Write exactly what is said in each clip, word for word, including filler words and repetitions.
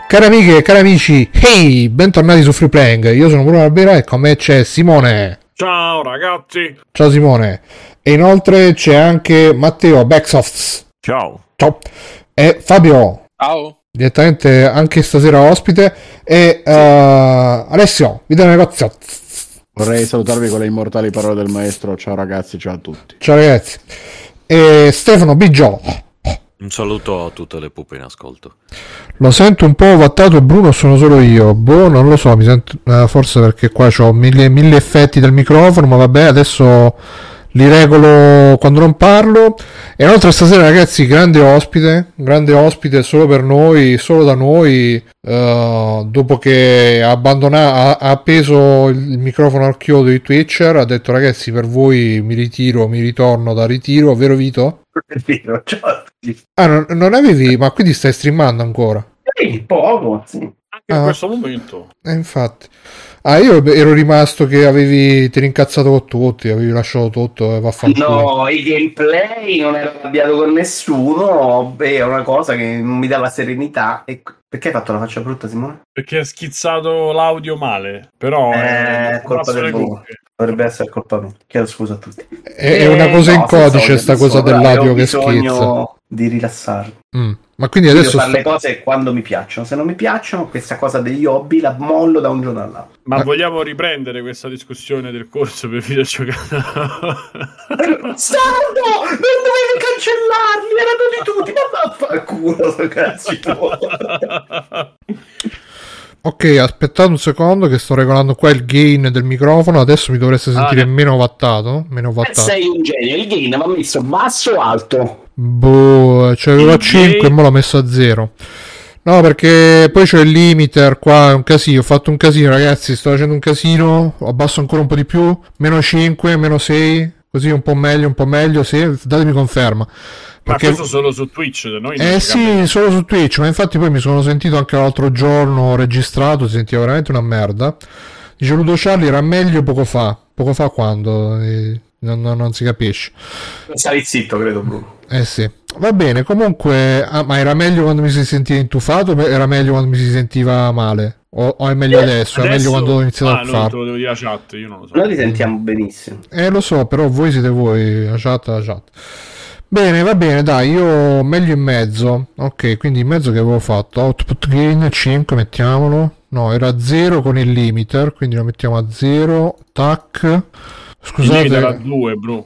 Cari amiche e cari amici, hey, bentornati su Free Playing. Io sono Bruno Albera e con me c'è Simone. Ciao ragazzi. Ciao Simone. E inoltre c'è anche Matteo Backsofts. Ciao. Ciao. E Fabio. Ciao. Direttamente anche stasera ospite. E sì. uh, Alessio, video negozio. Vorrei salutarvi con le immortali parole del maestro. Ciao ragazzi, ciao a tutti. Ciao ragazzi. E Stefano Biggio. Un saluto a tutte le pupe in ascolto. Lo sento un po' ovattato, Bruno, sono solo io. Boh, non lo so, mi sento, eh, forse perché qua ho mille, mille effetti del microfono, ma vabbè, adesso li regolo quando non parlo. E inoltre stasera, ragazzi, grande ospite, grande ospite solo per noi, solo da noi, uh, dopo che ha abbandonato, ha, ha appeso il microfono al chiodo di Twitcher, ha detto ragazzi, per voi mi ritiro, mi ritorno da ritiro, vero Vito? Ciao. Ah, non, non avevi, ma quindi stai streamando ancora? Sì, poco, sì. Anche ah, in questo momento. Eh, infatti. Ah, io ero rimasto che avevi ti rincazzato con tutti, avevi lasciato tutto e vaffanculo. No, i gameplay non ero arrabbiato con nessuno, beh, è una cosa che non mi dava serenità. E perché hai fatto la faccia brutta, Simone? Perché ha schizzato l'audio male, però è eh, colpa del Bruno. Dovrebbe essere colpa mia. Chiedo scusa a tutti. È, è una cosa eh, in no, codice sta cosa dell'audio che schizza. Di rilassarmi. Mm. Ma quindi Io adesso devo fare sto... le cose quando mi piacciono. Se non mi piacciono, questa cosa degli hobby la mollo da un giorno all'altro. Ma ah. vogliamo riprendere questa discussione del corso per videogiocare? Bastardo! Non dovevi cancellarli, erano di tutti, ma vaffanculo, cazzi tuoi. Ok, aspettate un secondo che sto regolando qua il gain del microfono, adesso mi dovreste sentire ah, meno wattato, meno wattato. Sei un genio, il gain va messo basso o alto? Boh, cioè avevo a cinque e mo l'ho messo a zero. No, perché poi c'è il limiter qua, è un casino, ho fatto un casino ragazzi, sto facendo un casino, abbasso ancora un po' di più, meno cinque, meno sei, così un po' meglio, un po' meglio, sì, datemi conferma. Perché... Ma questo solo su Twitch? Noi eh sì, cambia... solo su Twitch, ma infatti poi mi sono sentito anche l'altro giorno registrato, si sentiva veramente una merda. Dice Ludo Charlie, era meglio poco fa, poco fa quando, eh, non, non, non si capisce. Stai zitto, credo Bruno. Eh sì, va bene, comunque, ah, ma era meglio quando mi si sentiva intufato o era meglio quando mi si sentiva male? O, o è meglio adesso? adesso? È meglio quando ho iniziato ah, a farlo? Te lo devo dire a chat, io non lo so. Noi li sentiamo benissimo. Eh lo so, però voi siete voi, la chat, la chat. Bene, va bene, dai, io meglio in mezzo. Ok, quindi in mezzo che avevo fatto? Output gain cinque, mettiamolo. No, era zero con il limiter, quindi lo mettiamo a zero. Tac. Scusate. Il limiter a due, bro.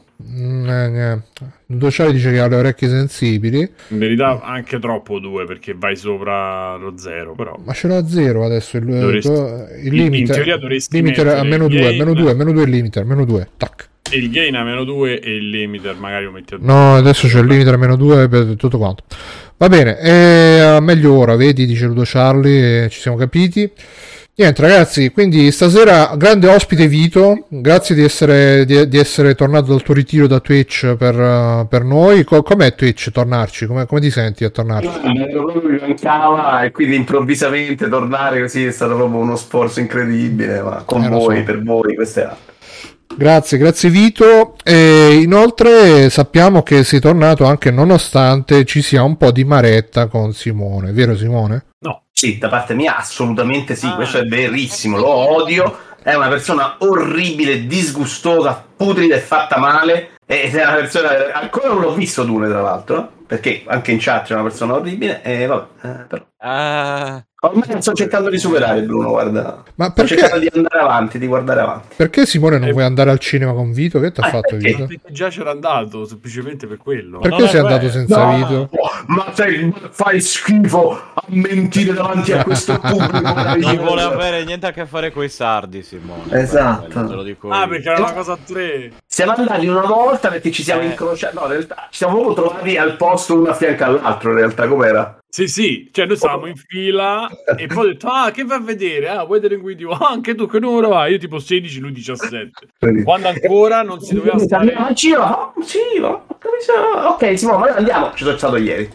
Docciale dice che ha le orecchie sensibili. In verità anche troppo due perché vai sopra lo zero, però. Ma ce l'ho a zero adesso il, dovresti... il limiter. In teoria dovresti limiter a meno due, meno due, meno due il limiter, meno due. Tac. E il gain a meno due e il limiter magari lo metti a due. No, adesso c'è il limiter a meno due per tutto quanto. Va bene, e meglio ora, vedi, dice Ludo Charlie, ci siamo capiti. Niente ragazzi, quindi stasera grande ospite Vito, grazie di essere, di, di essere tornato dal tuo ritiro da Twitch per, uh, per noi. Co- com'è Twitch tornarci? Come, come ti senti a tornarci? No, proprio mi mancava e quindi improvvisamente tornare così è stato proprio uno sforzo incredibile, ma con eh, voi, so. per voi, questo è altro. Grazie, grazie Vito. E inoltre sappiamo che sei tornato anche nonostante ci sia un po' di maretta con Simone, vero Simone? No. Sì, da parte mia assolutamente sì, ah. questo è verissimo, lo odio, è una persona orribile, disgustosa, putrida e fatta male, ed è una persona, ancora non l'ho visto Dune tra l'altro, perché anche in chat c'è una persona orribile, e vabbè, eh, però... Ah. Ormai sto cercando di superare Bruno, guarda. Ma perché... Sto cercando di andare avanti, di guardare avanti. Perché Simone non eh... vuoi andare al cinema con Vito? Che ti ha eh, fatto perché? Vito? Perché già c'era andato, semplicemente per quello. Perché non sei andato senza no, Vito? Ma sei, fai schifo a mentire davanti a questo pubblico. Non vuole avere niente a che fare con i sardi, Simone. Esatto. Te lo dico ah, io. perché era una cosa a tre. Siamo andati una volta perché ci siamo eh. incrociati. No, in realtà ci siamo proprio trovati al posto uno a fianco all'altro, in realtà, com'era? Sì, sì, cioè noi stavamo in fila e poi ho detto, ah, che vai a vedere? Ah, Weathering with you. Ah, anche tu, che numero vai? Io tipo sedici, lui diciassette. Quando ancora non si doveva stare... Ah, ci va, ci va. Ok, Simone, andiamo. Ci sono stato ieri. No.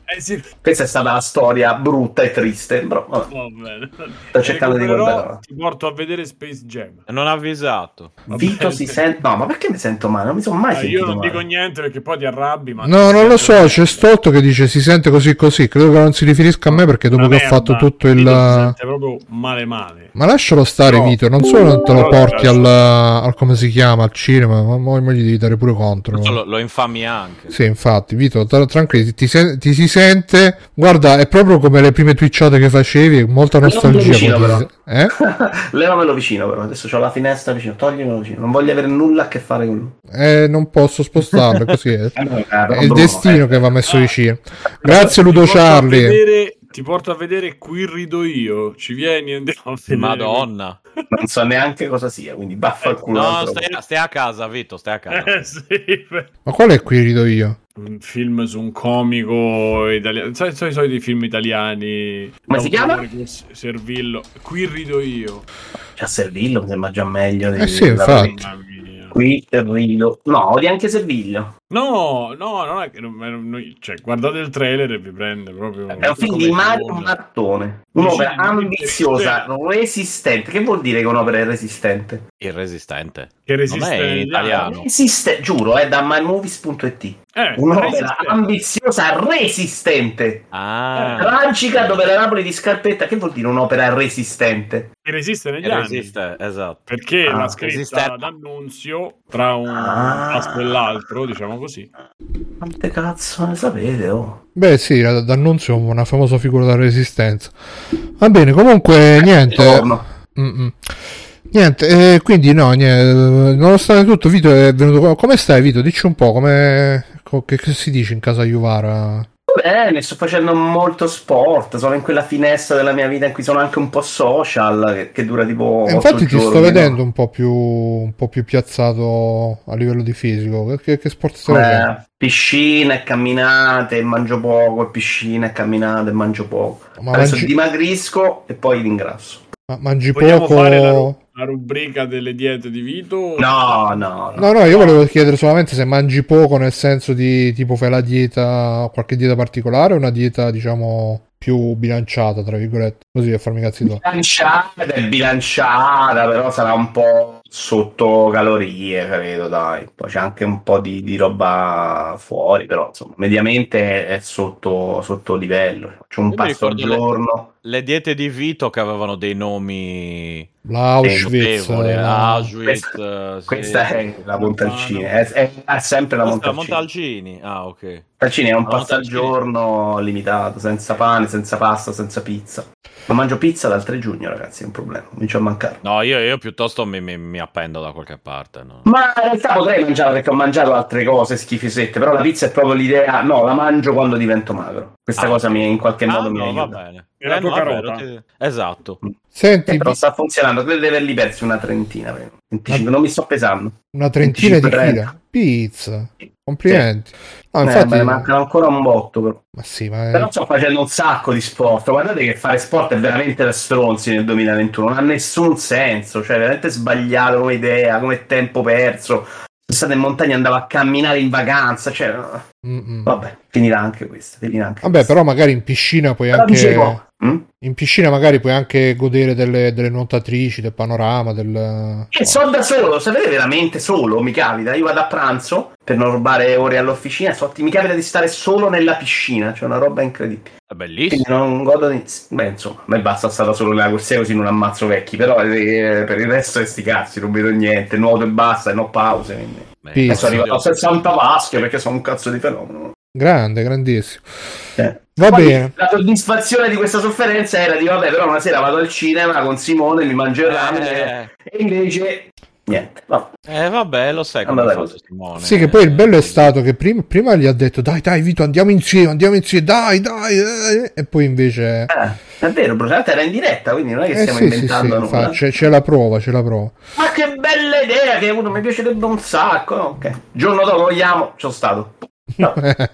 Eh, sì. Questa è stata la storia brutta e triste, però vabbè. Va bene. Sto cercando di guardare. Ti porto a vedere Space Jam. Non ha avvisato. Vito si sente... No, ma perché mi sento male? Non mi sono mai eh, sentito io non male. dico niente perché poi ti arrabbi. Ma no, non lo so, c'è Stolto che dice si sente così così. Credo che non si riferisca a me perché dopo Una che merda. ho fatto tutto il... Vito si sente proprio male male. Ma lascialo stare, no. Vito, non solo non te lo no, porti al, lascio. al come si chiama, al cinema, ma poi gli devi dare pure contro. Lo, lo infami anche. Sì, infatti, Vito, tra- tranquilli, ti, ti, ti si sente, guarda, è proprio come le prime twitchate che facevi, molta nostalgia. Vicino, poi però. ti- eh? Levamelo vicino, però. Adesso c'ho la finestra vicino, toglierlo vicino. Non voglio avere nulla a che fare con lui. Eh, non posso spostarlo, così è. Allora, È il Bruno, destino eh. che va messo vicino. Grazie Ludo Ti porto a Charlie. vedere- Ti porto a vedere Qui rido io. Ci vieni e andiamo a vedere. Madonna. Non so neanche cosa sia, quindi baffa il culo. No, altro. stai, stai a casa, Vito, stai a casa. Eh, sì, beh. Ma qual è qui rido io? Un film su un comico italiano. Sai, sai i soliti film italiani. Come si chiama? D'autore, Servillo. Qui rido io. C'ha Servillo, mi sembra già meglio. Eh sì, infatti. Mamma mia. Qui rido. No, odi anche Servillo. No, no, non è che non, non- cioè, guardate il trailer e vi prende proprio. È un film come di Mario nulla. Mattone. Un'opera Dici- ambiziosa, resistente. Che vuol dire che un'opera è resistente? Irresistente. Che Non resiste è in in italiano. Resiste, giuro, è da mymovies punto it. Eh, Un'opera resistente. ambiziosa, resistente. Ah, Tragica, dove la Napoli di Scarpetta. Che vuol dire un'opera resistente? Che resiste negli anni. resiste, esatto. Perché Ah, l'ha scritta resiste- D'Annunzio tra un Ah. passo e l'altro, diciamo così. Quante cazzo ne sapete, oh? Beh sì, da- D'Annunzio è una famosa figura della resistenza. Va bene, comunque niente. Torno. Mm-mm. Niente, eh, quindi no, niente, nonostante tutto Vito è venuto qua. Come stai Vito? Dici un po', come co- che, che si dice in casa Juvara? Bene, sto facendo molto sport, sono in quella finestra della mia vita in cui sono anche un po' social, che, che dura tipo E otto infatti ti sto giorni, vedendo no? un po' più un po' più piazzato a livello di fisico. Che, che sport stai facendo? Eh, piscina e camminate, e mangio poco, e piscina e camminate e mangio poco. Ma Adesso mangi- dimagrisco e poi ringrasso. Ma mangi Vogliamo poco? fare la, ru- la rubrica delle diete di Vito? No, no, no. No, no, io volevo chiedere solamente se mangi poco nel senso di tipo fai la dieta, qualche dieta particolare o una dieta diciamo più bilanciata, tra virgolette, così per farmi cazzi tuoi. Bilanciata è bilanciata, però sarà un po' sotto calorie, credo, dai. Poi c'è anche un po' di, di roba fuori, però insomma, mediamente è sotto, sotto livello. Faccio un Io mi passo al ricordo le- giorno. Le diete di Vito che avevano dei nomi L'Auschwitz, notevoli, eh, Auschwitz, Questa, eh, sì. questa è la Montalcini, è, è- è sempre la Questa è Montalcini. Montalcini. Ah, ok. Montalcini è un La pasto al Montalcini. giorno limitato, senza pane, senza pasta, senza pizza. Non mangio pizza dal tre giugno, ragazzi, è un problema, comincio a mancare. No, io, io piuttosto mi, mi, mi appendo da qualche parte. No? Ma in realtà potrei mangiare perché ho mangiato altre cose schifosette, però la pizza è proprio l'idea, no, la mangio quando divento magro. Questa Ah, cosa mi in qualche Ah, modo mi no, va aiuta. bene. E la Eh, tua no, carota? vabbè, ti- Esatto. Senti, Eh, però sta funzionando, credo di averli persi una trentina, venticinque, non mi sto pesando. una trentina di venticinque chili. Pizza. Complimenti. No, Eh, infatti, me ne mancano ancora un botto, però. ma sì, ma è- Però sto facendo un sacco di sport. Guardate che fare sport è veramente da stronzi nel duemilaventuno, non ha nessun senso, cioè è veramente sbagliato come idea, come tempo perso. Se state in montagna andavo a camminare in vacanza, cioè Mm-mm. vabbè, finirà anche questa, finirà anche Vabbè, questa. però magari in piscina puoi Però anche dicevo, hm? in piscina magari puoi anche godere delle, delle nuotatrici, del panorama, del E so da solo, sapete veramente solo, mi capita, io vado a pranzo per non rubare ore all'officina, so, mi capita di stare solo nella piscina, cioè una roba incredibile. È Quindi bellissimo. non godo di... Beh, insomma, a me basta stare solo nella corsia così non ammazzo vecchi, però eh, per il resto è sti cazzi, non vedo niente, nuoto e basta, e no pause, quindi... Beh, Pizza. Adesso arrivo a sessanta vasche perché sono un cazzo di fenomeno. grande, grandissimo. Eh. Va Poi bene. La soddisfazione di questa sofferenza era di vabbè, però una sera vado al cinema con Simone, mi mangio il ramen Eh. e invece niente. No. Eh, vabbè, lo sai come ha Andate fatto così. Simone. Sì, che poi il bello è stato che prima, prima gli ha detto dai dai Vito andiamo insieme, andiamo insieme, dai dai, eh", e poi invece Eh, è vero, Bruciante era in diretta, quindi non è che eh stiamo sì, sì, sì, inventando nulla. fa- c'è, c'è la prova, c'è la prova. Ma che bella idea che hai avuto, mi piacerebbe un sacco. Ok. Giorno dopo vogliamo, c'ho stato. No.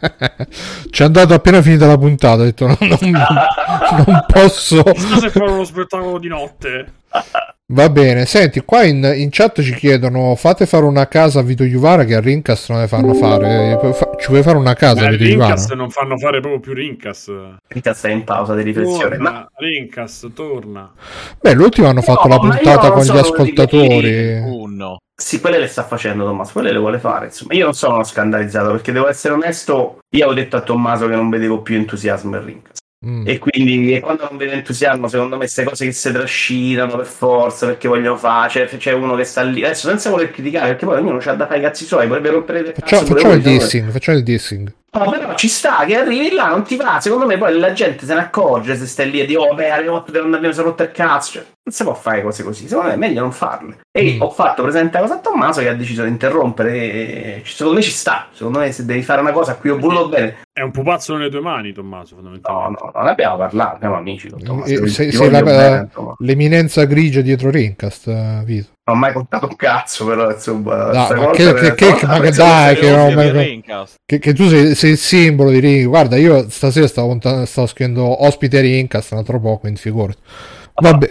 Ci è andato appena finita la puntata, ha detto no, non, non posso. Chissà se fare uno spettacolo di notte. Va bene, senti, qua in, in chat ci chiedono fate fare una casa a Vito Juvara che a Rincast non ne fanno fare. Ci vuoi fare una casa Beh, a Vito Juvara? Rincast non fanno fare proprio più Rincast. Rincast è in pausa di riflessione. Torna, Ma... Rincast, torna. Beh, l'ultimo hanno fatto no, la puntata con gli ascoltatori. Uh, no. Sì, quelle le sta facendo Tommaso, quelle le vuole fare. Insomma, io non sono scandalizzato perché devo essere onesto. Io avevo detto a Tommaso che non vedevo più entusiasmo in Rincast. Mm. E quindi e quando non vedo entusiasmo, secondo me queste cose che si trascinano per forza perché vogliono fare, cioè, c'è uno che sta lì adesso senza voler criticare perché poi ognuno c'ha da fare i cazzi suoi, potrebbe rompere le facciamo, facciamo il dissing, facciamo il dissing. No, però ci sta che arrivi là, non ti va, secondo me poi la gente se ne accorge se stai lì e dici oh beh alle otto devo andare a si è rotto il cazzo, cioè, non si può fare cose così, secondo me è meglio non farle. E mm. ho fatto presente la cosa a Tommaso che ha deciso di interrompere e secondo me ci sta, secondo me se devi fare una cosa a cui ho voluto bene. È un pupazzo nelle tue mani Tommaso fondamentalmente. No, no, non abbiamo parlato, siamo amici con Tommaso. E, sei, sei la, bene, l'eminenza grigia dietro Rincast, Vito. Non ho mai contato un cazzo, però insomma. No, ma che, che, che, ma che dai, che, no, mai, che, che tu sei, sei il simbolo di Rincast. Guarda, io stasera stavo, stavo scrivendo ospite Rincast, un altro po', quindi figurati. Vabbè.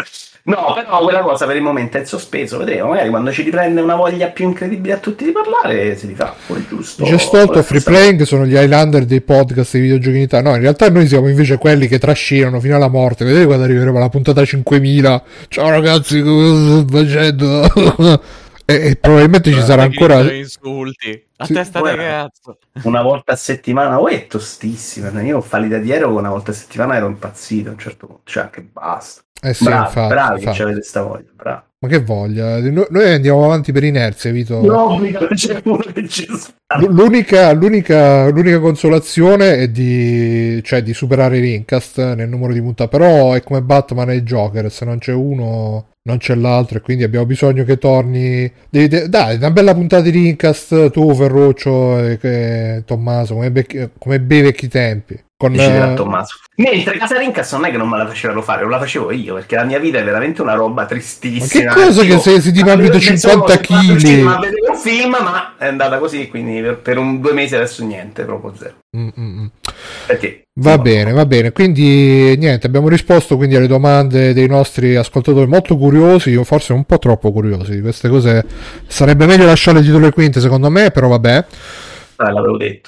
No, però quella cosa per il momento è in sospeso, vedremo, magari quando ci riprende una voglia più incredibile a tutti di parlare si rifà, poi giusto. Dice Stolto, Free Playing sono gli Highlander dei podcast dei videogiochi in Italia. No, in realtà noi siamo invece quelli che trascinano fino alla morte. Vedete quando arriveremo alla puntata cinquemila? Ciao ragazzi, cosa sto facendo? e, e probabilmente ci sarà ancora insulti a sì, testa di cazzo. Una volta a settimana, oh, è tostissima. Io ho fallita di aereo, una volta a settimana ero impazzito a un certo punto, cioè che basta. Eh sì, bravi, infatti, bravi infatti. che avete sta voglia, bravi. Ma che voglia, noi andiamo avanti per inerzia, Vito. No, c'è uno che ci sta. L'unica, l'unica, l'unica consolazione è di, cioè, di superare Rincast nel numero di puntate, però è come Batman e Joker, se non c'è uno non c'è l'altro e quindi abbiamo bisogno che torni. Devi, de- dai, una bella puntata di Rincast, tu Ferruccio e, e Tommaso, come, be- come bei vecchi tempi. Con, uh... Tommaso. Mentre Casa Rincast non è che non me la facevano fare, non la facevo io, perché la mia vita è veramente una roba tristissima. Ma che cosa che sei, sei dimagrito cinquanta chili? Ma vedevo un film, ma è andata così, quindi per, per un due mesi adesso niente, proprio zero. Mm-mm. Perché? Va no. bene, va bene, quindi niente, abbiamo risposto quindi alle domande dei nostri ascoltatori molto curiosi, o forse un po' troppo curiosi di queste cose, sarebbe meglio lasciare il titolo e quinte secondo me, però vabbè. Ah, l'avevo detto.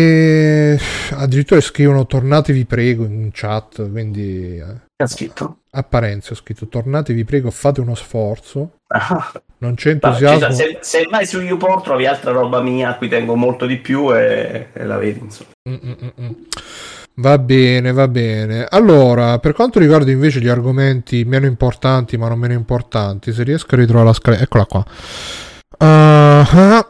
E addirittura scrivono tornate vi prego in chat, quindi che ha scritto? A Parenzo ho scritto tornate vi prego, fate uno sforzo. Ah. Non c'è entusiasmo. No, se, se vai su YouPorn trovi altra roba mia a cui tengo molto di più e, e la vedi insomma. Mm-mm-mm. Va bene, va bene. Allora, per quanto riguarda invece gli argomenti meno importanti ma non meno importanti, se riesco a ritrovare la scaletta, eccola qua. Uh-huh.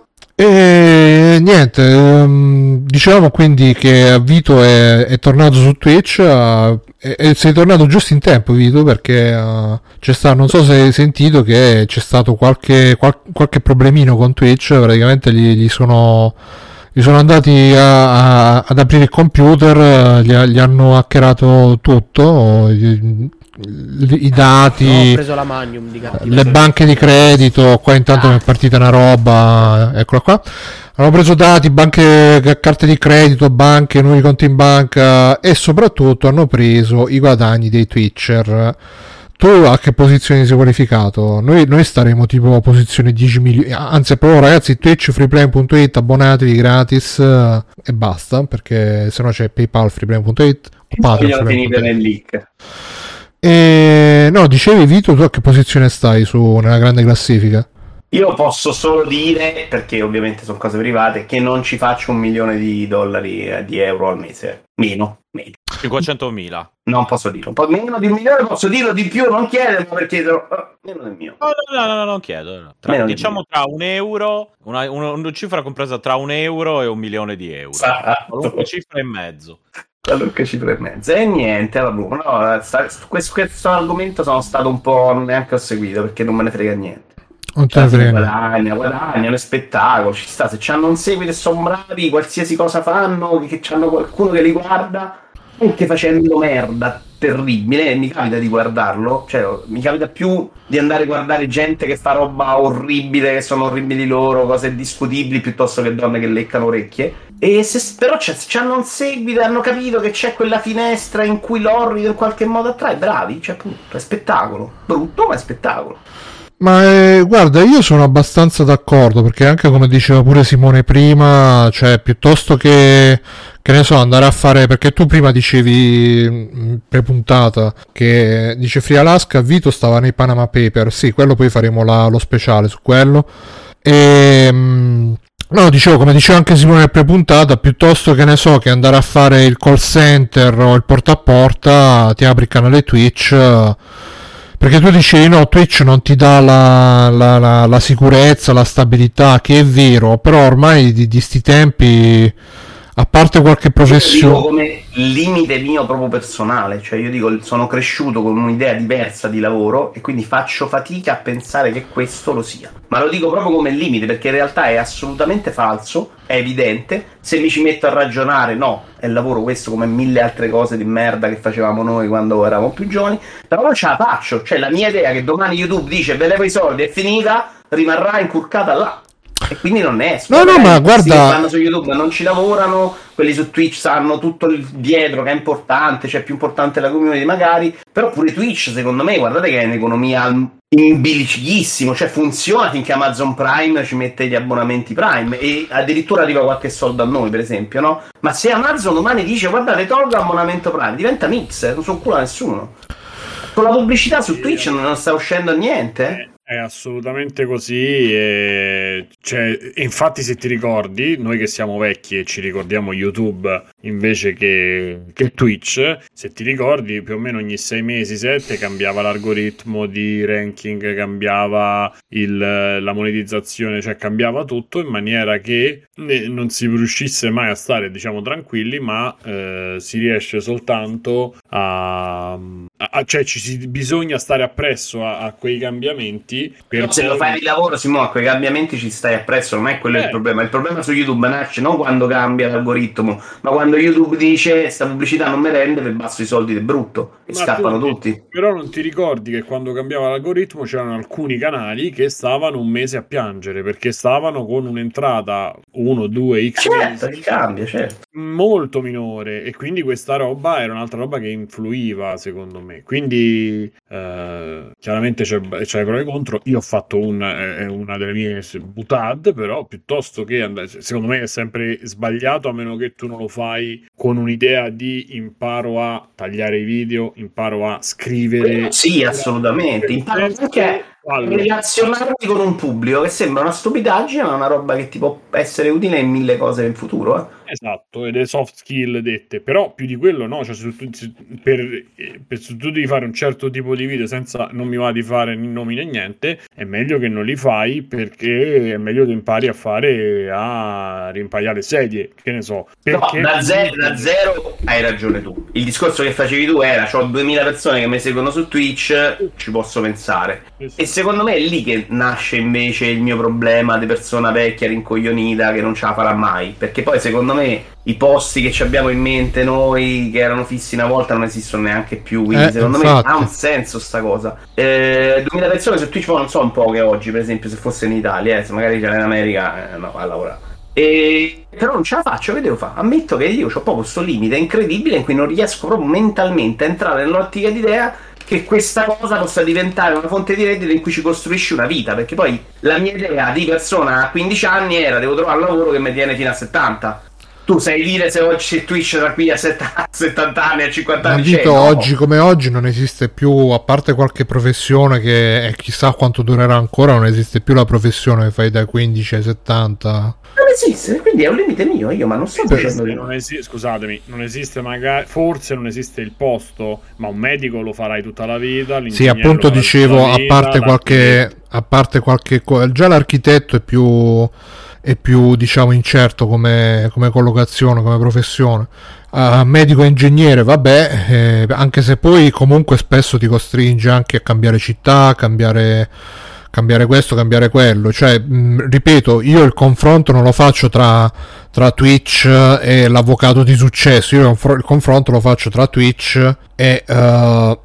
E niente, um, dicevamo quindi che Vito è, è tornato su Twitch uh, e, e sei tornato giusto in tempo, Vito, perché uh, c'è stato, non so se hai sentito che c'è stato qualche, qual, qualche problemino con Twitch, praticamente gli, gli sono gli sono andati a, a, ad aprire il computer, gli, gli hanno hackerato tutto, gli, i dati, no, ho preso la Magnum di le banche di credito. Qua intanto ah. è partita una roba, eccola qua, hanno preso dati, banche, carte di credito, banche, nuovi conti in banca e soprattutto hanno preso i guadagni dei Twitcher. Tu a che posizione sei qualificato? Noi, noi staremo tipo a posizione dieci milioni, anzi proprio ragazzi, Twitch freeplay punto it, abbonatevi gratis uh, e basta, perché se no c'è PayPal freeplay punto it o Patreon finire nel leak. E no, dicevi Vito, tu a che posizione stai su nella grande classifica? Io posso solo dire, perché ovviamente sono cose private, che non ci faccio un milione di dollari, eh, di euro al mese. Meno, meno. cinquecentomila. Non posso dirlo. Un po' meno di un milione posso dirlo, di più non chiederlo perché oh, meno del mio. No, no, no, no, non chiedo. Tra, diciamo tra un euro, una, una, una cifra compresa tra un euro e un milione di euro. Qualunque cifra e mezzo. Qualunque cifra e mezzo. E niente, vabbè, no, sta, questo, questo argomento sono stato un po', neanche ho seguito perché non me ne frega niente. Non te ne frega. Guadagna, guadagna, è spettacolo, ci sta, se c'hanno un seguito e sono bravi, qualsiasi cosa fanno, che c'hanno qualcuno che li guarda, anche facendo merda, terribile e mi capita di guardarlo, cioè mi capita più di andare a guardare gente che fa roba orribile, che sono orribili loro, cose discutibili, piuttosto che donne che leccano orecchie. E se però c'hanno un seguito, hanno capito che c'è quella finestra in cui l'orrido in qualche modo attrae, bravi, cioè appunto è spettacolo, brutto ma è spettacolo. Ma eh, guarda, io sono abbastanza d'accordo, perché anche come diceva pure Simone prima, cioè piuttosto che che ne so andare a fare, perché tu prima dicevi pre-puntata che dice Free Alaska, Vito stava nei Panama Papers, sì, quello poi faremo la, lo speciale su quello. E no, dicevo, come diceva anche Simone nel pre-puntata, piuttosto che ne so che andare a fare il call center o il porta a porta, ti apri il canale Twitch. Perché tu dicevi no, Twitch non ti dà la, la, la, la sicurezza, la stabilità, che è vero, però ormai di, di sti tempi, a parte qualche professione... Io come limite mio proprio personale, cioè io dico, sono cresciuto con un'idea diversa di lavoro e quindi faccio fatica a pensare che questo lo sia. Ma lo dico proprio come limite, perché in realtà è assolutamente falso, è evidente. Se mi ci metto a ragionare, no, è il lavoro questo come mille altre cose di merda che facevamo noi quando eravamo più giovani, però non ce la faccio. Cioè la mia idea che domani YouTube dice ve levo i soldi, è finita, rimarrà incurcata là. E quindi non ne esco. No, no, ma guarda, vanno su YouTube, non ci lavorano, quelli su Twitch sanno tutto il dietro che è importante, cioè più importante la community magari, però pure Twitch secondo me, guardate che è un'economia imbilicissimo, cioè funziona finché Amazon Prime ci mette gli abbonamenti Prime e addirittura arriva qualche soldo a noi, per esempio, no? Ma se Amazon domani dice guardate, tolgo l'abbonamento Prime, diventa mix, non sono culo a nessuno. Con la pubblicità su Twitch non sta uscendo niente, eh? È assolutamente così, e cioè, infatti se ti ricordi, noi che siamo vecchi e ci ricordiamo YouTube invece che, che Twitch, se ti ricordi più o meno ogni sei mesi, sette cambiava l'algoritmo di ranking, cambiava il, la monetizzazione, cioè cambiava tutto in maniera che non si riuscisse mai a stare, diciamo, tranquilli, ma eh, si riesce soltanto a, a cioè ci si, bisogna stare appresso a, a quei cambiamenti. Per se poi... lo fai di lavoro, Simone, a quei cambiamenti ci stai appresso, non è quello eh. il problema. Il problema su YouTube nasce non quando cambia l'algoritmo, ma quando YouTube dice sta pubblicità non mi rende, per basso i soldi del brutto e ma scappano tu, tutti. Però non ti ricordi che quando cambiava l'algoritmo c'erano alcuni canali che stavano un mese a piangere perché stavano con un'entrata uno, due, x certo, mesi, cambia, certo. molto minore, e quindi questa roba era un'altra roba che influiva secondo me. Quindi eh, chiaramente c'è, c'è pro e contro. Io ho fatto un, eh, una delle mie butade, però piuttosto che andare, secondo me è sempre sbagliato, a meno che tu non lo fai con un'idea di imparo a tagliare i video, imparo a scrivere. Sì, assolutamente. Imparo anche a relazionarti con un pubblico, che sembra una stupidaggine, ma è una roba che ti può essere utile in mille cose in futuro, eh. Esatto, e le soft skill dette, però più di quello no, cioè se tu, per, per, se tu devi fare un certo tipo di video senza, non mi va di fare nomi né niente, è meglio che non li fai, perché è meglio che impari a fare, a rimpagliare sedie, che ne so. Perché... No, da, ze- da zero hai ragione tu, il discorso che facevi tu era, c'ho duemila persone che mi seguono su Twitch, ci posso pensare, sì, sì. E secondo me è lì che nasce invece il mio problema di persona vecchia rincoglionita che non ce la farà mai, perché poi secondo me i posti che ci abbiamo in mente noi, che erano fissi una volta, non esistono neanche più, quindi eh, secondo infatti. me ha un senso sta cosa. eh, duemila persone su Twitch, non so un po' che oggi, per esempio, se fosse in Italia, eh, se magari c'era in America, eh, no, a lavorare. E... però non ce la faccio, che devo fare? Ammetto che io ho proprio questo limite incredibile in cui non riesco proprio mentalmente a entrare nell'ottica di idea che questa cosa possa diventare una fonte di reddito in cui ci costruisci una vita, perché poi la mia idea di persona a quindici anni era devo trovare un lavoro che mi tiene fino a settanta. Tu sai dire se oggi c'è Twitch da qui a settanta anni, a cinquanta anni? Dito, no. Oggi come oggi non esiste più, a parte qualche professione che è, chissà quanto durerà ancora, non esiste più la professione che fai dai quindici ai settanta. Non esiste, quindi è un limite mio, io ma non sto dicendo di non esi- scusatemi, non esiste magari, forse non esiste il posto, ma un medico lo farai tutta la vita. Sì, appunto dicevo, a parte qualche, a parte qualche, già l'architetto è più... è più diciamo incerto come, come collocazione, come professione. Uh, medico e ingegnere, vabbè, eh, anche se poi comunque spesso ti costringe anche a cambiare città, cambiare, cambiare questo, cambiare quello. Cioè, mh, ripeto, io il confronto non lo faccio tra, tra Twitch e l'avvocato di successo, io il confronto lo faccio tra Twitch e... Uh,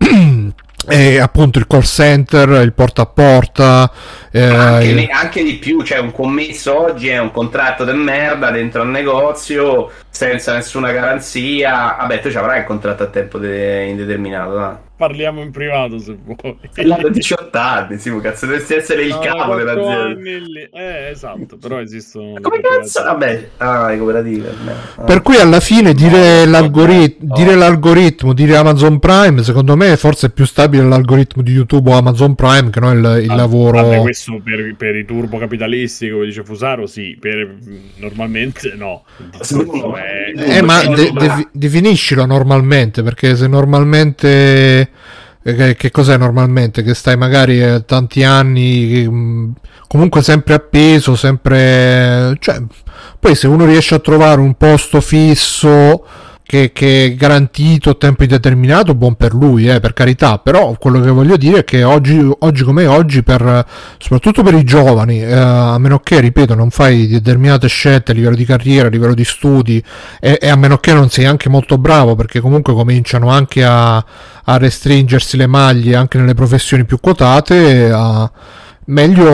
e appunto il call center, il porta a porta, eh, anche, il... anche di più, cioè un commesso oggi è un contratto di merda dentro al negozio senza nessuna garanzia. Vabbè, tu ci avrai il contratto a tempo de- indeterminato, no? Parliamo in privato se vuoi. Là da diciotto anni, sì, cazzo, dovresti essere il no, capo dell'azienda. Lì. Eh, esatto, però esistono. Come cazzo? Vabbè, ah, le cooperative. Ah. Per cui alla fine dire, no, l'algorit- no. dire l'algoritmo, dire Amazon Prime, secondo me forse è più stabile l'algoritmo di YouTube o Amazon Prime che non il, il ah, lavoro. Vabbè, questo per, per i turbocapitalisti, come dice Fusaro, sì, per normalmente no. È... Eh, ma de- de- definiscilo normalmente, perché se normalmente. Che, che cos'è normalmente? Che stai magari eh, tanti anni che, mh, comunque sempre appeso, sempre, cioè, poi se uno riesce a trovare un posto fisso che, che è garantito a tempo indeterminato, buon per lui, eh, per carità. Però quello che voglio dire è che oggi, oggi come oggi, per, soprattutto per i giovani, eh, a meno che, ripeto, non fai determinate scelte a livello di carriera, a livello di studi, e, e a meno che non sei anche molto bravo, perché comunque cominciano anche a, a restringersi le maglie anche nelle professioni più quotate, a, meglio,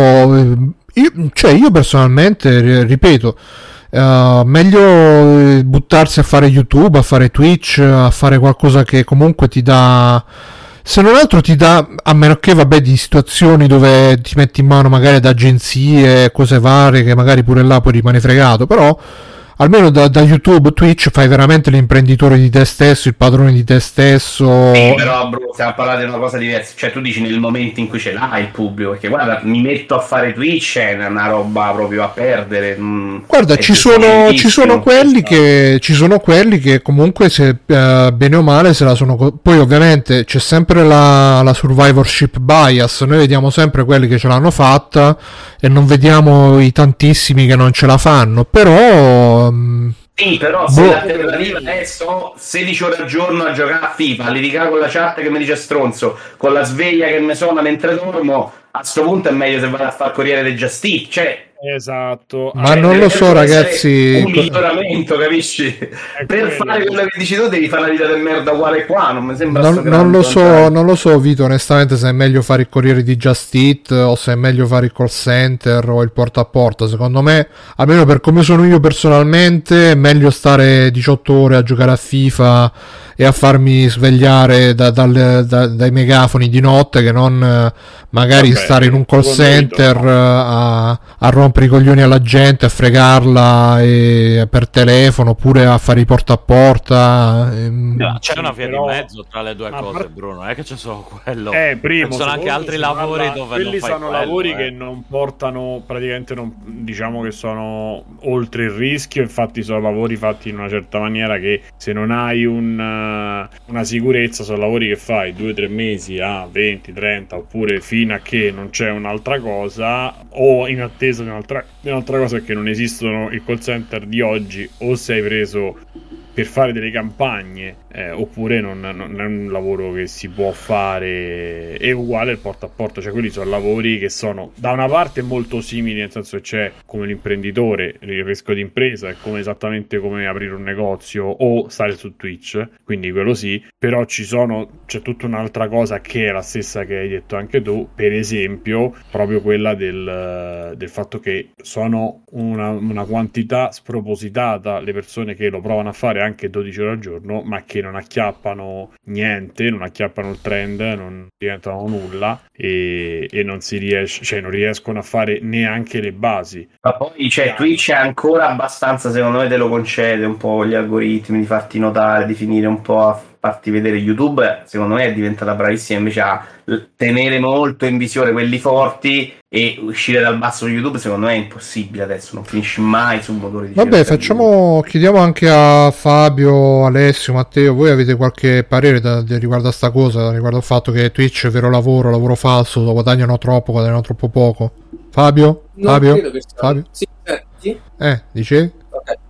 io, cioè io personalmente, ripeto, Uh, meglio buttarsi a fare YouTube, a fare Twitch, a fare qualcosa che comunque ti dà, se non altro ti dà, a meno che vabbè di situazioni dove ti metti in mano magari ad agenzie, cose varie, che magari pure là poi rimane fregato, però almeno da, da YouTube, Twitch fai veramente l'imprenditore di te stesso, il padrone di te stesso. Sì, però bro, stiamo parlando di una cosa diversa. Cioè tu dici nel momento in cui ce l'hai il pubblico, perché guarda, mi metto a fare Twitch, è una roba proprio a perdere. Guarda, ci sono, ci sono quelli che ci sono quelli che comunque se uh, bene o male se la sono. Poi ovviamente c'è sempre la, la survivorship bias, noi vediamo sempre quelli che ce l'hanno fatta e non vediamo i tantissimi che non ce la fanno, però sì, però se boh. l'alternativa è so sedici ore al giorno a giocare a FIFA, a litigare con la chat che mi dice stronzo, con la sveglia che mi suona mentre dormo, a sto punto è meglio se vado a fare il Corriere dei Just Eat, cioè esatto. Ma non lo so, ragazzi. Un miglioramento, capisci? Per quello. Fare quello che dici tu devi fare una vita del merda uguale qua. Non mi sembra. Non, non lo so, non lo so, Vito. Onestamente, se è meglio fare il Corriere di Just Eat o se è meglio fare il call center o il porta a porta. Secondo me, almeno per come sono io personalmente, è meglio stare diciotto ore a giocare a FIFA e a farmi svegliare da, dal, da, dai megafoni di notte che non magari okay, stare in un call center a, a rompere i coglioni alla gente, a fregarla e, per telefono oppure a fare i porta a porta. No, c'è una via però, di mezzo tra le due cose, par- Bruno, non è che c'è solo quello. Eh, primo, ci sono anche altri lavori parla, dove quelli non fai sono quello, lavori eh. che non portano praticamente non, diciamo che sono oltre il rischio, infatti sono lavori fatti in una certa maniera che se non hai un una sicurezza sono lavori che fai due tre mesi a venti trenta oppure fino a che non c'è un'altra cosa o in attesa di un'altra, di un'altra cosa, perché non esistono il call center di oggi, o sei preso per fare delle campagne eh, oppure non, non è un lavoro che si può fare. È uguale il porta a porta, cioè quelli sono lavori che sono da una parte molto simili, nel senso che c'è come l'imprenditore il rischio di impresa, è come esattamente come aprire un negozio o stare su Twitch, quindi quello sì, però ci sono c'è tutta un'altra cosa che è la stessa che hai detto anche tu, per esempio proprio quella del, del fatto che sono una, una quantità spropositata le persone che lo provano a fare anche dodici ore al giorno, ma che non acchiappano niente, non acchiappano il trend, non diventano nulla e, e non si riesce, cioè non riescono a fare neanche le basi. Ma poi cioè, Twitch è ancora abbastanza, secondo me te lo concede un po' gli algoritmi di farti notare, di finire un po' a farti vedere. YouTube secondo me è diventata bravissima invece a tenere molto in visione quelli forti, e uscire dal basso su YouTube secondo me è impossibile adesso, non finisci mai su un motore di vabbè facciamo, chiediamo anche a Fabio, Alessio, Matteo, voi avete qualche parere da, da, riguardo a sta cosa, riguardo al fatto che Twitch è vero lavoro, lavoro falso, guadagnano troppo, guadagnano troppo poco? Fabio? Non Fabio? credo che sia... Fabio? Sì, eh, sì? Eh, dicevi? Okay.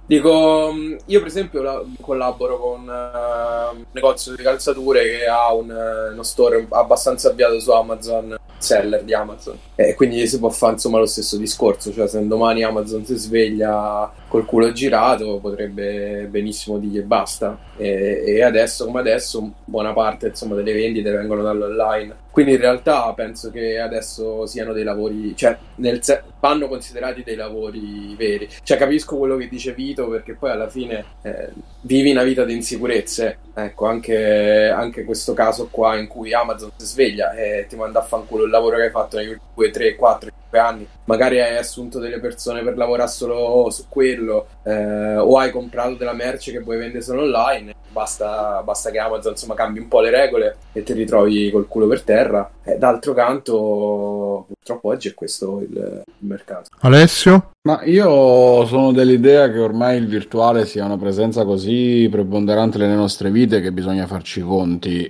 Dico, io per esempio la, collaboro con uh, un negozio di calzature che ha un, uno store abbastanza avviato su Amazon, seller di Amazon, e quindi si può fare insomma lo stesso discorso, cioè se domani Amazon si sveglia col culo girato potrebbe benissimo dirgli basta, e, e adesso come adesso buona parte insomma delle vendite vengono dall'online, quindi in realtà penso che adesso siano dei lavori, cioè nel se- vanno considerati dei lavori veri, cioè capisco quello che dice Vito, perché poi alla fine eh, vivi una vita di insicurezze, ecco, anche, anche questo caso qua in cui Amazon si sveglia e ti manda a fanculo il lavoro che hai fatto negli due, tre, quattro, cinque anni, magari hai assunto delle persone per lavorare solo su quello, eh, o hai comprato della merce che puoi vendere solo online, basta, basta che Amazon insomma cambi un po' le regole e ti ritrovi col culo per terra. Eh, d'altro canto purtroppo oggi è questo il, il mercato. Alessio? Ma io sono dell'idea che ormai il virtuale sia una presenza così preponderante nelle nostre vite che bisogna farci i conti,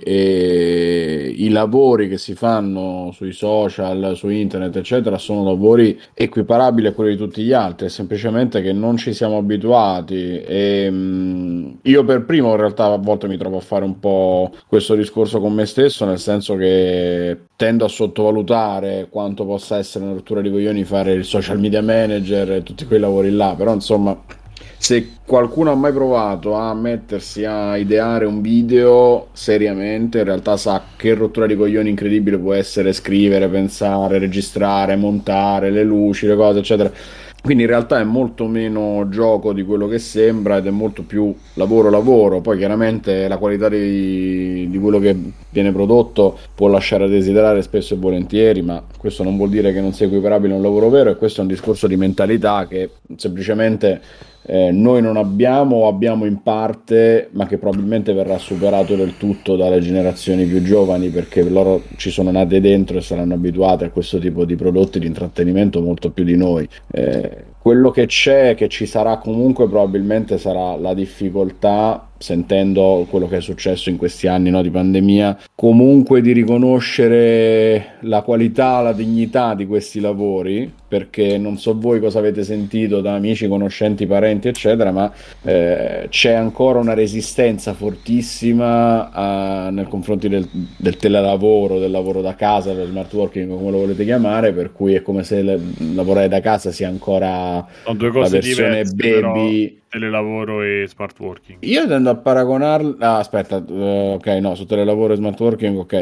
e i lavori che si fanno sui social, su internet eccetera sono lavori equiparabili a quelli di tutti gli altri, è semplicemente che non ci siamo abituati, e mh, io per primo in realtà a volte mi trovo a fare un po' questo discorso con me stesso, nel senso che tendo a sottovalutare quanto possa essere una rottura di coglioni fare il social media manager e tutti quei lavori là, però insomma se qualcuno ha mai provato a mettersi a ideare un video seriamente, in realtà sa che rottura di coglioni incredibile può essere scrivere, pensare, registrare, montare le luci, le cose eccetera. Quindi in realtà è molto meno gioco di quello che sembra ed è molto più lavoro lavoro. Poi chiaramente la qualità di, di quello che viene prodotto può lasciare a desiderare spesso e volentieri, ma questo non vuol dire che non sia equiparabile a un lavoro vero, e questo è un discorso di mentalità che semplicemente eh, noi non abbiamo o abbiamo in parte, ma che probabilmente verrà superato del tutto dalle generazioni più giovani, perché loro ci sono nate dentro e saranno abituate a questo tipo di prodotti di intrattenimento molto più di noi. Eh, quello che c'è, che ci sarà comunque probabilmente, sarà la difficoltà, sentendo quello che è successo in questi anni, no, di pandemia, comunque di riconoscere la qualità, la dignità di questi lavori, perché non so voi cosa avete sentito da amici, conoscenti, parenti eccetera, ma eh, c'è ancora una resistenza fortissima a, nei confronti del, del telelavoro, del lavoro da casa, del smart working, come lo volete chiamare, per cui è come se le, lavorare da casa sia ancora sono due cose la versione diverse, baby. Però telelavoro e smart working. Io tendo a paragonarlo. Ah, aspetta, uh, ok, no, su telelavoro e smart working, ok.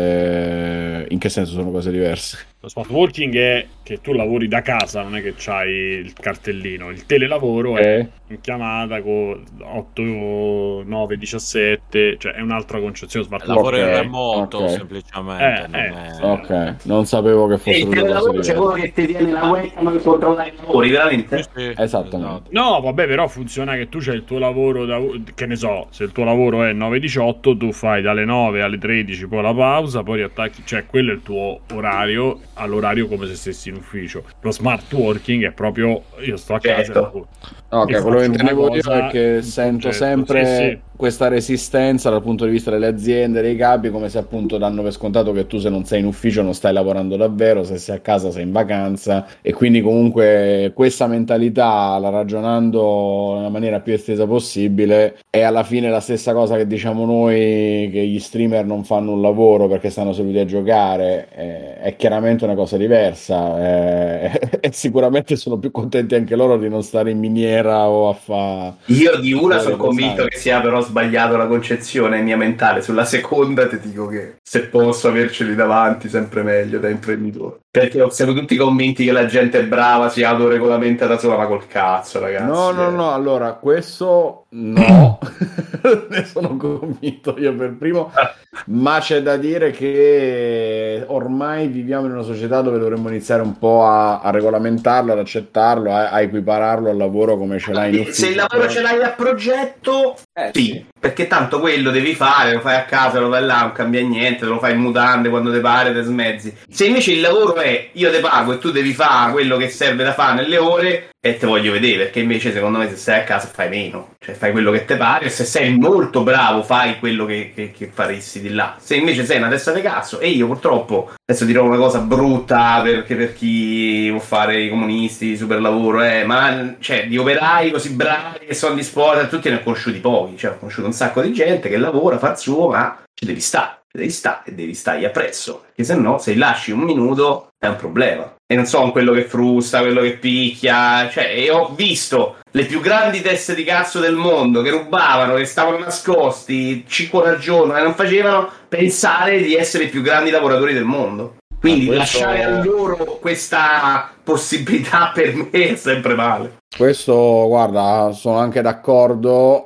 Eh, in che senso sono cose diverse? Lo smart working è che tu lavori da casa, non è che c'hai il cartellino. Il telelavoro eh. è in chiamata con otto, nove, diciassette, cioè è un'altra concezione. Smart lavoro working. in remoto, okay. semplicemente. Eh, non eh. è... Ok, non sapevo che fosse il telelavoro c'è quello che ti tiene la webcam per controllare i lavori, veramente? Sì, sì, esattamente. No, vabbè, però funziona che tu c'hai il tuo lavoro, da, che ne so, se il tuo lavoro è nove diciotto, tu fai dalle nove alle tredici, poi la pausa, poi riattacchi, cioè quello è il tuo orario, all'orario come se stessi in ufficio. Lo smart working è proprio, io sto a casa certo. e Ok, quello che intendevo io è che sento certo, sempre sì, sì. questa resistenza dal punto di vista delle aziende, dei capi, come se appunto danno per scontato che tu, se non sei in ufficio, non stai lavorando davvero, se sei a casa sei in vacanza, e quindi comunque questa mentalità, la ragionando nella maniera più estesa possibile, è alla fine la stessa cosa che diciamo noi, che gli streamer non fanno un lavoro perché stanno seduti a giocare. È, è chiaramente una cosa diversa, è, e sicuramente sono più contenti anche loro di non stare in miniera o a fa. Io di una sono convinto che sia però sbagliato la concezione mia mentale. Sulla seconda ti dico che se posso averceli davanti sempre meglio da imprenditore, perché siamo tutti convinti che la gente è brava, si autoregolamenta da sola, ma col cazzo, ragazzi. No, no, no, allora questo no, ne sono convinto io per primo, ma c'è da dire che ormai viviamo in una società dove dovremmo iniziare un po' a, a regolamentarlo, ad accettarlo, a, a equipararlo al lavoro come ce l'hai in ufficio. Se il lavoro ce l'hai a progetto, Eh, sì, sì. perché tanto quello devi fare, lo fai a casa, lo fai là, non cambia niente, lo fai in mutande quando ti pare, te smezzi. Se invece il lavoro è io te pago e tu devi fare quello che serve da fare nelle ore, e te voglio vedere, perché invece secondo me se stai a casa fai meno, cioè fai quello che te pare, e se sei molto bravo fai quello che, che, che faresti di là. Se invece sei una testa di cazzo, e io purtroppo adesso dirò una cosa brutta perché per chi può fare i comunisti, super lavoro, eh, ma cioè di operai così bravi che sono disposti, tutti ne ho conosciuti pochi, cioè ho conosciuto un sacco di gente che lavora, fa il suo, ma ci devi stare, ci devi stare e devi stargli appresso, perché se no se lasci un minuto è un problema. E non sono quello che frusta, quello che picchia, cioè, e ho visto le più grandi teste di cazzo del mondo che rubavano, che stavano nascosti cinque ore al giorno e non facevano pensare di essere i più grandi lavoratori del mondo. Quindi questo... lasciare a loro questa possibilità per me è sempre male. Questo, guarda, sono anche d'accordo,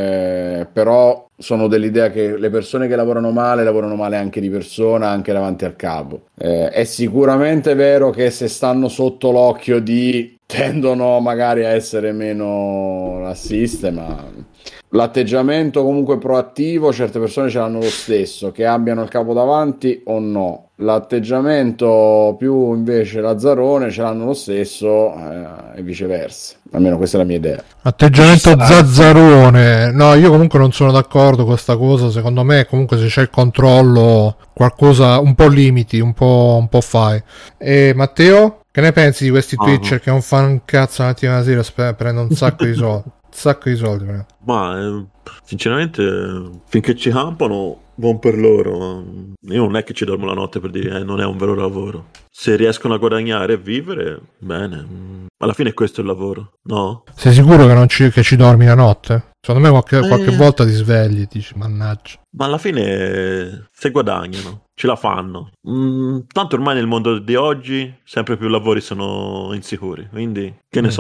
eh, però sono dell'idea che le persone che lavorano male lavorano male anche di persona, anche davanti al capo. Eh, è sicuramente vero che se stanno sotto l'occhio di tendono magari a essere meno lassiste, ma l'atteggiamento comunque proattivo certe persone ce l'hanno lo stesso, che abbiano il capo davanti o no. L'atteggiamento più invece lazzarone ce l'hanno lo stesso, eh, e viceversa. Almeno questa è la mia idea. Atteggiamento zazzarone. No, io comunque non sono d'accordo con questa cosa. Secondo me comunque se c'è il controllo qualcosa un po' limiti, un po', un po' fai. E Matteo, che ne pensi di questi Twitcher uh-huh. che non fanno un cazzo la mattina alla sera, prendono un sacco di soldi? Un sacco di soldi. Però. Ma eh, sinceramente finché ci campano buon per loro. Io non è che ci dormo la notte per dire eh, non è un vero lavoro. Se riescono a guadagnare e vivere, bene. Alla fine questo è il lavoro, no? Sei sicuro che non ci, che ci dormi la notte? Secondo me qualche, eh. qualche volta ti svegli e dici mannaggia. Ma alla fine se guadagnano, ce la fanno. Mm, tanto ormai nel mondo di oggi sempre più lavori sono insicuri, quindi che ne mm. so,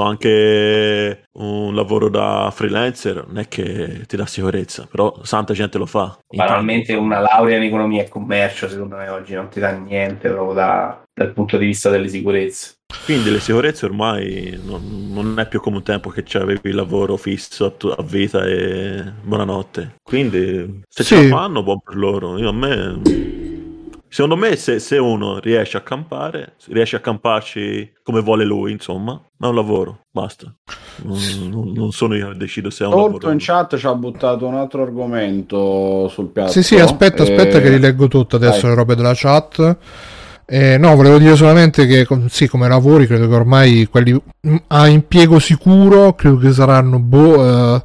anche un lavoro da freelancer non è che ti dà sicurezza, però santa gente lo fa. Banalmente una laurea in economia e commercio secondo me oggi non ti dà niente proprio da, dal punto di vista delle sicurezze. Quindi le sicurezze ormai non, non è più come un tempo che c'avevi il lavoro fisso a, a vita e buonanotte. Quindi se sì. ce la fanno, buon per loro. Io a me, secondo me, se, se uno riesce a campare, riesce a camparci come vuole lui, insomma, è un lavoro, basta. Non, non, non sono io che decido se è un Torto lavoro. In chat ci ha buttato un altro argomento sul piatto. Sì, sì, aspetta, e... aspetta che li leggo tutto adesso. Dai. Le robe della chat. Eh, no, volevo dire solamente che sì, come lavori credo che ormai quelli a impiego sicuro credo che saranno boh, eh,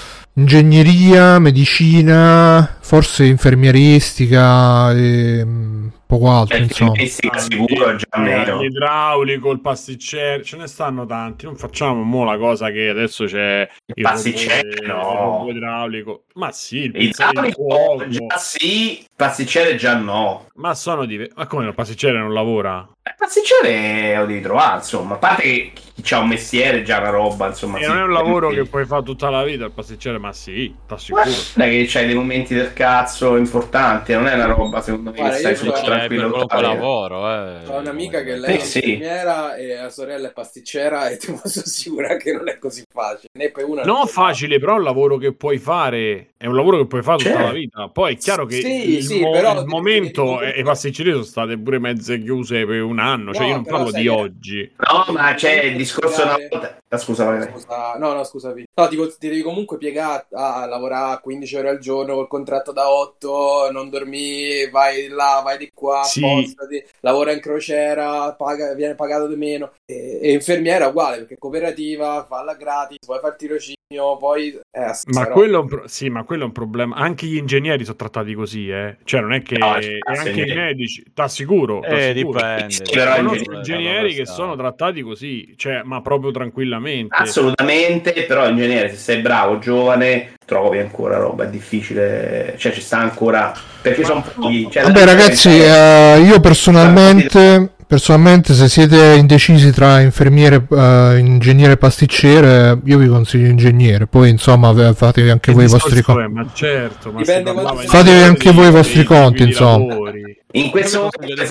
ingegneria, medicina, forse infermieristica e poco altro, eh, insomma. Ah, sicuro, già meno. L'idraulico, il pasticcere, ce ne stanno tanti. Non facciamo mo la cosa che adesso c'è il, il pasticcere, robot, no. il robot idraulico. Ma sì, il idraulico già sì, il pasticcere già no. Ma sono diversi. Ma come il pasticcere non lavora? Il pasticcere lo devi trovare, insomma. A parte che chi c'ha un mestiere già una roba, insomma. E sì, non è un lavoro che puoi fare tutta la vita il pasticcere, ma sì, t'assicuro. Guarda che c'hai dei momenti del cazzo importanti, non è una roba secondo me Guarda, che stai io tutto tranquillo. Per qualunque lavoro, eh. Ho un'amica che lei eh, è sì. infermiera e la sorella è pasticcera e ti posso assicurare che non è così facile. Né per una non facile, però è un lavoro che puoi fare, è un lavoro che puoi fare tutta certo. la vita. Poi è chiaro che sì, il, sì, mo- però il momento e i pasticceri sono state pure mezze chiuse per un anno, cioè no, io non parlo di che... oggi. No, ma c'è il discorso una volta. Ah, scusa, vai, vai. Scusa, no, no, scusa, no, ti, ti devi comunque piegare a lavorare quindici ore al giorno col contratto da otto, non dormi, vai là, vai di qua, sì. spostati, lavora in crociera, paga, viene pagato di meno. E, e infermiera uguale, perché cooperativa, falla gratis, puoi fare il tirocinio, poi... Eh, ma quello, è un pro- sì, ma quello è un problema. Anche gli ingegneri sono trattati così, eh. Cioè non è che... No, e anche i medici, t'assicuro. Eh, t'assicuro. dipende. Sì, però Conosco ingegneri che sono trattati così, cioè, ma proprio tranquillamente. Assolutamente, però ingegnere, se sei bravo, giovane, trovi ancora roba, è difficile, cioè ci sta ancora, perché sono pochi. Cioè, vabbè ragazzi, eh, io personalmente... Personalmente, se siete indecisi tra infermiere, uh, ingegnere e pasticcere, io vi consiglio ingegnere. Poi, insomma, fatevi anche voi i vostri conti. Ma certo, ma fatevi anche voi i vostri conti, insomma. In questo momento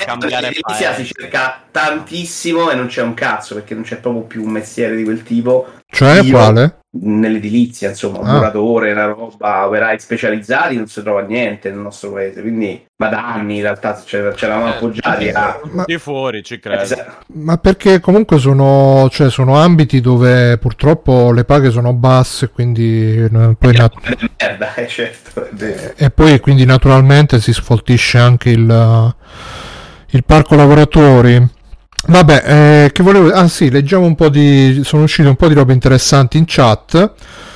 si cerca tantissimo e non c'è un cazzo, perché non c'è proprio più un mestiere di quel tipo. Cioè, io, quale? nell'edilizia, insomma, un Ah. muratore, una roba, operai specializzati, non si trova niente nel nostro paese, quindi ma da anni in realtà ce c'eravamo Eh, appoggiati a... Tutti fuori, ci credo. Esatto. Ma perché comunque sono, cioè, sono ambiti dove purtroppo le paghe sono basse, quindi eh, poi nat- merda, eh, certo, è vero. e poi quindi naturalmente si sfoltisce anche il, il parco lavoratori. Vabbè, eh, che volevo... Ah sì, leggiamo un po' di... sono uscite un po' di robe interessanti in chat.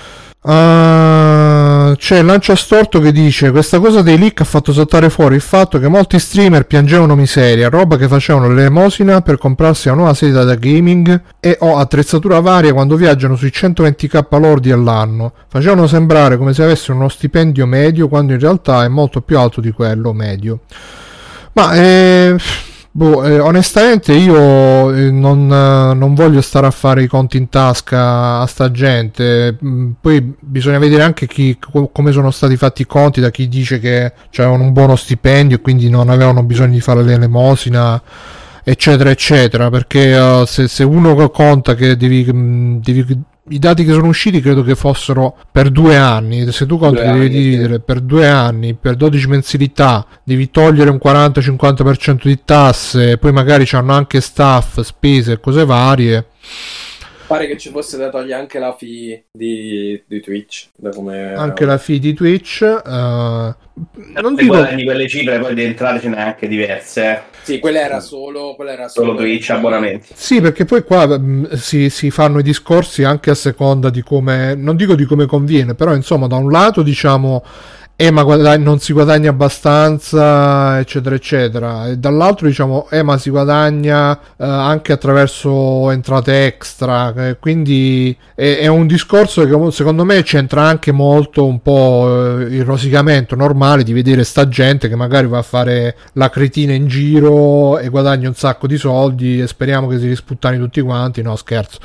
Uh, c'è Lancia Storto che dice: questa cosa dei leak ha fatto saltare fuori il fatto che molti streamer piangevano miseria, roba che facevano l'elemosina per comprarsi una nuova sedia da gaming e o attrezzatura varia quando viaggiano sui centoventi k lordi all'anno. Facevano sembrare come se avessero uno stipendio medio quando in realtà è molto più alto di quello medio. Ma eh, boh, eh, onestamente io eh, non, eh, non voglio stare a fare i conti in tasca a sta gente. Mm, poi bisogna vedere anche chi, co- come sono stati fatti i conti, da chi dice che avevano un buono stipendio e quindi non avevano bisogno di fare l'elemosina, eccetera eccetera, perché uh, se, se uno conta che devi, mh, devi i dati che sono usciti credo che fossero per due anni, se tu conti Due che devi anni, dividere per due anni per dodici mensilità, devi togliere un quaranta cinquanta per cento di tasse, poi magari c'hanno anche staff, spese e cose varie. Pare che ci fosse da togliere anche la fee di, di Twitch, da come... Anche la fee di Twitch, uh, non Se dico... guadagni quelle cifre, poi di entrate ce n'è anche diverse, eh. Sì, quella era solo... Quella era solo, Solo Twitch, abbonamenti. Sì, perché poi qua mh, si, si fanno i discorsi anche a seconda di come, non dico di come conviene, però insomma da un lato diciamo eh ma guadagn- non si guadagna abbastanza, eccetera eccetera, e dall'altro diciamo eh ma si guadagna eh, anche attraverso entrate extra, eh, quindi è, è un discorso che secondo me c'entra anche molto un po' eh, il rosicamento normale di vedere sta gente che magari va a fare la cretina in giro e guadagna un sacco di soldi e speriamo che si risputtani tutti quanti. No, scherzo.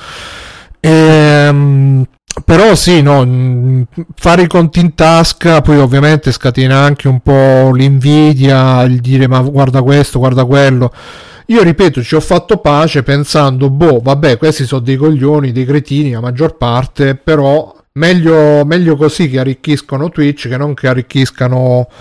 Ehm Però sì, no, mh, fare i conti in tasca poi ovviamente scatena anche un po' l'invidia, il dire ma guarda questo, guarda quello. Io ripeto, ci ho fatto pace pensando, boh, vabbè, questi sono dei coglioni, dei cretini, la maggior parte, però meglio, meglio così che arricchiscono Twitch che non che arricchiscano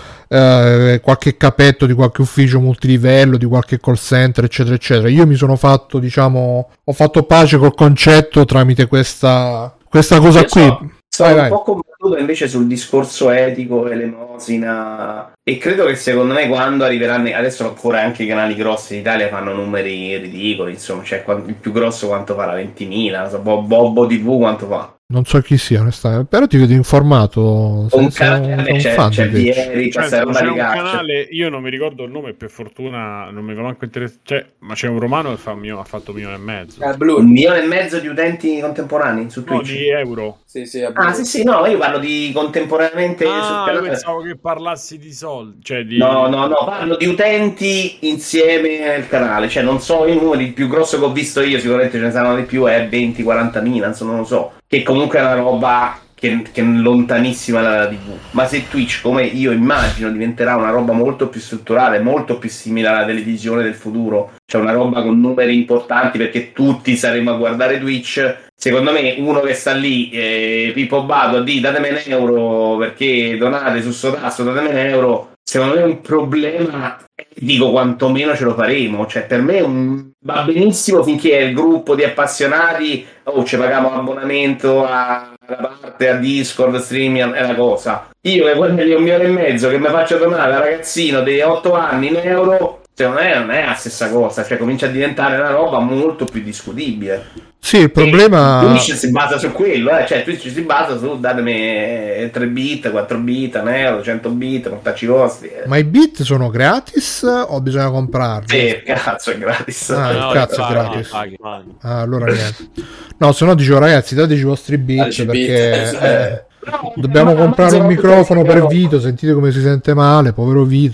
eh, qualche capetto di qualche ufficio multilivello, di qualche call center, eccetera, eccetera. Io mi sono fatto, diciamo, ho fatto pace col concetto tramite questa... Questa cosa Io qui, so, sono vai, un vai. po' combattuto invece sul discorso etico, elemosina, e credo che secondo me quando arriveranno, adesso ancora anche i canali grossi in Italia fanno numeri ridicoli, insomma, cioè il più grosso quanto fa, la ventimila, non so, Bobbo tivù quanto fa. Non so chi sia, onestamente, però ti vedo informato. Un Sei un, canale, un c'è, fan c'è di Twitch. Vieri, c'è Cioè, sta roba c'è di un calcio. canale, io non mi ricordo il nome, per fortuna non mi va manco interessare, cioè, ma c'è un romano che fa un mio, ha fatto un milione e mezzo. Eh, Blue. Un milione e mezzo di utenti contemporanei su No, Twitch? di euro. Sì, sì, è Ah, Blue. sì, sì, no, io parlo di contemporaneamente sul Ah, io canale. pensavo che parlassi di soldi, cioè di... No, no, no, parlo di utenti insieme al canale, cioè non so i numeri, il più grosso che ho visto io, sicuramente ce ne saranno di più, è venti quaranta mila, insomma, non lo so, che comunque è una roba che, che è lontanissima dalla tivù, ma se Twitch, come io immagino, diventerà una roba molto più strutturale, molto più simile alla televisione del futuro, cioè una roba con numeri importanti perché tutti saremo a guardare Twitch, secondo me uno che sta lì, eh, Pippo Bado, a dire datemi un euro perché donate su sto tasto, datemi un euro, secondo me è un problema, dico quantomeno ce lo faremo, cioè per me un... va benissimo finché è il gruppo di appassionati, oh ci paghiamo l'abbonamento a... alla parte, a Discord, streaming, è la cosa. Io che guadagno un milione e mezzo, che mi faccio donare da ragazzino di otto anni in euro, secondo me non è la stessa cosa, cioè comincia a diventare una roba molto più discutibile. Sì, il problema... E Twitch si basa su quello, eh? Cioè Twitch si basa su datemi tre bit, quattro bit, un euro, cento bit, mortacci vostri. Eh. Ma i bit sono gratis o bisogna comprarli? Sì, cazzo, è gratis. Ah, il No, cazzo è paghi, gratis. paghi, paghi. Ah, allora niente. No, se no dicevo ragazzi, dateci i vostri bit Dateci perché... bit, eh, No, dobbiamo ma- comprare ma- un ma- microfono per ma- Vito, sentite come si sente male, povero Vito.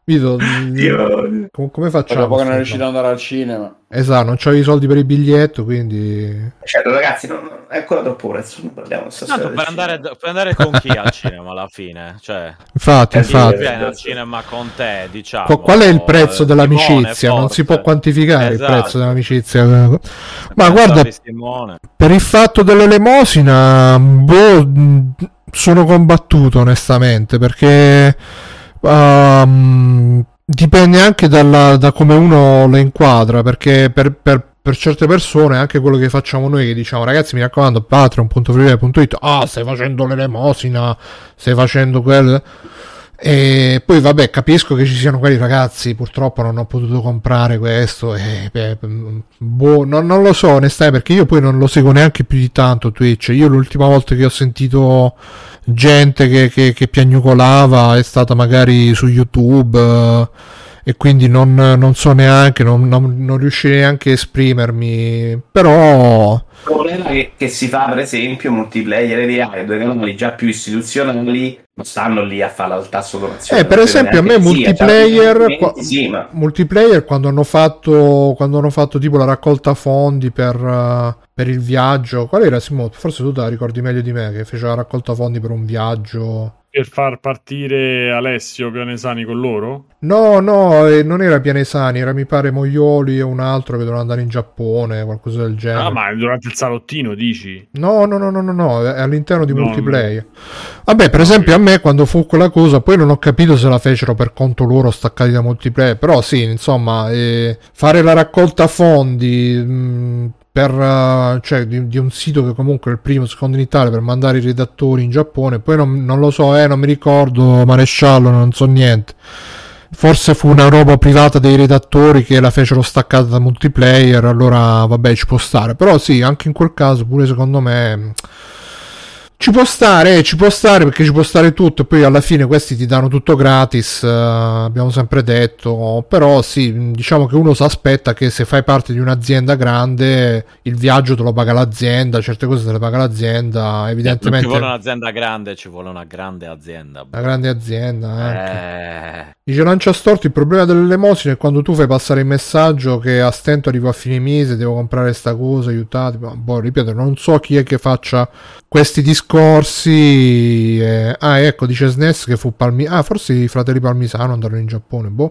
Vito, com- come facciamo? Dopo che non riuscite ad andare al cinema. Esatto, non c'avevi i soldi per il biglietto, quindi... Certo, ragazzi, non, non, è ancora troppo presto, non parliamo Tanto per andare, per andare con chi al cinema alla fine? Cioè, infatti, infatti. viene al cinema con te, diciamo. Qu- qual è il prezzo eh, dell'amicizia? Simone, non si può quantificare esatto. il prezzo dell'amicizia. Ma Pensavi guarda, Simone. per il fatto dell'elemosina, boh, sono combattuto onestamente, perché... Um, dipende anche dalla, da come uno lo inquadra, perché per, per, per certe persone anche quello che facciamo noi, che diciamo ragazzi mi raccomando patreon punto freeway punto it, ah stai facendo l'elemosina, stai facendo quello, e poi vabbè capisco che ci siano quelli ragazzi purtroppo non ho potuto comprare questo e beh, boh, non, non lo so onestamente, perché io poi non lo seguo neanche più di tanto Twitch. Io l'ultima volta che ho sentito gente che, che, che piagnucolava è stata magari su YouTube, eh, e quindi non, non so neanche, non, non, non riuscirei neanche a esprimermi, però... Il problema che, che si fa per esempio multiplayer e V I, due canali già più istituzionali non stanno lì a fare il tasso donazione. Eh, per esempio a me multiplayer, sì, qua, sì, ma... multiplayer quando hanno fatto quando hanno fatto tipo la raccolta fondi per, uh, per il viaggio, qual era Simone? Forse tu te la ricordi meglio di me, che fece la raccolta fondi per un viaggio per far partire Alessio Pianesani con loro? No, no, eh, non era Pianesani, era mi pare Moioli e un altro che dovevano andare in Giappone, qualcosa del genere. Ah, ma durante il salottino dici? No, no, no, no, no, no, è all'interno di No, multiplayer. Vabbè, per esempio a me quando fu quella cosa, poi non ho capito se la fecero per conto loro staccati da multiplayer, però sì, insomma, eh, fare la raccolta fondi mh, per uh, cioè di, di un sito che comunque è il primo, secondo in Italia, per mandare i redattori in Giappone, poi non, non lo so, eh, non mi ricordo, maresciallo, non so niente. Forse fu una roba privata dei redattori che la fecero staccata da multiplayer, allora vabbè ci può stare, però sì, anche in quel caso pure secondo me ci può stare, eh, ci può stare perché ci può stare tutto, e poi alla fine questi ti danno tutto gratis, eh, abbiamo sempre detto, però sì, diciamo che uno si aspetta che se fai parte di un'azienda grande il viaggio te lo paga l'azienda, certe cose te le paga l'azienda, evidentemente. Non ci vuole un'azienda grande, ci vuole una grande azienda. Una grande azienda, anche. Eh... Dice Lancia Storti, il problema dell'elemosina è quando tu fai passare il messaggio che a stento arrivo a fine mese, devo comprare sta cosa, aiutate, ma boh, ripeto, non so chi è che faccia questi discorsi. eh, ah ecco, dice S N E S che fu Palmisano, ah forse i fratelli Palmisano andarono in Giappone, boh.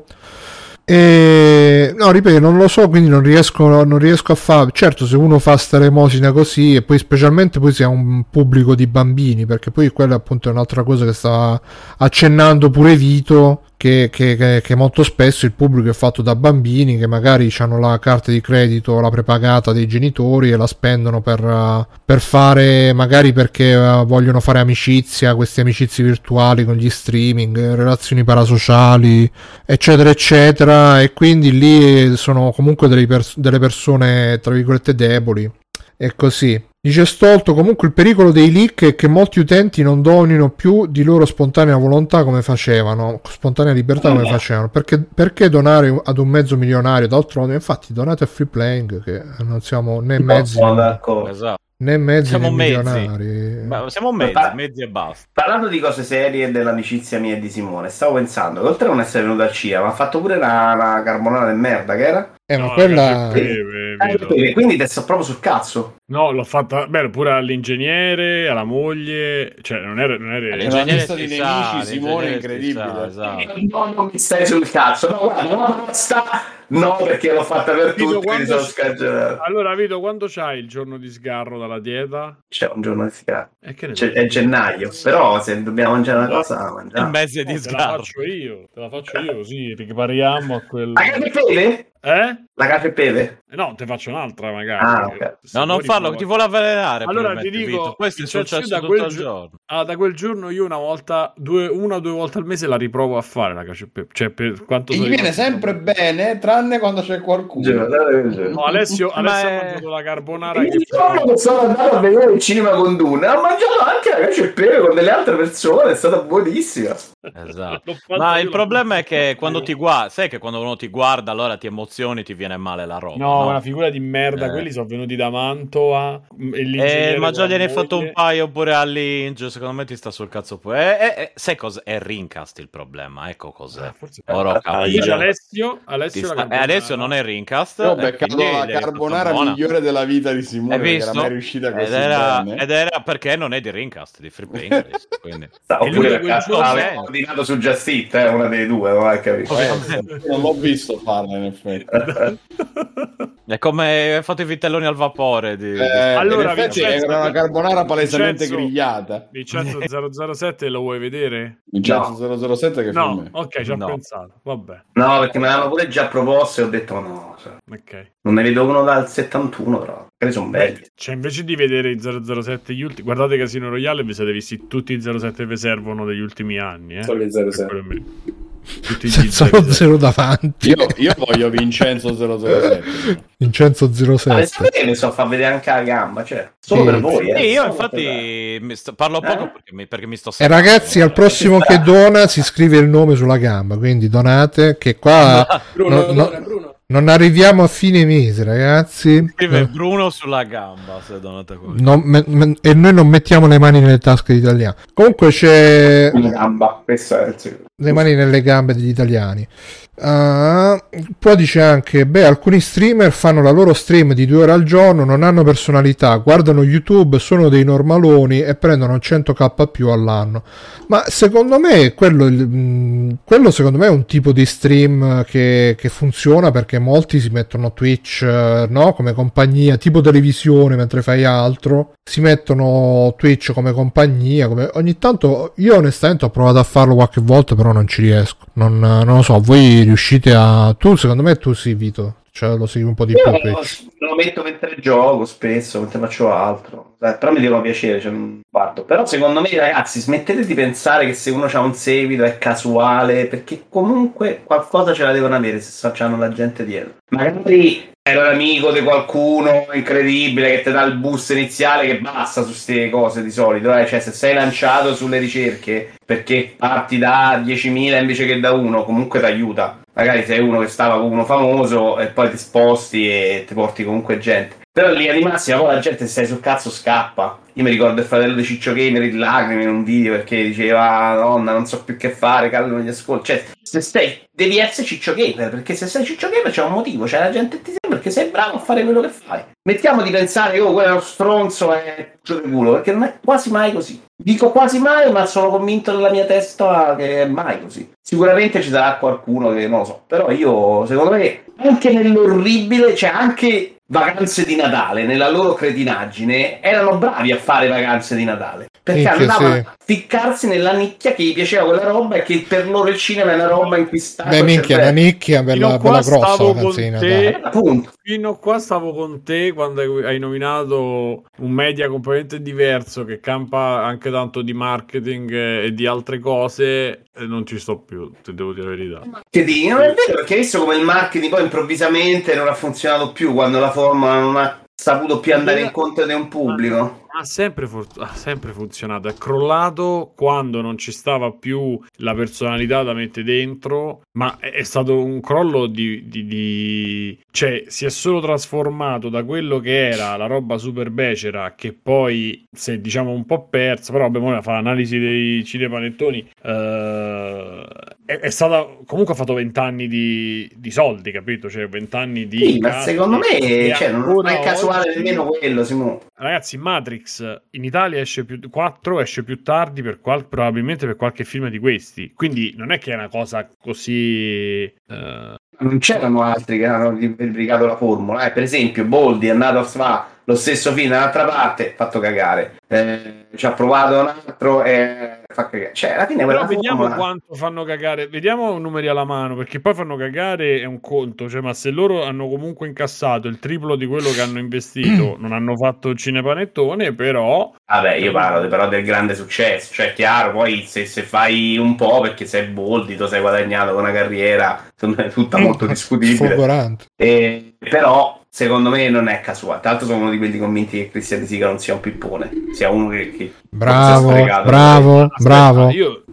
E no, ripeto, non lo so, quindi non riesco, non riesco a fare. Certo, se uno fa sta elemosina così, e poi specialmente poi si ha un pubblico di bambini, perché poi quella appunto è un'altra cosa che stava accennando pure Vito, che, che, che, che molto spesso il pubblico è fatto da bambini che magari hanno la carta di credito, la prepagata dei genitori e la spendono per, uh, per fare, magari perché uh, vogliono fare amicizia, queste amicizie virtuali con gli streaming, relazioni parasociali, eccetera eccetera, e quindi lì sono comunque delle, pers- delle persone tra virgolette deboli, e così. Dice Stolto, comunque il pericolo dei leak è che molti utenti non donino più di loro spontanea volontà come facevano, spontanea libertà come facevano, perché, perché donare ad un mezzo milionario? D'altronde, infatti donate a Free Playing, che non siamo né mezzi esatto. né mezzi siamo né mezzi. milionari. Ma siamo mezzi, Pa- mezzi e basta. Parlando di cose serie dell'amicizia mia e di Simone, stavo pensando che oltre a non essere venuto al cinema, ma ha fatto pure la, la carbonara di merda che era. Eh, ma No, quella... beve, Eh, quindi te sto proprio sul cazzo. No, l'ho fatta bene pure all'ingegnere, alla moglie, cioè non era... Non era... È una lista di nemici, Simone, incredibile. Sa, esatto. No, non mi stai sul cazzo. No, guarda, no, basta. No, perché l'ho fatta per Vito, tutti, mi sono scagionato. Allora, Vito, quando c'hai il giorno di sgarro dalla dieta? C'è un giorno di sgarro. E che ne C'è, sai? è gennaio, però se dobbiamo mangiare una cosa, la Il mangiamo. mese di No, te la sgarro. faccio io, te la faccio io così ripariamo a quel... La cacio e pepe? Eh? La cacio e pepe? Eh No, te faccio un'altra magari. Ah, perché ok. se No, non vuoi farlo, riprova- ti vuole avvelenare. Allora probabilmente, ti dico, Vito. questo è cioè, successo da tutto quel il gio- giorno. Ah, da quel giorno io una volta, due, una o due volte al mese la riprovo a fare la cacio e pepe. Cioè, per quanto E so gli io- viene sempre bene, tranne quando c'è qualcuno. No, Alessio, Ma Alessio è- ha mangiato la carbonara Il che giorno che sono andato a vedere il cinema con Dune, ho mangiato anche la cacio e pepe con delle altre persone, è stata buonissima. Esatto. L'ho fatto Ma io, il l'ho problema è fatto che io. quando ti guarda, sai che quando uno ti guarda allora ti emozioni condizioni ti viene male la roba. No, no? una figura di merda, eh. quelli sono venuti da Mantova. E eh, ma già gliene hai fatto un paio pure a Lynch, secondo me ti sta sul cazzo pure. Eh, eh, eh, sai cosa? È Rincast il problema, ecco cos'è. Eh, Oro Invece Alessio, Alessio, sta... eh, Alessio non è Rincast. Io ho beccato la carbonara migliore della vita di Simone, che era mai riuscita così ed era, bene. Ed era perché non è di Rincast, di Free Play English, quindi. Oppure l'aveva ordinato su Just Eat, eh, una delle due, non hai capito. Eh, non l'ho visto farla in effetti. È come fatto i vitelloni al vapore di... eh, allora Vincenzo, era una carbonara palesemente Vincenzo, grigliata. Vincenzo zero zero sette lo vuoi vedere? Vincenzo no. zero zero sette che no, film è? ok, ci ho no. pensato, vabbè. No, perché me l'hanno pure già proposto e ho detto no, cioè, ok. Non ne vedo uno dal settantuno, però che sono belli. Cioè, invece di vedere i zero zero sette gli ultimi, guardate Casino Royale, vi siete visti tutti i zero sette che vi servono degli ultimi anni, eh? Solo i zero sette. Tutti senza lo zero davanti. Io, io voglio Vincenzo zero zero sette. Vincenzo zero sette. Ma mi so far vedere anche la gamba, cioè solo sì, per voi. Eh. Sì, io infatti mi sto, parlo poco eh? perché, mi, perché mi sto. E ragazzi, al prossimo che dona si scrive il nome sulla gamba, quindi donate. Che qua Bruno, no, dona, no, Bruno. non arriviamo a fine mese, ragazzi. Scrive Bruno sulla gamba se donate così. Non, me, me, e noi non mettiamo le mani nelle tasche degli italiani. Comunque c'è la gamba, questa è il... le mani nelle gambe degli italiani. Uh, poi dice anche: beh, alcuni streamer fanno la loro stream di due ore al giorno, non hanno personalità, guardano YouTube, sono dei normaloni e prendono cento k più all'anno. Ma secondo me quello, mh, quello secondo me è un tipo di stream che, che funziona, perché molti si mettono Twitch, uh, no? Come compagnia, tipo televisione mentre fai altro, si mettono Twitch come compagnia, come... ogni tanto io onestamente ho provato a farlo qualche volta, però non ci riesco, non, non lo so, voi riuscite a... tu secondo me tu sì, Vito, cioè lo segui un po' di io più lo, lo metto mentre gioco spesso, mentre faccio altro, eh, però mi devono piacere, cioè non parto. Però secondo me ragazzi smettete di pensare che se uno ha un seguito è casuale, perché comunque qualcosa ce la devono avere se c'hanno la gente dietro. Magari è l'amico di qualcuno incredibile che ti dà il boost iniziale che basta su queste cose di solito, eh? Cioè se sei lanciato sulle ricerche perché parti da diecimila invece che da uno, comunque ti aiuta. Magari sei uno che stava con uno famoso e poi ti sposti e ti porti comunque gente. Però in linea di massima poi la gente se stai sul cazzo scappa. Io mi ricordo il fratello di Ciccio Gamer in lacrime in un video perché diceva nonna non so più che fare, Carlo non gli ascolta. Cioè se stai devi essere Ciccio Gamer, perché se sei Ciccio Gamer c'è un motivo, c'è la gente che ti segue perché sei bravo a fare quello che fai. Mettiamo di pensare che oh, quello è uno stronzo è culo di culo, perché non è quasi mai così. Dico quasi mai, ma sono convinto nella mia testa che è mai così. Sicuramente ci sarà qualcuno che non lo so, però io secondo me anche nell'orribile, cioè anche Vacanze di Natale nella loro cretinaggine erano bravi a fare Vacanze di Natale, perché Minchia, andavano sì. a ficcarsi nella nicchia che gli piaceva quella roba e che per loro il cinema è una roba in cui stanno. Beh minchia, la nicchia bella, bella grossa Vacanze di Natale. Appunto. Fino a qua stavo con te quando hai nominato un media completamente diverso che campa anche tanto di marketing e di altre cose, e non ci sto più, ti devo dire la verità. Che dici? Non è vero, perché hai visto come il marketing poi improvvisamente non ha funzionato più quando la forma non ha saputo più andare incontro di un pubblico. Ha sempre, for- ha sempre funzionato, è crollato quando non ci stava più la personalità da mettere dentro, ma è, è stato un crollo di, di, di... cioè si è solo trasformato da quello che era la roba super becera, che poi si è diciamo un po' persa, però vabbè, ora fa l'analisi dei cinepanettoni, eh, è, è stata, comunque ha fatto vent'anni di, di soldi, capito? Cioè vent'anni di... Sì, ma secondo me cioè, non è casuale oggi... nemmeno quello, Simone. Ragazzi, Matrix in Italia esce più quattro, esce più tardi per qual- probabilmente per qualche film di questi, quindi non è che è una cosa così uh... non c'erano altri che hanno ribrigato la formula, eh. Per esempio Boldi è andato a fare lo stesso film dall'altra parte, fatto cagare, eh, ci ha provato un altro e fa cagare, cioè alla fine però vediamo formula... quanto fanno cagare, vediamo numeri alla mano, perché poi fanno cagare è un conto, cioè ma se loro hanno comunque incassato il triplo di quello che hanno investito, non hanno fatto il cinepanettone, però vabbè io parlo però del grande successo, cioè chiaro, poi se, se fai un po' perché sei Boldi, tu sei guadagnato con una carriera è tutta molto discutibile, e, però secondo me non è casuale. Tra l'altro sono uno di quelli convinti che Cristian De Sica non sia un pippone, sia uno che, che bravo, bravo, Aspetta, bravo. Io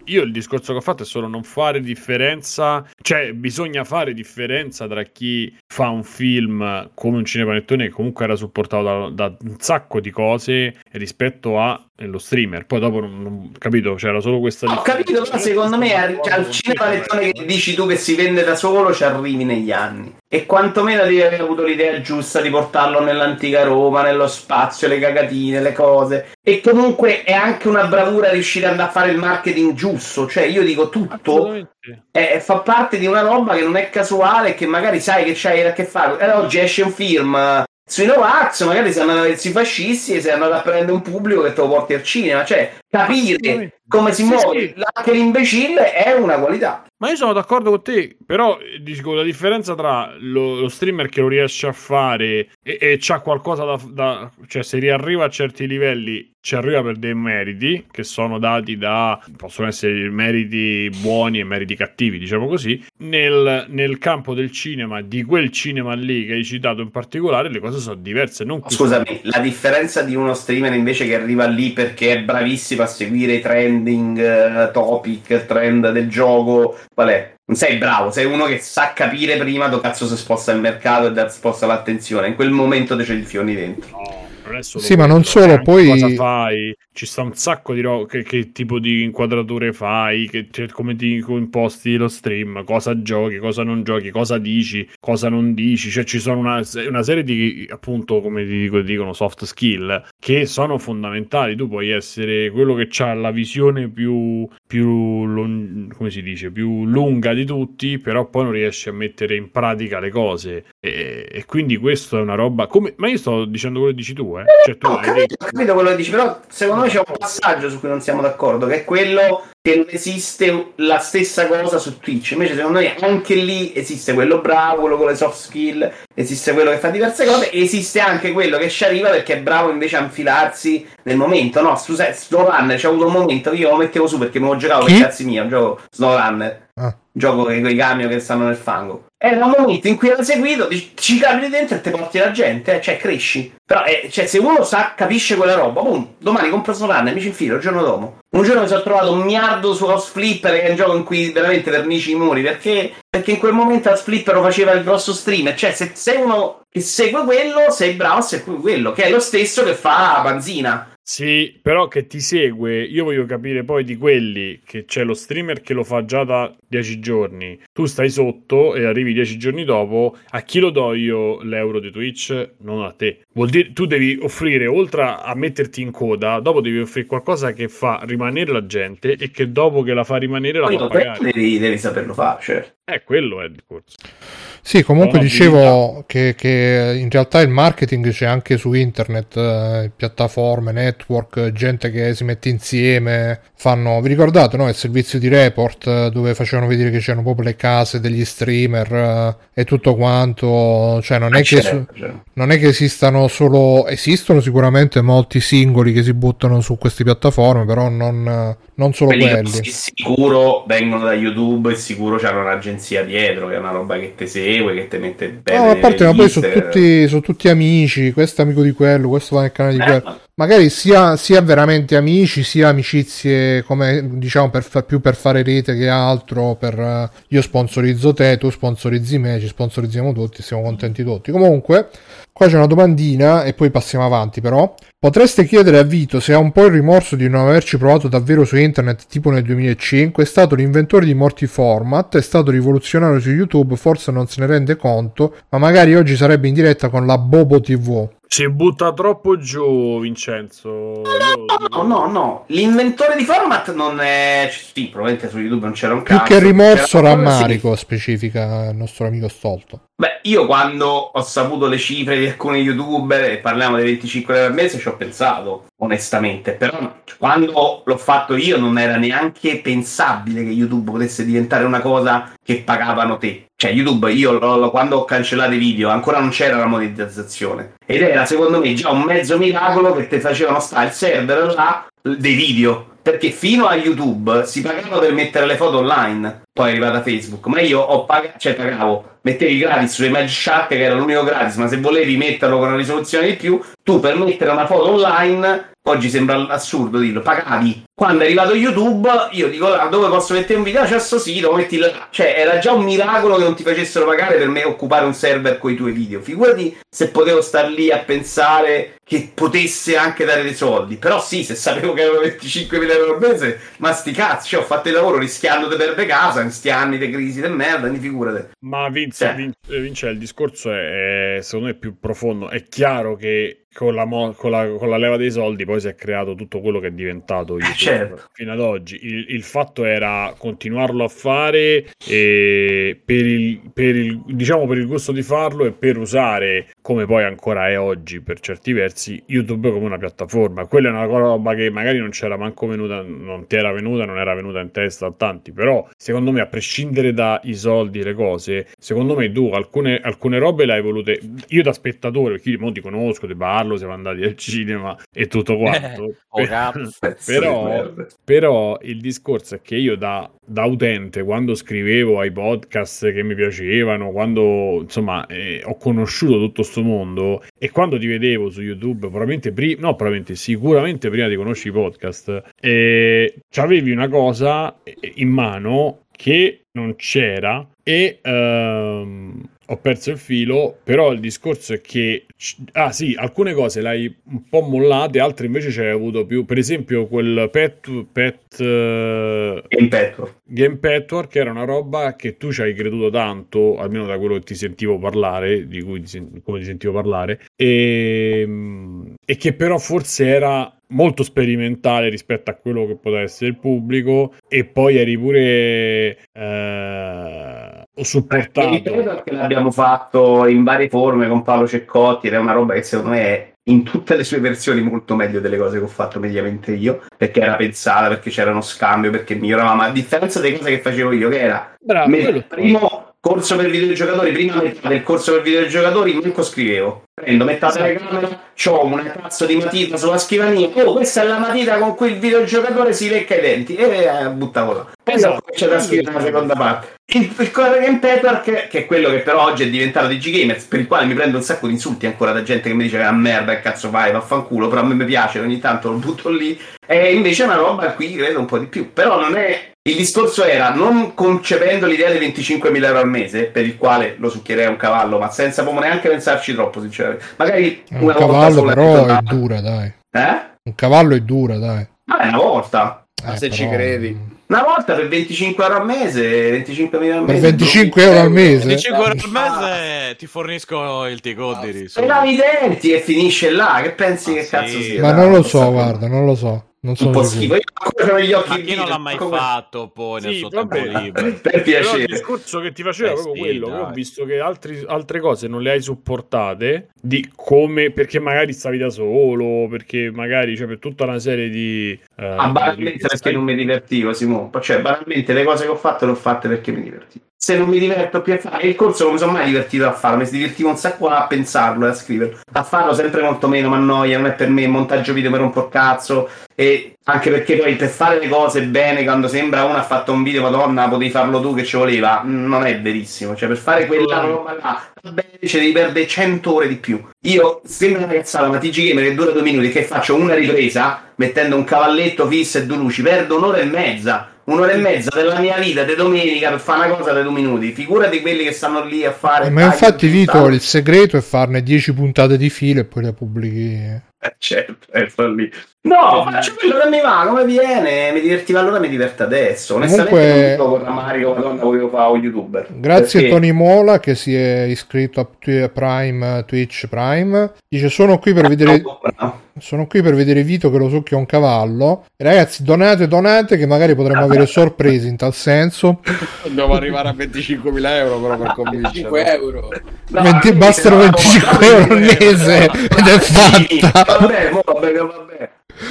io il discorso che ho fatto è solo non fare differenza, cioè bisogna fare differenza tra chi fa un film come un cinepanettone che comunque era supportato da, da un sacco di cose rispetto a lo streamer. Poi dopo non, non capito, c'era solo questa ho capito, però secondo me al, cioè, al cinepanettone che dici tu che si vende da solo ci arrivi negli anni, e quantomeno devi aver avuto l'idea giusta di portarlo nell'antica Roma, nello spazio, le cagatine, le cose, e comunque è anche una bravura riuscire ad andare a fare il marketing giusto. Cioè io dico tutto è, fa parte di una roba che non è casuale, che magari sai che c'hai a che fare. E oggi esce un film sui Novax, magari si andano a vedere i fascisti e si andano a prendere un pubblico che te lo porti al cinema. Cioè capire come si muove sì, sì. anche l'imbecille è una qualità. Ma io sono d'accordo con te, però dico, la differenza tra lo, lo streamer che lo riesce a fare e, e c'ha qualcosa da, da... cioè se riarriva a certi livelli ci arriva per dei meriti che sono dati da... possono essere meriti buoni e meriti cattivi, diciamo così. Nel, nel campo del cinema, di quel cinema lì che hai citato in particolare, le cose sono diverse. Non Scusami, la differenza di uno streamer invece che arriva lì perché è bravissimo a seguire i trending, uh, topic, trend del gioco, qual è? Non sei bravo, sei uno che sa capire prima dove cazzo si sposta il mercato e sposta l'attenzione. In quel momento te c'è il fioni dentro. No, non è solo sì, quello, ma non solo, poi cosa fai? Ci sta un sacco di roba, che, che tipo di inquadrature fai, che, cioè, come ti imposti lo stream, cosa giochi, cosa non giochi, cosa dici, cosa non dici. Cioè ci sono una, una serie di, appunto, come ti dico, dicono soft skill che sono fondamentali. Tu puoi essere quello che ha la visione più più long, come si dice, più lunga di tutti, però poi non riesci a mettere in pratica le cose, e, e quindi questo è una roba come, ma io sto dicendo quello che dici tu, eh? Cioè, tu no, hai capito, detto... capito quello che dici, però secondo me c'è un passaggio su cui non siamo d'accordo, che è quello che non esiste la stessa cosa su Twitch. Invece secondo me anche lì esiste quello bravo, quello con le soft skill, esiste quello che fa diverse cose, e esiste anche quello che ci arriva perché è bravo invece a infilarsi nel momento. No, scusa, Snowrunner c'è avuto un momento che io lo mettevo su perché me lo giocavo per cazzi mia, un gioco Snowrunner, ah. gioco con i camion che stanno nel fango. Era un momento in cui era seguito, ci capiti dentro e te porti la gente, eh, cioè cresci. Però eh, cioè, se uno sa, capisce quella roba, boom, domani compro Snowrunner, mi ci infilo il giorno dopo. Un giorno mi sono trovato un miliardo su House Flipper, che è un gioco in cui veramente vernici i muri, perché perché in quel momento House Flipper lo faceva il grosso streamer. Cioè se sei uno che segue quello, sei bravo a seguire quello, che è lo stesso che fa Panzina. Sì, però che ti segue, io voglio capire poi di quelli che c'è lo streamer che lo fa già da dieci giorni, tu stai sotto e arrivi dieci giorni dopo, a chi lo do io l'euro di Twitch? Non a te. Vuol dire, tu devi offrire, oltre a metterti in coda, dopo devi offrire qualcosa che fa rimanere la gente e che dopo che la fa rimanere la poi fa pagare. Devi, devi saperlo fare, certo. Eh, quello è il discorso. Sì, comunque dicevo che, che in realtà il marketing c'è anche su internet, eh, piattaforme, network, gente che si mette insieme, fanno, vi ricordate, no? Il servizio di report eh, dove facevano vedere che c'erano proprio le case degli streamer eh, e tutto quanto, cioè non è, che su, non è che esistano solo, esistono sicuramente molti singoli che si buttano su queste piattaforme, però non, non solo quelli. quelli. Che sicuro vengono da YouTube e sicuro c'hanno un'agenzia dietro, che è una roba che te segue, che te mette bene. No, a parte, ma poi sono tutti, sono tutti amici, questo è amico di quello, questo va nel canale di eh, quello. Magari sia, sia veramente amici, sia amicizie, come diciamo, per fa, più per fare rete che altro, per uh, io sponsorizzo te, tu sponsorizzi me, ci sponsorizziamo tutti, siamo contenti tutti. Comunque, qua c'è una domandina e poi passiamo avanti, però. Potreste chiedere a Vito se ha un po' il rimorso di non averci provato davvero su internet tipo nel duemilacinque. È stato l'inventore di molti format, è stato rivoluzionario su YouTube, forse non se ne rende conto, ma magari oggi sarebbe in diretta con la Bobo tivù. Si butta troppo giù, Vincenzo. No, no, no. L'inventore di format non è... Sì, probabilmente su YouTube non c'era un più cazzo. Più che rimorso, rammarico, sì. Specifica il nostro amico Stolto. Beh, io quando ho saputo le cifre di alcuni YouTuber, e parliamo dei venticinque euro al mese, ci ho pensato, onestamente. Però quando l'ho fatto io non era neanche pensabile che YouTube potesse diventare una cosa che pagavano te. Cioè YouTube, io lo, lo, quando ho cancellato i video ancora non c'era la monetizzazione, ed era secondo me già un mezzo miracolo che ti facevano stare il server là dei video, perché fino a YouTube si pagava per mettere le foto online, poi è arrivata Facebook, ma io ho pagato, cioè pagavo, mettevi gratis su Image Shark, che era l'unico gratis, ma se volevi metterlo con una risoluzione di più, tu per mettere una foto online, oggi sembra assurdo dirlo, pagavi. Quando è arrivato YouTube, io dico, ah, dove posso mettere un video? C'è sto sito, metti là. Cioè, era già un miracolo che non ti facessero pagare per me occupare un server con i tuoi video. Figurati se potevo star lì a pensare che potesse anche dare dei soldi. Però sì, se sapevo che avevo venticinquemila euro al mese, ma sti cazzi, cioè, ho fatto il lavoro rischiando di perdere casa in sti anni di crisi del merda, quindi figurate. Ma Vince, cioè. Vince, Vince, il discorso è, è, secondo me, più profondo. È chiaro che con la, mo- con, la, con la leva dei soldi poi si è creato tutto quello che è diventato YouTube, certo. fino ad oggi. Il, il fatto era continuarlo a fare e per il, per il, diciamo per il gusto di farlo e per usare, come poi ancora è oggi per certi versi, YouTube come una piattaforma. Quella è una roba che magari non c'era manco venuta, non ti era venuta, non era venuta in testa a tanti, però secondo me, a prescindere dai soldi e le cose, secondo me tu alcune, alcune robe le hai volute, io da spettatore, perché io mo ti conosco, ti parlo, siamo andati al cinema e tutto quanto, eh, oh, per, però, però il discorso è che io da, da utente, quando scrivevo ai podcast che mi piacevano, quando insomma eh, ho conosciuto tutto sto mondo, e quando ti vedevo su YouTube, probabilmente prima, no probabilmente sicuramente prima di conoscere i podcast, eh, c'avevi una cosa in mano che non c'era e ehm, ho perso il filo, però il discorso è che ah sì, alcune cose l'hai un po' mollate, altre invece c'hai avuto più, per esempio quel pet pet uh, Game Petwork Game Petwork, che era una roba che tu ci hai creduto tanto, almeno da quello che ti sentivo parlare, di cui ti, come ti sentivo parlare, e, e che però forse era molto sperimentale rispetto a quello che poteva essere il pubblico, e poi eri pure eh, supportato. Eh, perché l'abbiamo fatto in varie forme con Paolo Ceccotti ed è una roba che secondo me è in tutte le sue versioni molto meglio delle cose che ho fatto mediamente io, perché era pensata, perché c'era uno scambio, perché miglioravamo, a differenza delle cose che facevo io, che era Bravo, me, primo corso per videogiocatori, prima metà del corso per videogiocatori manco scrivevo, prendo, metto la telecamera, c'ho una cazzo di matita sulla scrivania, oh questa è la matita con cui il videogiocatore si lecca i denti, e eh, buttavo là. Poi esatto, c'è da scrivere la seconda parte. Il, il Game Petwork, che è quello che però oggi è diventato D G Gamers, per il quale mi prendo un sacco di insulti ancora da gente che mi dice che è una merda, che cazzo fai, vaffanculo, però a me mi piace, ogni tanto lo butto lì, e invece è una roba a cui credo un po' di più. Però non è, il discorso era, non concependo l'idea dei venticinquemila euro al mese, per il quale lo succhierei a un cavallo, ma senza proprio neanche pensarci troppo sinceramente, magari un una cavallo volta però è dura, dai. Eh? Un cavallo è dura, dai. Vabbè, una volta, ma eh, se però... ci credi. Una volta per venticinque euro al mese, venticinquemila al mese. Per venticinque euro al mese? venticinque euro al mese ti fornisco il T-Code. E lavi i denti e finisce là. Che pensi ah, che sì. cazzo sia? Ma non lo so, guarda, non lo so. Non sono un po' schifo. Io ancora gli occhi. Ma chi non l'ha mai come... fatto poi nel sì, suo tempo libero? Per piacere. Il discorso che ti faceva è proprio quello, che ho visto che altri, altre cose non le hai supportate, di come, perché magari stavi da solo, perché magari cioè per tutta una serie di uh, ah, banalmente perché stai... non mi divertivo, Simone. Cioè banalmente le cose che ho fatto le ho fatte perché mi divertivo. Se non mi diverto più a fare il corso, non mi sono mai divertito a farlo, mi si divertivo un sacco a pensarlo e a scriverlo, a farlo sempre molto meno, ma noia, non è per me, montaggio video per un po' cazzo, e anche perché poi per fare le cose bene, quando sembra uno ha fatto un video, madonna, potevi farlo tu che ci voleva, non è verissimo, cioè per fare quella roba là, vabbè, ci devi perdere cento ore di più. Io, sembra una cazzata, ma T G Gamer che dura due minuti, che faccio una ripresa, mettendo un cavalletto fisso e due luci, perdo un'ora e mezza. Un'ora e mezza della mia vita di domenica per fare una cosa di due minuti. Figurati quelli che stanno lì a fare. Ma infatti, Vito, il segreto è farne dieci puntate di filo e poi le pubblichi. Eh, certo, è lì. No, faccio quello che mi va, come viene. Mi divertiva allora, mi diverte adesso. Onestamente, comunque, non dico con Ramarico, madonna, volevo fare un youtuber. Grazie perché... a Tony Mola che si è iscritto a Prime, Twitch Prime. Dice: Sono qui per vedere. Sono qui per vedere Vito che lo succhia un cavallo. E ragazzi, donate, donate, che magari potremmo avere sorprese in tal senso. Dobbiamo arrivare a venticinquemila euro però per convincere. venticinque euro. No, venti, bastano venticinque euro al mese ed è fatta. Vabbè, vabbè, vabbè.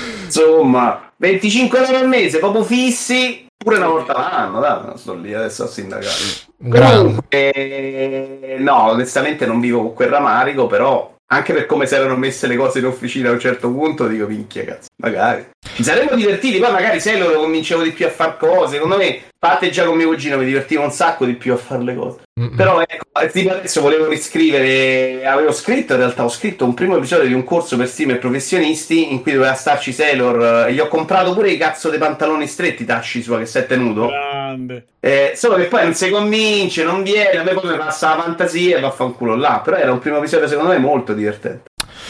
Insomma, venticinque euro al mese, proprio fissi, pure una volta l'anno, dai, non sto lì adesso a sindacare. Comunque, no, onestamente non vivo con quel ramarico, però anche per come si erano messe le cose in officina a un certo punto, dico minchia cazzo, magari ci saremmo divertiti, poi magari se loro convincevo di più a far cose, secondo me parte già con mio cugino mi divertivo un sacco di più a fare le cose. Mm-mm. Però ecco, tipo adesso volevo riscrivere, avevo scritto in realtà ho scritto un primo episodio di un corso per streamer professionisti in cui doveva starci Sailor, e gli ho comprato pure i cazzo dei pantaloni stretti Tashi sua che si è tenuto grande. Eh, solo che poi non si convince, non viene, a me poi mi passa la fantasia e vaffanculo là, però era un primo episodio secondo me molto divertente.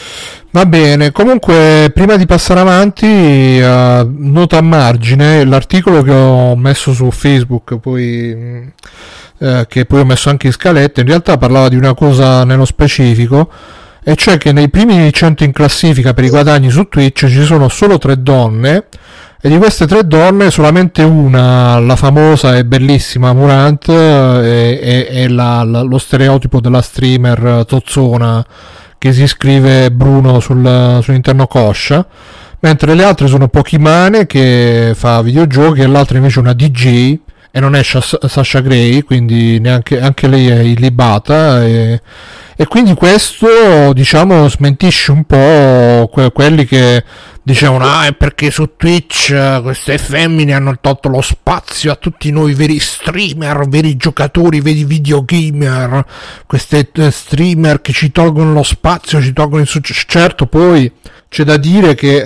Va bene, comunque prima di passare avanti, uh, nota a margine, l'articolo che ho messo su Facebook, poi uh, che poi ho messo anche in scaletta, in realtà parlava di una cosa nello specifico, e cioè che nei primi cento in classifica per i guadagni su Twitch ci sono solo tre donne, e di queste tre donne solamente una, la famosa e bellissima Murant, è, è, è la, la, lo stereotipo della streamer zozzona che si scrive Bruno sul, sull'interno coscia, mentre le altre sono Pokimane che fa videogiochi e l'altra invece è una D J e non è Sasha Grey, quindi neanche anche lei è illibata, e, e quindi questo diciamo smentisce un po' que- quelli che dicevano ah è perché su Twitch queste femmine hanno tolto lo spazio a tutti noi veri streamer, veri giocatori, veri videogamer, queste streamer che ci tolgono lo spazio, ci tolgono il successo. Certo, poi c'è da dire che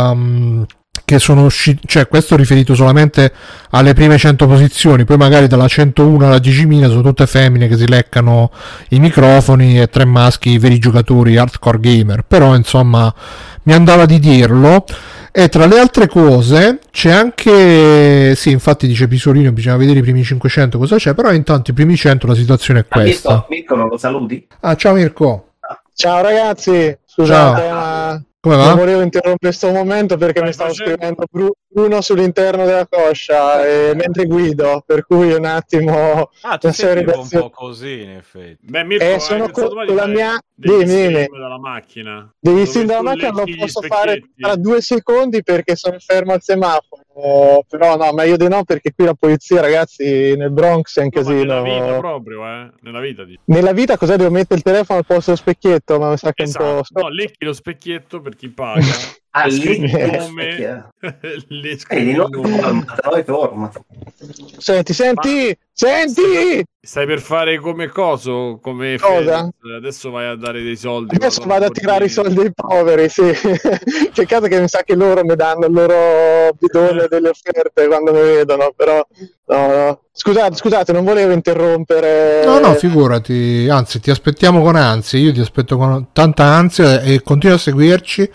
um, che sono usciti, cioè questo è riferito solamente alle prime cento posizioni, poi magari dalla centouno alla diecimila sono tutte femmine che si leccano i microfoni e tre maschi veri giocatori hardcore gamer, però insomma mi andava di dirlo. E tra le altre cose c'è anche, sì infatti dice Pisolino bisogna vedere i primi cinquecento cosa c'è, però intanto i primi cento la situazione è questa. Mirko, Mirko non lo saluti? Ah ciao Mirko. Ciao ragazzi, scusate ma come va? Non volevo interrompere questo momento perché mi stavo scrivendo Bruno sull'interno della coscia e mentre guido, per cui un attimo ah ti sei un po' così in effetti. Beh Mirko, eh, sono con la mia dimmi, dimmi. dalla macchina devi stream dalla macchina, lo posso fare tra due secondi perché sono fermo al semaforo, però no, meglio di no perché qui la polizia ragazzi nel Bronx è un casino. No, nella vita proprio eh nella vita di... nella vita cosa devo mettere il telefono al posto dello specchietto, ma mi sa che esatto. un po' no lecchi lo specchietto per chi paga. Ah, lì nome lì forma. Senti, senti, ma... senti! Stai per fare come coso? Come cosa? Fede. Adesso vai a dare dei soldi. Adesso vado a tirare i soldi ai poveri, sì. Peccato che mi sa che loro mi danno il loro bidone delle offerte quando mi vedono, però no, no. Scusate, scusate, non volevo interrompere. No, no, figurati, anzi ti aspettiamo con ansia, io ti aspetto con tanta ansia e continua a seguirci.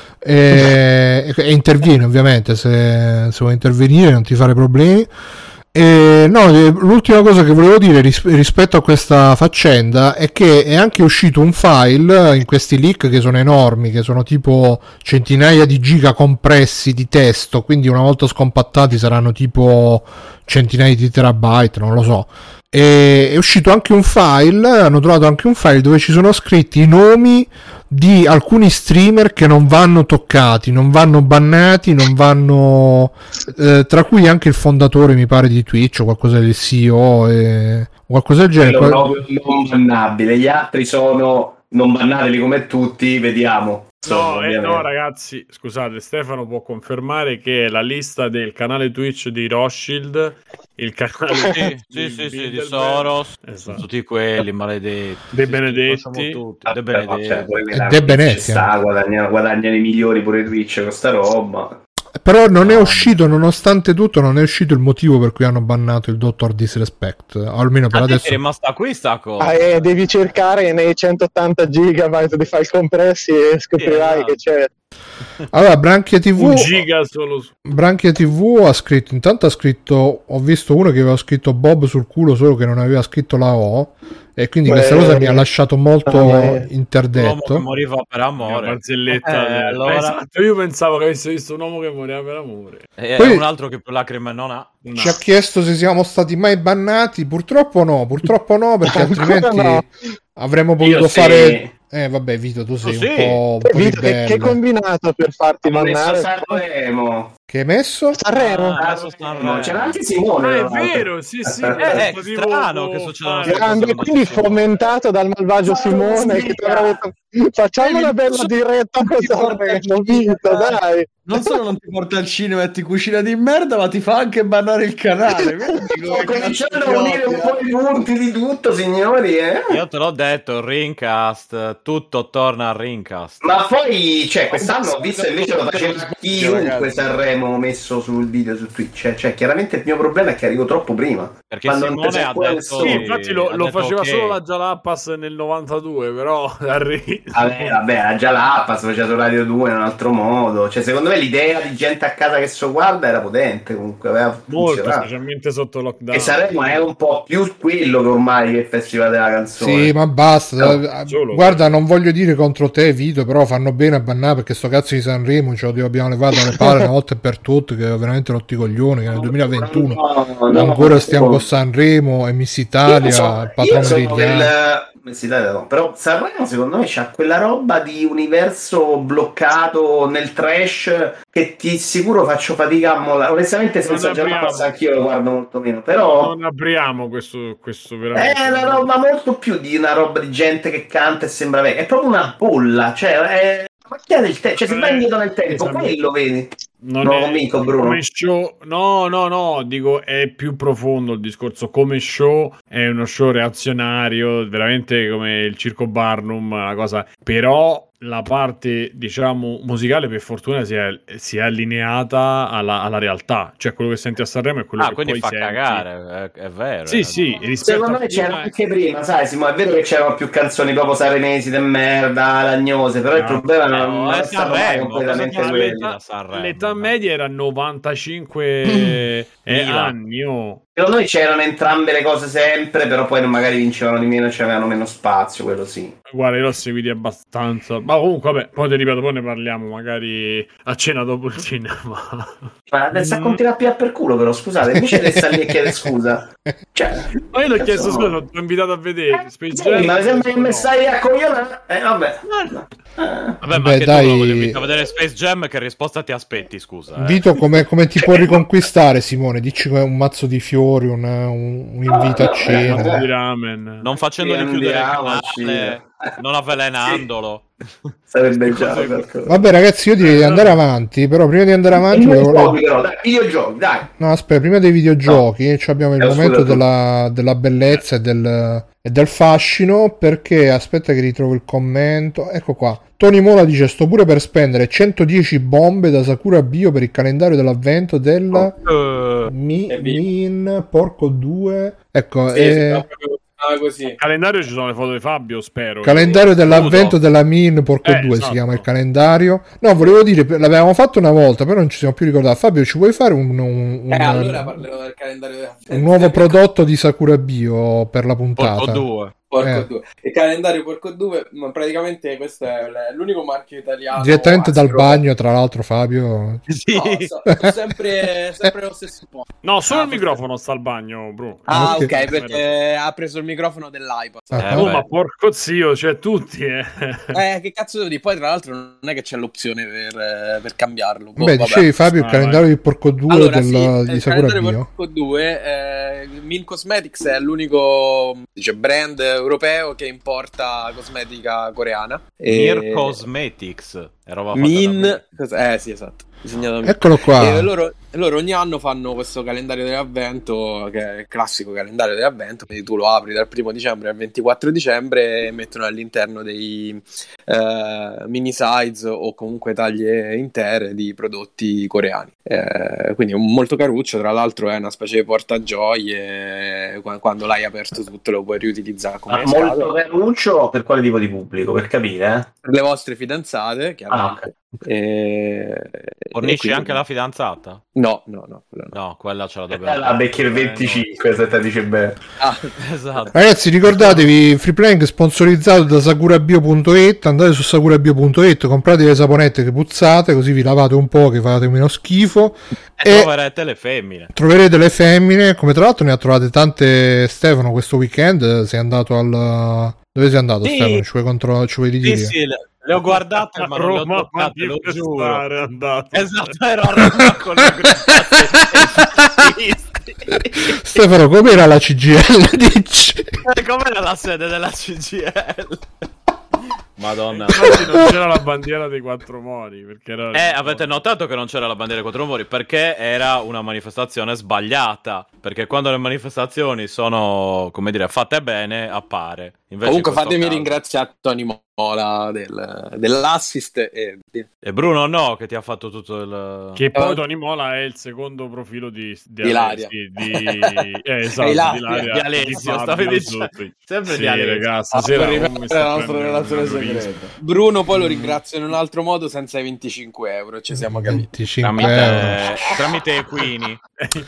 E, e intervieni ovviamente se, se vuoi intervenire, non ti fare problemi. E, no, l'ultima cosa che volevo dire ris- rispetto a questa faccenda è che è anche uscito un file in questi leak che sono enormi, che sono tipo centinaia di giga compressi di testo, quindi una volta scompattati saranno tipo centinaia di terabyte, non lo so. E è uscito anche un file, hanno trovato anche un file dove ci sono scritti i nomi di alcuni streamer che non vanno toccati, non vanno bannati, non vanno eh, tra cui anche il fondatore mi pare di Twitch o qualcosa del C E O e qualcosa del genere. Quello proprio non bannabile, gli altri sono non bannateli come tutti, vediamo. No, eh, no ragazzi, scusate, Stefano può confermare che la lista del canale Twitch di Rothschild, il canale sì, sì, sì, di Soros, esatto. Tutti quelli maledetti, dei benedetti, tutti, dei benedetti, dei benedetti, guadagnano, guadagnano i migliori pure Twitch con sta roba. Però non è uscito, nonostante tutto, non è uscito il motivo per cui hanno bannato il dottor Disrespect. Almeno per adesso. È rimasta qui sta cosa. Ah, eh, devi cercare nei centottanta gigabyte di file compressi e scoprirai sì, che c'è. Allora, Branchia tivù. Un giga solo. Branchia tivù ha scritto. Intanto ha scritto. Ho visto uno che aveva scritto Bob sul culo, solo che non aveva scritto la O. E quindi Beh, questa cosa mi ha lasciato molto eh, interdetto. L'uomo che moriva per amore. Barzelletta. Eh, allora... esatto, io pensavo che avessi visto un uomo che moriva per amore. E Poi... un altro che per lacrime non ha. No. Ci ha chiesto se siamo stati mai bannati. Purtroppo no, purtroppo no, perché altrimenti no. avremmo potuto io fare. Sì. Eh vabbè Vito, tu sei oh, un sì. po', un po' Vito, che, che combinato per farti bannare? Che hai messo? Sanremo. Ah, Sanremo. C'era anche Simone. Ah, è vero, sì, sì. Eh, è Tipo- strano che succeda una Grande, quindi fomentato dal malvagio Simone che ti avrà detto facciamo una bella diretta con Sanremo, vinto, dai. Non solo non ti porta al cinema e ti cucina di merda, ma ti fa anche bannare il canale. Sto cominciando a unire un po' i punti di tutto, signori, eh? Io te l'ho detto, Rincast, tutto torna a Rincast. Ma poi, cioè, quest'anno ho visto invece lo faceva chiunque Sanremo messo sul video su Twitch. Cioè, chiaramente il mio problema è che arrivo troppo prima. Perché Quando non Simone c'è ha ancora detto... nessuno. Sì, infatti lo, ha lo detto faceva ok. solo la Jalapas nel novantadue, però arri- Vabbè, vabbè, già l'Appas faceva su Radio due in un altro modo. Cioè, secondo me l'idea di gente a casa che so guarda era potente, comunque aveva molto, funzionato. specialmente sotto lockdown. E Sanremo è un po' più quello che ormai che il Festival della Canzone. Sì, ma basta. No, solo- Guarda, non voglio dire contro te, Vito, però fanno bene a bannare perché sto cazzo di Sanremo ce lo abbiamo levato dalle palle una volta e per tutte, che è veramente rotti i coglioni, che nel duemilaventuno No, no, ancora no, stiamo no. con Sanremo e Miss Italia, Io so- il patrono io sono degli del- anni. Sì, dai, no. Però Sanremo secondo me c'ha quella roba di universo bloccato nel trash che ti sicuro faccio fatica a mollare. Onestamente senza Non già apriamo. passa anch'io lo guardo molto meno, però Non apriamo questo, questo veramente. è una roba molto più di una roba di gente che canta e sembra vecchia. È proprio una bolla, cioè è ma chi ha del tempo, cioè si va indietro nel tempo, Esatto. quello vedi. Non Non è convinco, Bruno. come show, no, no, no, dico è più profondo il discorso. Come show è uno show reazionario, veramente come il Circo Barnum, una cosa. Però la parte, diciamo, musicale per fortuna si è, si è allineata alla, alla realtà, cioè quello che senti a Sanremo è quello Ah, che quindi poi fa senti. cagare, è, è vero. Sì, è- sì, rispetto Secondo a me c'era prima- anche prima, sai Simo, è vero che c'erano più canzoni proprio saremesi de merda, lagnose, però il No. problema Eh, non, non è è stato mai Sanremo, completamente cosa ti quello. aspetti da Sanremo? l'età no? media era novantacinque eh, Mila. anni. Oh. Secondo me c'erano entrambe le cose sempre, però poi magari vincevano di meno e c'avevano meno spazio, quello sì. Guarda, io l'ho seguiti abbastanza. Ma comunque, vabbè, poi ti ripeto, poi ne parliamo magari a cena dopo il cinema. Ma adesso Mm. a continuare a piare per culo, però scusate, invece di stare lì e chiedere scusa. Cioè, Ma io ti ho chiesto cazzo, scusa, no. ti ho invitato a vedere Space Sì, Jam. ma mi sembra che no. mi stai a coglione. Eh, vabbè. Eh. Vabbè, Vabbè, ma che dai. tu lo volevi a vedere Space Jam, che risposta ti aspetti, scusa? Eh? Vito, come, come ti può riconquistare, Simone? Dici un mazzo di fiori, un, un, un invito a Di cena. ramen. Non facendogli Sì, chiudere il andiamoci. canale, non avvelenandolo. Sarebbe già qualcosa. Vabbè, ragazzi, io direi di andare avanti. Però prima di andare avanti, volevo... Videogiochi, però, dai, videogiochi, dai. No, aspetta, prima dei videogiochi ci abbiamo il Eh, momento scusa, tu. della, della bellezza e del, e del fascino, perché aspetta che ritrovo il commento. Ecco qua. Tony Mola dice: sto pure per spendere centodieci bombe da Sakura Bio per il calendario dell'avvento della Eh, Mi, è vero. Min Porco due. Ecco, Sì, eh, si fa proprio- ah, così. Nel calendario ci sono le foto di Fabio, spero. calendario dell'avvento della Min Porco Eh, due si esatto. chiama il calendario. No, volevo dire, l'avevamo fatto una volta, però non ci siamo più ricordati. Fabio, ci vuoi fare un, un, un- Eh, allora parlerò del calendario della un nuovo prodotto di Sakura Bio per la Porco puntata? due. Porco Eh. due. Il calendario Porco due, ma praticamente questo è l- l'unico marchio italiano. Direttamente dal astro- bagno, tra l'altro, Fabio. Sì. No, so- so sempre, sempre lo stesso po'. No, solo Ah, il microfono sta al bagno, bro. Ah, ok. ok, perché ha preso il microfono dell'iPad. Ah, Eh, Oh, beh. ma porco zio, cioè tutti, eh. Eh, che cazzo devo dire? Poi, tra l'altro, non è che c'è l'opzione per, eh, per cambiarlo. Boh, Beh, vabbè. dicevi Fabio, il Ah, calendario vai. di Porco due Allora, del- sì, di il Sakura calendario Bio. Porco due, eh, Min Cosmetics è l'unico dice, brand europeo che importa cosmetica coreana. E- Mir Cosmetics. È roba fatta da Min, me. cos- eh sì, esatto. Disegnato da me. Eccolo qua. E loro, loro ogni anno fanno questo calendario dell'avvento, che è il classico calendario dell'avvento, quindi tu lo apri dal primo dicembre al ventiquattro dicembre e mettono all'interno dei eh, mini size o comunque taglie intere di prodotti coreani. Eh, quindi è molto caruccio, tra l'altro è una specie di portagioie, qua- quando l'hai aperto tutto lo puoi riutilizzare come Ah, molto scatola. caruccio per quale tipo di pubblico? Per capire, eh? Per le vostre fidanzate, chiaramente. Ah, ok. E- Fornisci e quindi- anche la fidanzata? No, no, no, quella no. No, quella ce la dobbiamo La becchi il venticinque, se te dice bene. Ah, Esatto. Ragazzi, ricordatevi, Free Playing sponsorizzato da sakurabio punto it. Andate su sakurabio punto it, comprate le saponette che puzzate, così vi lavate un po', che fate meno schifo. E E troverete le femmine. troverete le femmine, come tra l'altro ne ha trovate tante. Stefano questo weekend sei andato al... Dove sei andato, Sì. Stefano? Ci vuoi, contro... Ci vuoi Sì, ridire? sì, le, Le ho guardate, ma non le ho Roma, toccate, lo giuro. È andato. Esatto, ero a Roma con le Stefano, com'era la C G L? Dici? Com'era la sede della C G L? Madonna. Infatti non c'era la bandiera dei quattro mori, perché era... Eh, avete notato che non c'era la bandiera dei quattro mori? Perché era una manifestazione sbagliata. Perché quando le manifestazioni sono, come dire, fatte bene, appare. Invece Comunque fatemi caso... ringraziare Tony Mola del, dell'assist e... e Bruno no, che ti ha fatto tutto il... Che poi Tony Mola è il secondo profilo di... Di, di Ilaria. Di, di... Eh, esatto, Ilaria. di, Ilaria, Di Alessio, di stavi Fabio dicendo. su Twitch. Sempre sì, di Alessio. ragazzi, Ah, stasera per non mi sta la nostra prendendo relazione una segreta. rivista. Bruno poi lo ringrazio in un altro modo senza i venticinque euro, ci siamo capiti. venticinque Tramite, euro. tramite Equini.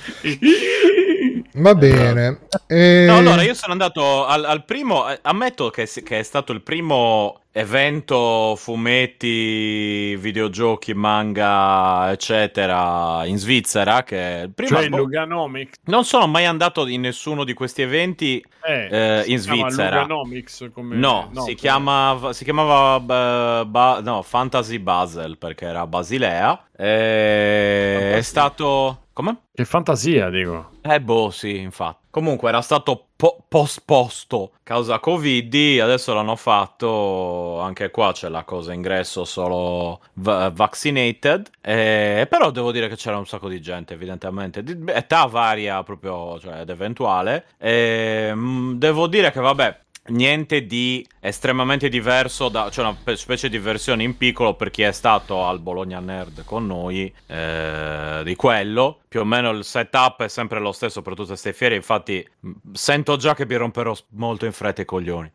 Va bene. E... No, allora io sono andato al, al primo. Ammetto che, che è stato il primo evento fumetti, videogiochi, manga, eccetera, in Svizzera. Che prima Cioè il Luganomics. non sono mai andato in nessuno di questi eventi Eh, eh, si in chiama Svizzera. Luganomics come... No, si chiamava, si chiamava ba- ba- no, Fantasy Basel perché era Basilea. E... È stato. Come? Che fantasia, dico. Eh boh, sì, infatti. Comunque era stato po- posposto causa Covid, adesso l'hanno fatto, anche qua c'è la cosa ingresso solo va- vaccinated, eh, però devo dire che c'era un sacco di gente, evidentemente, di età varia proprio, cioè ed eventuale, e, mh, devo dire che vabbè, niente di estremamente diverso da, cioè una pe- specie di versione in piccolo per chi è stato al Bologna Nerd con noi, eh, di quello più o meno il setup è sempre lo stesso per tutte queste fiere, infatti mh, sento già che vi romperò molto in fretta i coglioni,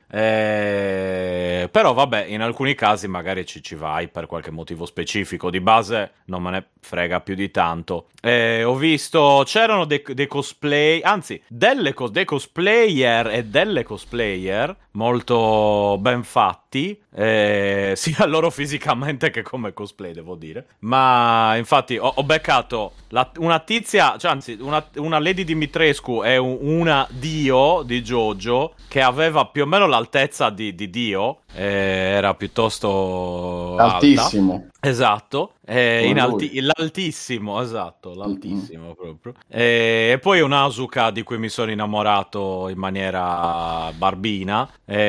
eh, però vabbè, in alcuni casi magari ci, ci vai per qualche motivo specifico, di base non me ne frega più di tanto. Eh, ho visto c'erano dei, dei cosplay, anzi delle cos- dei cosplayer e delle cosplayer molto ben fatti, eh, sia loro fisicamente che come cosplay, devo dire. Ma infatti ho, ho beccato la, una tizia, cioè anzi una, una Lady Dimitrescu e un, una Dio di JoJo che aveva più o meno l'altezza di, di Dio, eh, era piuttosto altissimo. Alta. Esatto, eh, in Con lui. alti- l'altissimo, esatto, l'altissimo Mm-hmm. proprio. E, e poi un Asuka di cui mi sono innamorato in maniera barbina.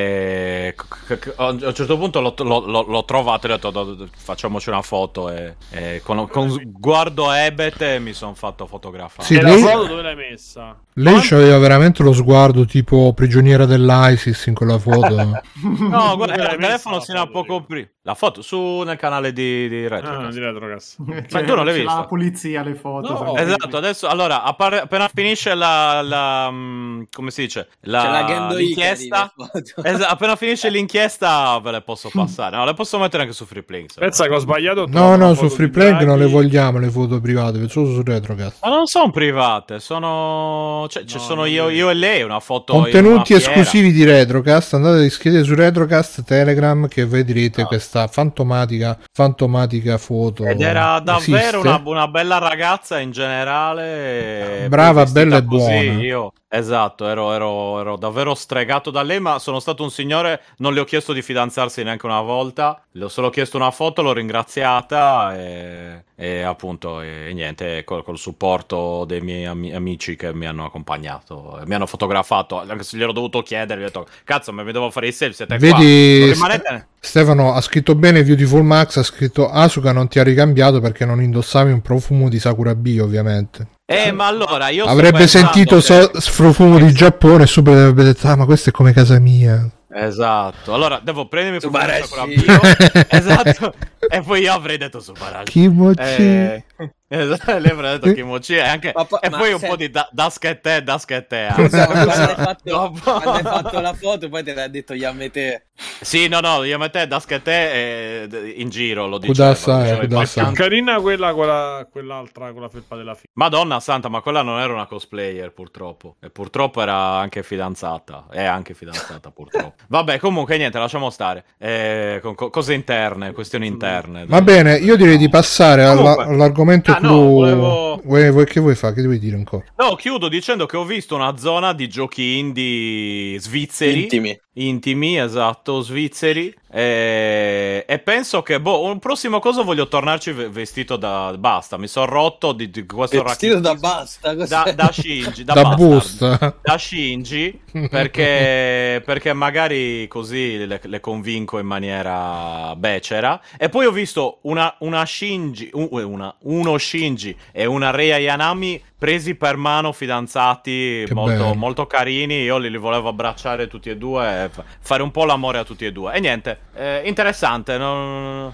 E c- c- a un certo punto l'ho, l'ho, l'ho trovato e ho detto "Do- do- facciamoci una foto", e, e con, con sguardo ebete mi sono fatto fotografare. Sì, E la lei- foto dove l'hai messa? Lei aveva veramente lo sguardo tipo prigioniera dell'ISIS in quella foto. No, guarda, Dove l'hai il telefono messa sino la a foto, poco dico? prima. La foto su nel canale di, di Retrocast. Ah, di Retrocast. Ma tu non l'hai c'è vista? la polizia, le foto. No, sono Esatto, orribili. adesso allora appare- appena finisce la, la mh, come si dice la, C'è la Gendo l'inchiesta, Icari, le foto. Esa- appena finisce l'inchiesta ve le posso passare, no, le posso mettere anche su Freeplay. se Pensa che ho sbagliato. ho No, trovato una no, foto su di Freeplank non le Draghi. vogliamo le foto private, solo su Retrocast. Ma non sono private, sono cioè, ci No, sono non io, è- io e lei, una foto in Contenuti una fiera. esclusivi di Retrocast, andate ad iscrivervi su Retrocast Telegram che vedrete questa fantomatica fantomatica foto. Ed era davvero Esiste? una, una bella ragazza in generale. Brava, poi vestita bella e così, buona. Io, esatto, ero, ero, ero davvero stregato da lei, ma sono stato un signore, non le ho chiesto di fidanzarsi neanche una volta, le ho solo chiesto una foto, l'ho ringraziata e, e appunto, e niente, col, col supporto dei miei ami- amici che mi hanno accompagnato, e mi hanno fotografato, anche se gliel'ho dovuto chiedere, gli ho detto, cazzo, ma mi devo fare i selfie, siete qua. Vedi, Non rimanete... Stefano ha scritto bene Beautiful Max, ha scritto Asuka non ti ha ricambiato perché non indossavi un profumo di Sakura B, ovviamente. Eh, ma allora io sto Avrebbe pensando sentito che- so- profumo di Giappone e subito avrebbe detto ah ma questo è come casa mia. Esatto, allora devo prendermi Subarashi. profumo di Sakura Bio, esatto, e poi io avrei detto Subarashi. Kimochi. Eh, esatto, lei avrà detto Kimochi e, anche, Ma po- e ma poi un se- po' di da- Daskete, Daskete. Scusa, ma quando hai fatto, Dopo- quando hai fatto la foto poi te l'ha detto Yamete. Sì, no, no, io metto Daskete e d- in giro lo Kudasai, dicevo. dicevo, Kudasai. ma- Carina quella, quella, quell'altra con la felpa della figlia. Madonna santa, ma quella non era una cosplayer purtroppo. E purtroppo era anche fidanzata. È anche fidanzata purtroppo. Vabbè, comunque niente, lasciamo stare. Eh, con co- cose interne, questioni interne. Va bene, io direi di passare alla- Comunque. all'argomento Ah, no, clou. volevo- Vuoi- vuoi- che vuoi fare? Che devi dire ancora? No, chiudo dicendo che ho visto una zona di giochi indie svizzeri Intimi. intimi, esatto, svizzeri. E, e penso che, boh, un prossimo cosa voglio tornarci vestito da basta. Mi sono rotto di, di questo vestito da basta, da, da Shinji, da, da bastard, busta. da Shinji, perché, perché magari così le, le convinco in maniera becera. E poi ho visto una, una Shinji, una, uno Shinji e una Rei Ayanami presi per mano, fidanzati, molto, molto carini. Io li, li volevo abbracciare tutti e due e fare un po' l'amore a tutti e due. E niente, eh, interessante, non,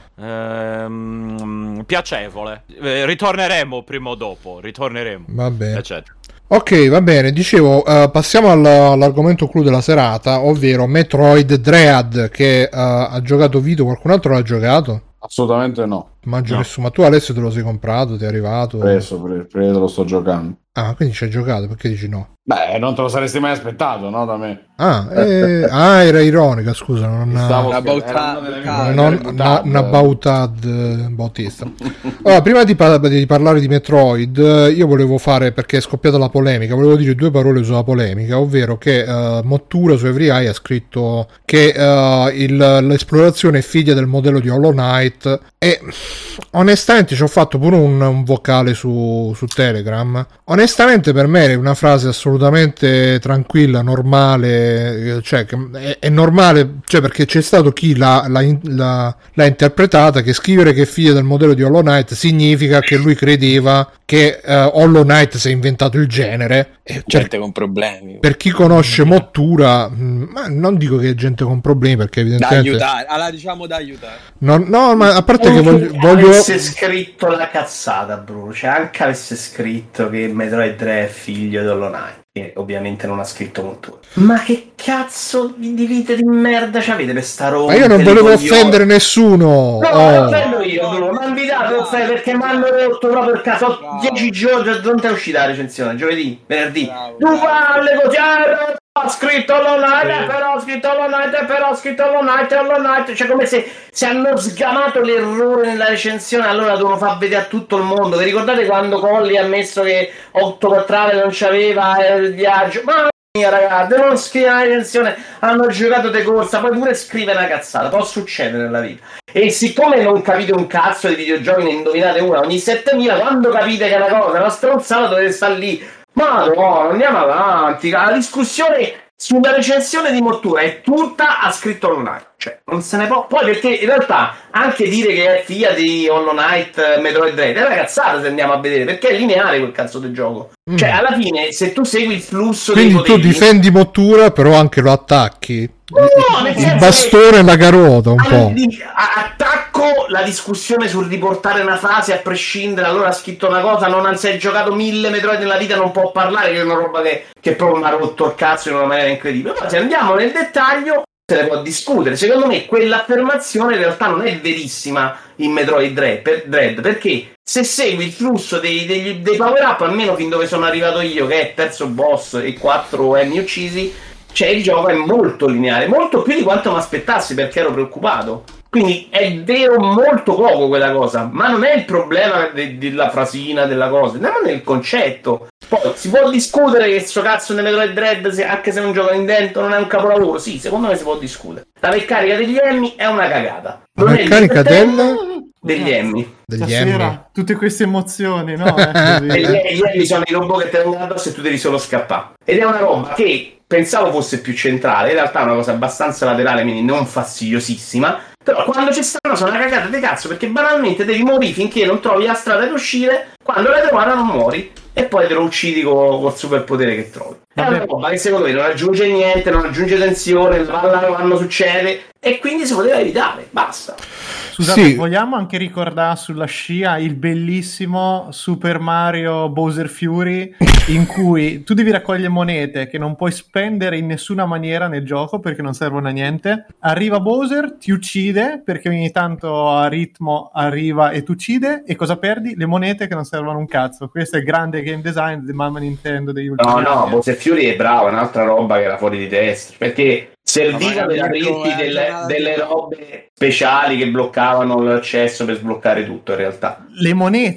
ehm, piacevole. Eh, ritorneremo prima o dopo, ritorneremo. Va bene. Eccetera. Ok, va bene, dicevo, uh, passiamo all- all'argomento clou della serata, ovvero Metroid Dread, che uh, ha giocato Vito, qualcun altro l'ha giocato? Assolutamente no. Immagino No. nessuno, ma tu Alessio te lo sei comprato, ti è arrivato? Preso, pre- preso, lo sto giocando. Ah, quindi ci hai giocato, perché dici no? Beh, non te lo saresti mai aspettato, no, da me. Ah, eh, ah era ironica, scusa, non Stavo Una scherzando, bauta- era una delle mie Ah, non, bugie una, buttate. una bautad eh, bautista. Allora, prima di, par- di parlare di Metroid, eh, io volevo fare, perché è scoppiata la polemica, volevo dire due parole sulla polemica, ovvero che eh, Mottura su EveryEye ha scritto che eh, il- l'esplorazione è figlia del modello di Hollow Knight, e onestamente ci ho fatto pure un, un vocale su, su Telegram. Onestamente per me è una frase assolutamente tranquilla, normale, eh, cioè che è, è normale, cioè perché c'è stato chi l'ha, l'ha, in- l'ha- l'ha interpretata che scrivere che è figlia del modello di Hollow Knight significa che lui credeva che eh, Hollow Knight si è inventato il genere. E per, gente con problemi. per chi conosce Mottura, mh, ma non dico che è gente con problemi, perché Da evidentemente aiutare, allora diciamo da aiutare. non- no, ma a parte che Anche voglio, voglio... avesse scritto la cazzata, Bruno, cioè anche avesse scritto che Metroid tre è figlio di Hollow Knight, che ovviamente non ha scritto Mottura. Ma che cazzo di vite di merda c'avete per sta roba? Ma io non volevo offendere nessuno. No, Oh. lo offendo io, Bruno, ma invitate offendere perché mi hanno rotto proprio il caso. Bravo. dieci giorni, non è uscita la recensione, giovedì, venerdì. Bravo, Tu bravo. parli così, eh, ho scritto Hollow Knight, però ho scritto Hollow Knight, però ho scritto Hollow Knight, Hollow Knight, cioè come se, se hanno sgamato l'errore nella recensione, allora devono far vedere a tutto il mondo. Vi ricordate quando Colli ha messo che otto quattro non c'aveva il viaggio? Ma mia ragazzi, devono scrivere una recensione, hanno giocato de corsa, poi pure scrive una cazzata, può succedere nella vita. E siccome non capite un cazzo di videogiochi, ne indovinate una ogni settemila, quando capite che è una cosa, una stronzata, dovete stare lì. Ma no, andiamo avanti. La discussione sulla recensione di Mottura è tutta a scritto Hollow Knight, cioè non se ne può. Poi perché in realtà anche dire che è figlia di Hollow Knight, Metroid Dread è una cazzata se andiamo a vedere, perché è lineare quel cazzo del gioco. Mm. Cioè alla fine se tu segui il flusso Quindi dei tu poteri, difendi Mottura, però anche lo attacchi. No, nel Il senso bastone e la carota, un che po'. di- a- attacco la discussione sul riportare una frase a prescindere. Allora ha scritto una cosa, non si è giocato mille Metroid nella vita, non può parlare, che è una roba che, che proprio mi ha rotto il cazzo in una maniera incredibile. Ma se andiamo nel dettaglio se ne può discutere. Secondo me quell'affermazione in realtà non è verissima in Metroid Dread, per- Dread, perché se segui il flusso dei, degli- dei power up, almeno fin dove sono arrivato io, che è terzo boss e quattro enemy uccisi, cioè il gioco è molto lineare, molto più di quanto mi aspettassi, perché ero preoccupato. Quindi è vero molto poco quella cosa, ma non è il problema de- della frasina, della cosa, andiamo nel concetto. Poi si può discutere che sto cazzo di Metroid Dread, se, anche se è un gioco indento, non è un capolavoro. Sì, secondo me si può discutere. La meccanica degli Emmy è una cagata. La Non è meccanica divertente del... degli Emmy. degli Stasera, Emmy. tutte queste emozioni, no? È così. E gli, gli Emmy sono i robot che te vengono addosso e tu devi solo scappare. Ed è una roba che pensavo fosse più centrale, in realtà è una cosa abbastanza laterale, quindi non fastidiosissima. Però quando ci stanno sono una cagata di cazzo, perché banalmente devi morire finché non trovi la strada di uscire, quando l'hai trovata non muori e poi te lo uccidi co- col superpotere che trovi. È una roba che secondo me non aggiunge niente, non aggiunge tensione, la palla quando succede, e quindi si poteva evitare, basta. Scusate, Sì. vogliamo anche ricordare sulla scia il bellissimo Super Mario Bowser Fury, in cui tu devi raccogliere monete che non puoi spendere in nessuna maniera nel gioco perché non servono a niente. Arriva Bowser, ti uccide perché ogni tanto a ritmo arriva e ti uccide, e cosa perdi? Le monete che non servono un cazzo. Questo è il grande game design di mamma Nintendo degli ultimi No, anni. no, Bowser Fury è bravo, è un'altra roba che era fuori di testa, perché serviva Ma per magari aprirti ecco, eh, delle, già- delle robe speciali che bloccavano l'accesso per sbloccare tutto in realtà. Le monete?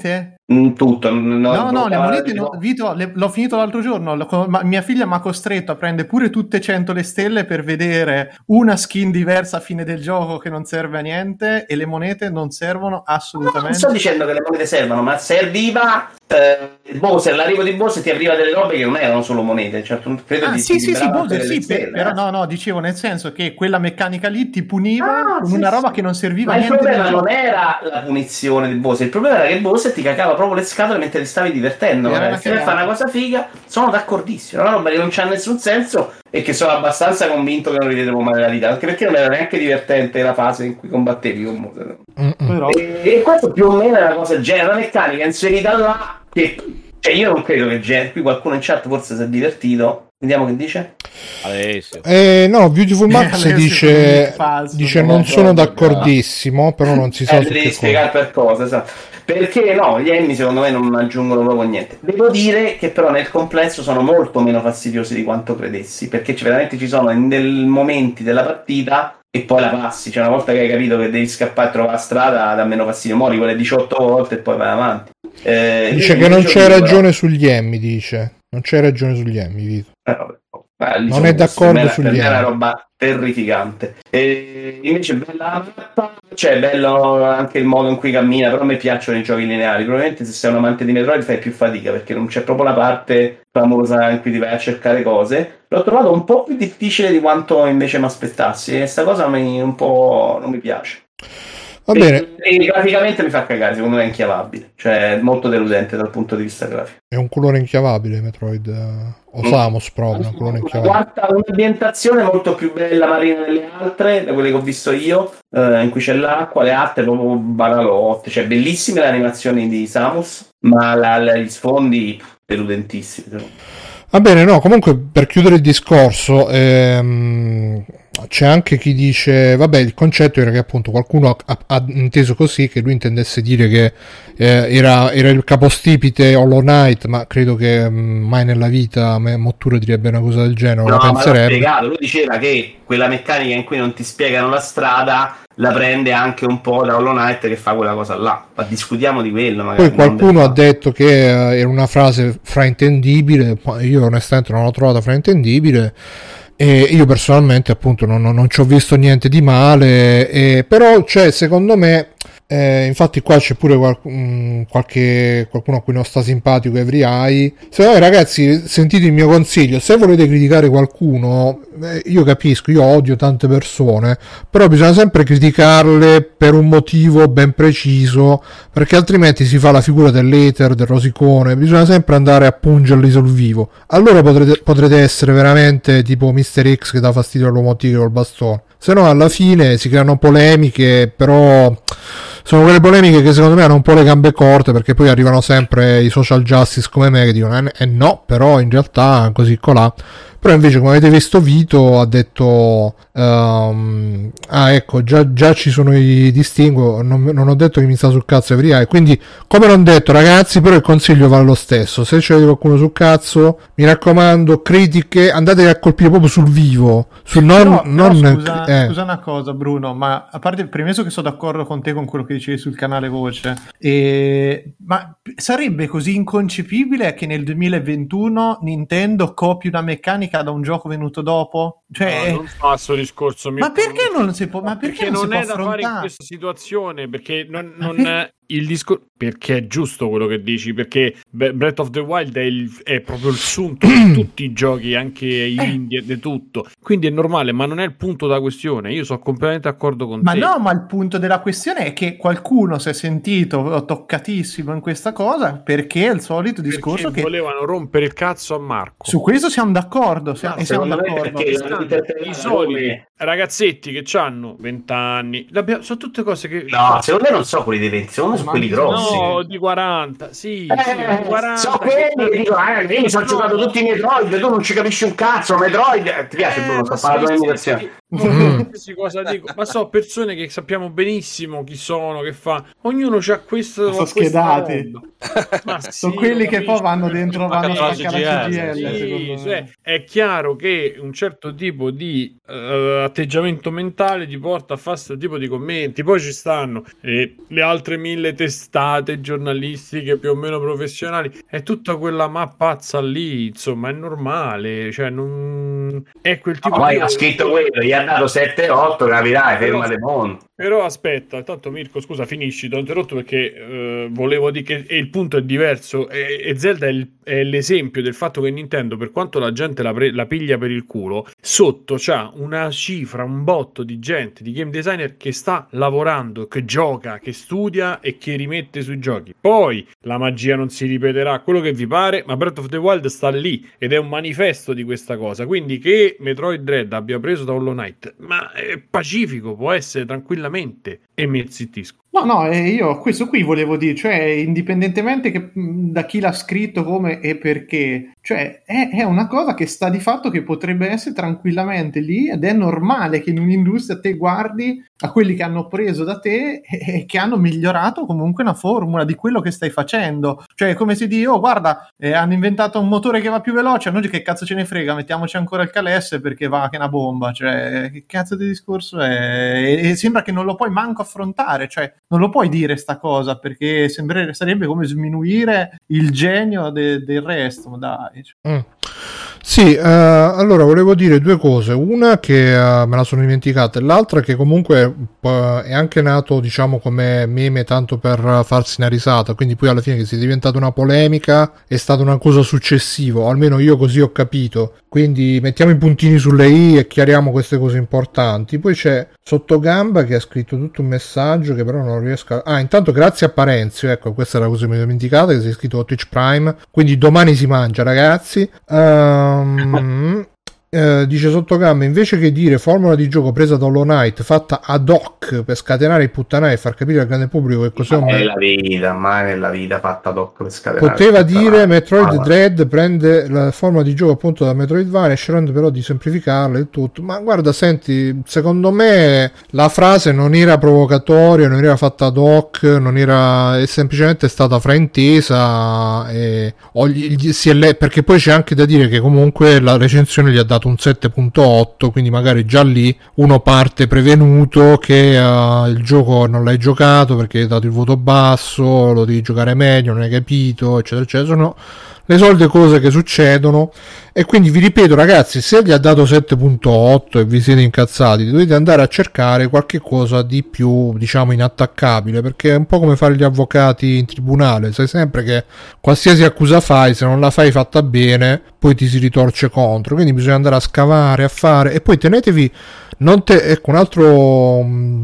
Mm, tutto. No, no, no le monete no, Vito, le, l'ho finito l'altro giorno. Lo, ma, mia figlia mi ha costretto a prendere pure tutte cento le stelle per vedere una skin diversa a fine del gioco che non serve a niente, e le monete non servono assolutamente. No, non sto dicendo che le monete servono, ma serviva eh, Bowser, l'arrivo di Bowser ti apriva delle robe che non erano solo monete, certo, credo ah, di sì, sì, sì, Bowser, sì, stelle, per, però no, no, dicevo nel senso che quella meccanica lì ti puniva ah, con sì, una roba sì. che non serviva ma a niente. Ma il problema non era la punizione di Bowser, il problema era che Bowser ti cagava proprio le scatole mentre ti stavi divertendo. Se per fare una cosa figa, sono d'accordissimo. È una roba che non c'ha nessun senso e che sono abbastanza convinto che non rivedremo mai nella vita, anche perché non era neanche divertente la fase in cui combattevi con Bowser. Però... E, e questo più o meno è una cosa genere, una meccanica inserita là che cioè io non credo che gen- qui qualcuno in chat forse si è divertito. Vediamo che dice. Alessio. Eh, no, Beautiful Max dice, falso, dice non, non sono d'accordissimo, no. Però non si sa eh, su devi spiegare cosa. Per cosa, esatto. Perché no, gli Emmy secondo me non aggiungono proprio niente. Devo dire che però nel complesso sono molto meno fastidiosi di quanto credessi, perché veramente ci sono in del momenti della partita e poi la passi, cioè una volta che hai capito che devi scappare e trovare la strada dà meno fastidio, mori quelle diciotto volte e poi vai avanti. Eh, dice che non c'è ragione però. Sugli Emmy, dice non c'è ragione sugli Emmy, Vito. Eh, vabbè. Eh, non diciamo, è d'accordo per sugli Emmy. È Emmy. una roba terrificante. E invece bella la mappa, cioè bello anche il modo in cui cammina, però a me piacciono i giochi lineari. Probabilmente se sei un amante di Metroid fai più fatica perché non c'è proprio la parte famosa in cui ti vai a cercare cose. L'ho trovato un po' più difficile di quanto invece mi aspettassi e sta cosa mi, un po' non mi piace. Va bene. E, e graficamente mi fa cagare, secondo me è inchiavabile, cioè molto deludente dal punto di vista grafico. È un colore inchiavabile Metroid, uh, o Samus proprio, un colore inchiavabile. Guarda, un'ambientazione molto più bella marina delle altre, da quelle che ho visto io, uh, in cui c'è l'acqua, le altre proprio banalotte, cioè bellissime le animazioni di Samus, ma la, la, gli sfondi deludentissimi. Va bene, no, comunque per chiudere il discorso, ehm, c'è anche chi dice, vabbè, il concetto era che appunto qualcuno ha, ha inteso così, che lui intendesse dire che eh, era, era il capostipite Hollow Knight, ma credo che mh, mai nella vita Mottura direbbe una cosa del genere, no, la penserebbe. Ma l'ho spiegato, lui diceva che quella meccanica in cui non ti spiegano la strada la prende anche un po' da Hollow Knight che fa quella cosa là, ma discutiamo di quello magari. Poi qualcuno ha detto che uh, era una frase fraintendibile, io onestamente non l'ho trovata fraintendibile e io personalmente appunto non, non, non ci ho visto niente di male, e, però cioè secondo me eh, infatti qua c'è pure qual- mh, qualche qualcuno a cui non sta simpatico Every Eye. Secondo me ragazzi sentite il mio consiglio, se volete criticare qualcuno eh, io capisco, io odio tante persone, però bisogna sempre criticarle per un motivo ben preciso, perché altrimenti si fa la figura dell'hater, del rosicone, bisogna sempre andare a pungerli sul vivo, allora potrete, potrete essere veramente tipo mister X che dà fastidio all'uomo tigre col bastone, se no alla fine si creano polemiche, però sono quelle polemiche che secondo me hanno un po' le gambe corte, perché poi arrivano sempre i social justice come me che dicono eh, eh no, però in realtà così colà. Però invece come avete visto Vito ha detto um, ah ecco già, già ci sono i distinguo, non, non ho detto che mi sta sul cazzo Every Eye, quindi come non detto ragazzi, però il consiglio vale lo stesso, se c'è qualcuno sul cazzo mi raccomando critiche, andate a colpire proprio sul vivo, sul non, però, non però scusa, eh. scusa una cosa Bruno, ma a parte il premesso che sono d'accordo con te con quello che dicevi sul canale Voce, e... ma sarebbe così inconcepibile che nel duemilaventuno Nintendo copi una meccanica da un gioco venuto dopo? Cioè, no, non fa questo discorso. Ma perché non si può? Ma perché, perché non, non è si può da fare in questa situazione? Perché non, non è il discorso. Perché è giusto quello che dici? Perché Breath of the Wild è, il, è proprio il sunto di tutti i giochi, anche gli indie e di tutto. Quindi è normale, ma non è il punto della questione. Io sono completamente d'accordo con ma te. Ma no, ma il punto della questione è che qualcuno si è sentito toccatissimo in questa cosa perché è il solito discorso perché che volevano rompere il cazzo a Marco. Su questo siamo d'accordo. Siamo, no, e siamo d'accordo. I soliti ragazzetti che hanno venti anni sono tutte cose che no, secondo me non so quelli dei venti, secondo me sono quelli grossi. No, di quaranta, sì, eh, sì di quaranta. So quelli che dicono, eh, io mi sono no. giocato tutti i Metroid, tu non ci capisci un cazzo, Metroid. Ti piace eh, Bruno? Sto parlando di imitazione. qualsiasi cosa dico, ma so persone che sappiamo benissimo chi sono, che fa, ognuno c'ha questo, sono schedati. Ma sono sì, quelli che capisci? poi vanno dentro, vanno a la staccare la C G L. Sì, secondo cioè, me. è chiaro che un certo tipo di uh, atteggiamento mentale ti porta a fare questo tipo di commenti. Poi ci stanno eh, le altre mille testate giornalistiche più o meno professionali, è tutta quella mappazza lì, insomma, è normale, cioè non è quel tipo Ma di... ha scritto quello, gli ha dato sette otto, capirai, ferma le monte. Però aspetta, tanto Mirko, scusa, finisci, ti ho interrotto perché eh, volevo dire che e il punto è diverso e, e Zelda è, il, è l'esempio del fatto che Nintendo, per quanto la gente la, pre, la piglia per il culo, sotto c'ha una cifra, un botto di gente, di game designer che sta lavorando, che gioca, che studia e che rimette sui giochi. Poi la magia non si ripeterà, quello che vi pare, ma Breath of the Wild sta lì ed è un manifesto di questa cosa. Quindi che Metroid Dread abbia preso da Hollow Knight, ma è pacifico, può essere tranquillamente, e mi zittisco. No, no, e io questo qui volevo dire, cioè indipendentemente che, da chi l'ha scritto, come e perché, cioè è, è una cosa che sta di fatto che potrebbe essere tranquillamente lì ed è normale che in un'industria te guardi a quelli che hanno preso da te e, e che hanno migliorato comunque una formula di quello che stai facendo, cioè è come se di oh guarda eh, hanno inventato un motore che va più veloce, a noi che cazzo ce ne frega, mettiamoci ancora il calesse perché va che è una bomba, cioè che cazzo di discorso è? E, e sembra che non lo puoi manco affrontare, cioè non lo puoi dire sta cosa perché sembrerebbe, sarebbe come sminuire il genio de, del resto, ma dai. Mm. Sì, uh, allora volevo dire due cose, una che uh, me la sono dimenticata e l'altra che comunque uh, è anche nato diciamo come meme tanto per farsi una risata, quindi poi alla fine che sia diventata una polemica è stata una cosa successiva, almeno io così ho capito, quindi mettiamo i puntini sulle i e chiariamo queste cose importanti. Poi c'è Sottogamba che ha scritto tutto un messaggio che però non riesco a... Ah, intanto grazie a Parenzio, ecco, questa è la cosa che mi ho dimenticata, che si è iscritto a Twitch Prime, quindi domani si mangia, ragazzi. Um, eh, dice Sottogamba, invece che dire formula di gioco presa da Hollow Knight fatta ad hoc per scatenare il puttanaio e far capire al grande pubblico che cos'è un... Mai nella vita, mai nella vita fatta ad hoc per scatenare. Poteva dire ah, Metroid ah, Dread prende la formula di gioco appunto da Metroidvania, scegliendo però di semplificarla e tutto. Ma guarda, senti, secondo me la frase non era provocatoria, non era fatta ad hoc, non era, è semplicemente stata fraintesa e, o gli, gli, si è le, perché poi c'è anche da dire che comunque la recensione gli ha dato un sette virgola otto, quindi magari già lì uno parte prevenuto che uh, il gioco non l'hai giocato perché hai dato il voto basso, lo devi giocare meglio, non hai capito, eccetera eccetera. Sono le solite cose che succedono e quindi vi ripeto ragazzi, se gli ha dato sette virgola otto e vi siete incazzati dovete andare a cercare qualche cosa di più diciamo inattaccabile, perché è un po' come fare gli avvocati in tribunale, sai sempre che qualsiasi accusa fai, se non la fai fatta bene poi ti si ritorce contro, quindi bisogna andare a scavare, a fare, e poi tenetevi non te, ecco un altro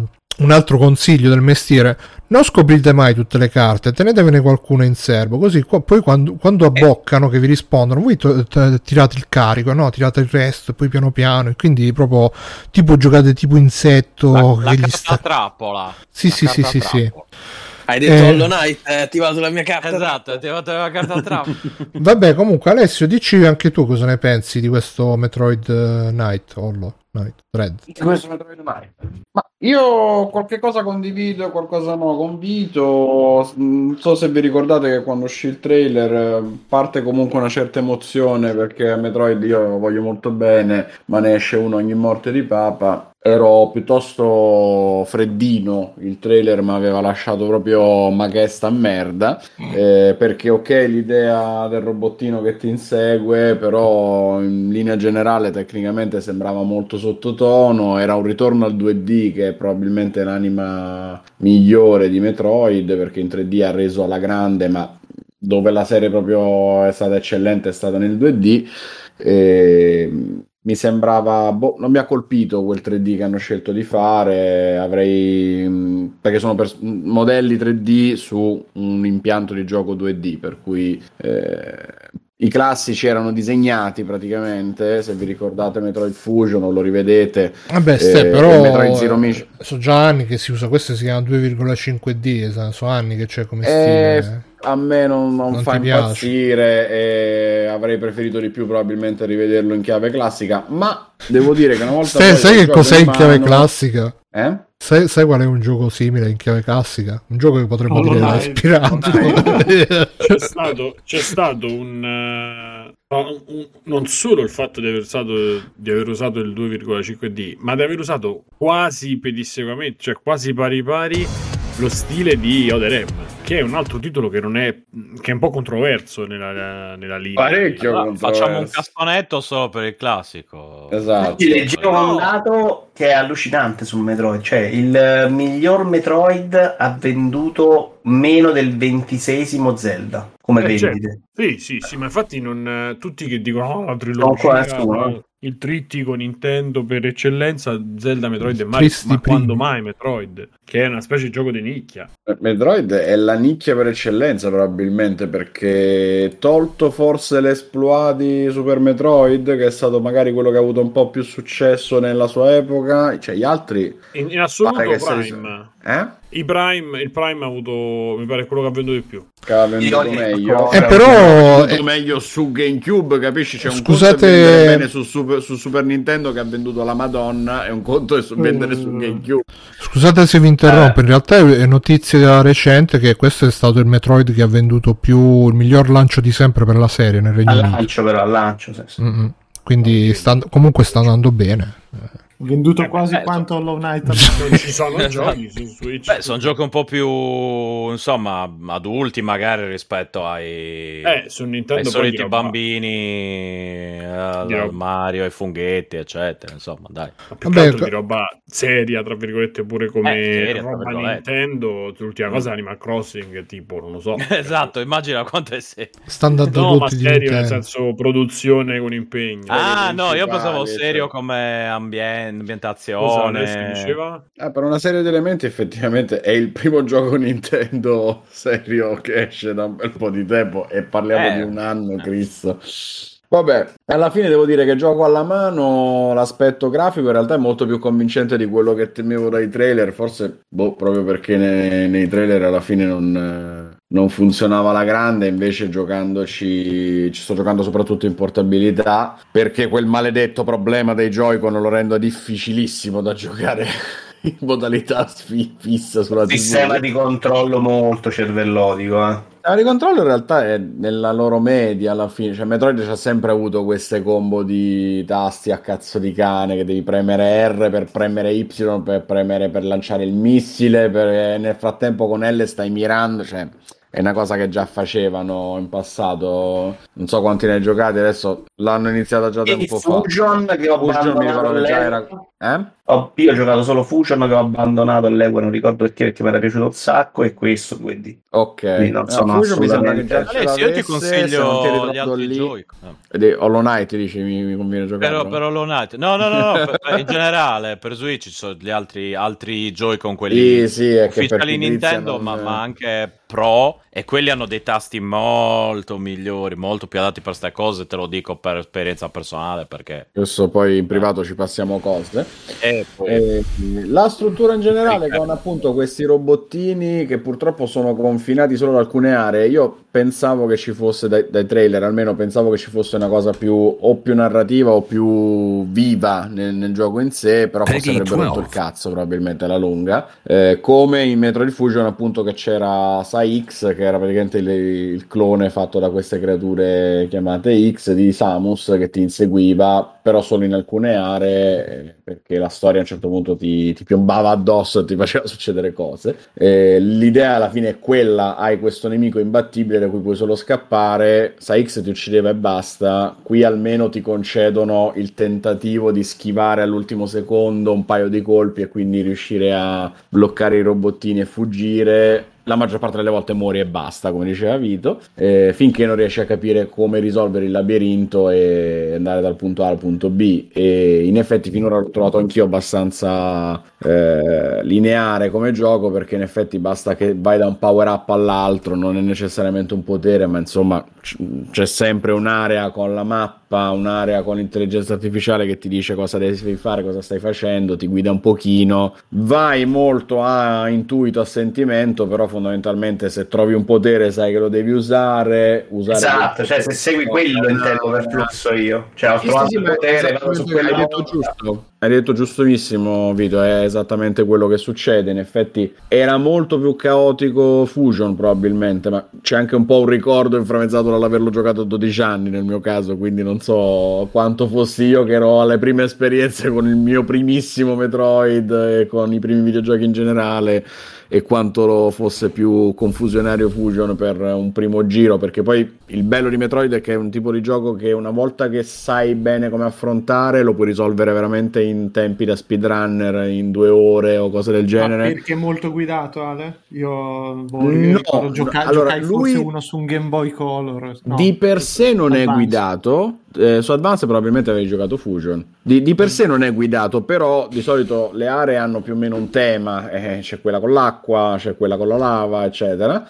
un altro consiglio del mestiere: non scoprite mai tutte le carte, tenetevene qualcuna in serbo, così qua, poi quando, quando abboccano che vi rispondono voi t- t- tirate il carico, no? Tirate il resto e poi piano piano, e quindi proprio tipo giocate tipo insetto la, che la gli carta sta... trappola sì la sì sì sì sì. Hai detto eh, Hollow Knight, hai attivato la mia carta. Esatto, hai attivato la carta trappola. Vabbè, comunque Alessio, dici anche tu cosa ne pensi di questo Metroid Knight, Hollow Knight Dread. Questo Metroid Knight. Ma io qualche cosa condivido, qualcosa no condivido. Non so se vi ricordate che quando uscì il trailer parte comunque una certa emozione, perché a Metroid io lo voglio molto bene, ma ne esce uno ogni morte di papa. Ero piuttosto freddino, il trailer mi aveva lasciato proprio ma che sta merda, eh, perché ok l'idea del robottino che ti insegue, però in linea generale tecnicamente sembrava molto sottotono, era un ritorno al due D che è probabilmente l'anima migliore di Metroid, perché in tre D ha reso alla grande, ma dove la serie proprio è stata eccellente è stata nel due D. E mi sembrava, boh, non mi ha colpito quel tre D che hanno scelto di fare, avrei, perché sono per, modelli tre D su un impianto di gioco due D, per cui eh, i classici erano disegnati praticamente, se vi ricordate Metroid Fusion o lo rivedete. Vabbè, eh, ste, però Metroid Zero Mission. sono già anni che si usa, questo si chiama due virgola cinque D, sono anni che c'è come Eh, stile. a me non, non, Non fa ti piace. impazzire e avrei preferito di più probabilmente rivederlo in chiave classica, ma devo dire che una volta Sai, poi sai lo che gioco cos'è in chiave mano- classica? Eh? Sai, sai qual è un gioco simile in chiave classica? Un gioco che potremmo Hollow dire Knight. ispirato. C'è stato, c'è stato un, eh, un- un- non solo il fatto di aver usato, di aver usato il due virgola cinque D, ma di aver usato quasi pedissequamente, cioè quasi pari pari, lo stile di Other M, che è un altro titolo che non è, che è un po' controverso nella, nella linea. Parecchio Allora, facciamo un controverso. castonetto solo per il classico. Esatto. Oggi leggevo un dato che è allucinante su Metroid, cioè il eh, miglior Metroid ha venduto meno del ventiseiesimo Zelda come Eh, certo. vendite. Sì, sì, sì, ma infatti non, eh, tutti che dicono oh, la Non qua trilogia, nessuno, no, eh. il trittico Nintendo per eccellenza, Zelda, Metroid e Mario, Tristi ma primi. quando mai Metroid? Che è una specie di gioco di nicchia. Metroid è la nicchia per eccellenza probabilmente, perché tolto forse l'esploit di Super Metroid, che è stato magari quello che ha avuto un po' più successo nella sua epoca, cioè gli altri In, in pare assoluto che se- Prime. eh? I Prime, il Prime ha avuto, mi pare, quello che ha venduto di più. che ha venduto Io- meglio, Eh, ha però- venduto eh, meglio su GameCube, capisci? C'è un Scusate- conto è vendere bene su Super, su Super Nintendo, che ha venduto la Madonna, e un conto è su vendere su GameCube. Scusate se vi interrompo, in realtà è notizia recente che questo è stato il Metroid che ha venduto più, il miglior lancio di sempre per la serie nel Regno Al Unito. lancio però, al lancio. Sì, sì. Mm-mm. Quindi sta, comunque sta andando bene. Venduto Eh, quasi eh, quanto Hollow Knight. Non ci sono giochi su Switch. Beh, sono giochi un po' più, insomma, adulti magari rispetto ai, Eh, su ai Nintendo poi soliti di roba- bambini, al Di roba- Mario, ai funghetti, eccetera. Insomma, dai. ma più Vabbè, che altro co- di roba seria, tra virgolette, pure come Eh, seria, tra roba virgolette. Nintendo. L'ultima cosa è Animal Crossing, tipo, non lo so. Esatto, immagina quanto è serio. Sta andando No, ma tutti di serio, nel Nintendo. senso produzione con impegno. Ah, no, io principali, pensavo serio cioè. come ambien- ambientazione. Cosa Alessio diceva? Eh, per una serie di elementi effettivamente è il primo gioco Nintendo serio che esce da un bel po' di tempo, e parliamo Eh. di un anno, Cristo. Vabbè, alla fine devo dire che gioco alla mano, l'aspetto grafico in realtà è molto più convincente di quello che temevo dai trailer, forse boh, proprio perché nei, nei trailer alla fine non, eh, non funzionava la grande, invece giocandoci ci sto giocando soprattutto in portabilità, perché quel maledetto problema dei Joy-Con lo rende difficilissimo da giocare in modalità sfi- fissa sulla tivù. Sistema di controllo molto cervellotico, eh. Il ricontrollo in realtà è nella loro media alla fine, cioè Metroid ci ha sempre avuto queste combo di tasti a cazzo di cane, che devi premere R per premere Y per premere per lanciare il missile, per... nel frattempo con L stai mirando, cioè è una cosa che già facevano in passato, non so quanti ne hai giocati, adesso l'hanno iniziata già E tempo fa. Fusion che ho Fusion mi ricordo che già era... abbandonato Eh? Ho- io ho giocato solo Fusion che ho abbandonato all'epoca, non ricordo perché, perché mi era piaciuto un sacco, e questo quindi. Ok, Quindi non no, sono Fusion mi sembra che assolutamente- già ce Alessio, io ti l'avesse, se non ti consiglio ricordo gli altri lì. giochi. No. Ed è Hollow Knight dici mi, mi conviene giocare. Però, però Hollow Knight. No, no, no, no, per- per- in generale per Switch ci sono gli altri, altri Joy-Con, quelli Sì, sì, è che per ufficiali pigrizia Nintendo, non- ma, ma anche Pro, e quelli hanno dei tasti molto migliori, molto più adatti per queste cose, te lo dico per esperienza personale, perché Adesso poi in privato ci passiamo cose. eh, poi- Eh, la struttura in generale, con appunto questi robottini che purtroppo sono confinati solo ad alcune aree. Io pensavo che ci fosse, dai, dai trailer almeno, pensavo che ci fosse una cosa più o più narrativa o più viva nel, nel gioco in sé, però forse avrebbero rotto il cazzo probabilmente alla lunga. Eh, come in Metroid Fusion, appunto, che c'era Sai-X, che era praticamente il, il clone fatto da queste creature chiamate X di Samus, che ti inseguiva però solo in alcune aree, eh, perché la storia a un certo punto ti, ti piombava addosso e ti faceva succedere cose. Eh, l'idea alla fine è quella: hai questo nemico imbattibile da cui puoi solo scappare, Sai-X ti uccideva e basta. Qui almeno ti concedono il tentativo di schivare all'ultimo secondo un paio di colpi e quindi riuscire a bloccare i robottini e fuggire. La maggior parte delle volte muori e basta, come diceva Vito, eh, finché non riesci a capire come risolvere il labirinto e andare dal punto A al punto B. E in effetti finora l'ho trovato anch'io abbastanza eh, lineare come gioco, perché in effetti basta che vai da un power up all'altro, non è necessariamente un potere, ma insomma c- c'è sempre un'area con la mappa mappa, un'area con l'intelligenza artificiale che ti dice cosa devi fare, cosa stai facendo, ti guida un pochino, vai molto a intuito, a sentimento, però fondamentalmente se trovi un potere sai che lo devi usare, usare esatto, cioè se segui quello intendo per flusso io, cioè ho sì, trovato sì, il potere, vado su quella hai detto giusto. Hai detto giustissimo, Vito, è esattamente quello che succede. In effetti era molto più caotico Fusion probabilmente, ma c'è anche un po' un ricordo inframmezzato dall'averlo giocato a dodici anni nel mio caso, quindi non so quanto fossi io che ero alle prime esperienze con il mio primissimo Metroid e con i primi videogiochi in generale, e quanto lo fosse più confusionario Fusion per un primo giro, perché poi il bello di Metroid è che è un tipo di gioco che una volta che sai bene come affrontare lo puoi risolvere veramente in tempi da speedrunner, in due ore o cose del genere. Ma perché è molto guidato, Ale? Io boh, no, gioca- allora, giocai lui forse uno su un Game Boy Color. No, di per sé non Advance. È guidato. Eh, su Advance probabilmente avevi giocato Fusion. Di, di per sé non è guidato, però di solito le aree hanno più o meno un tema, eh, c'è quella con l'acqua, c'è quella con la lava, eccetera,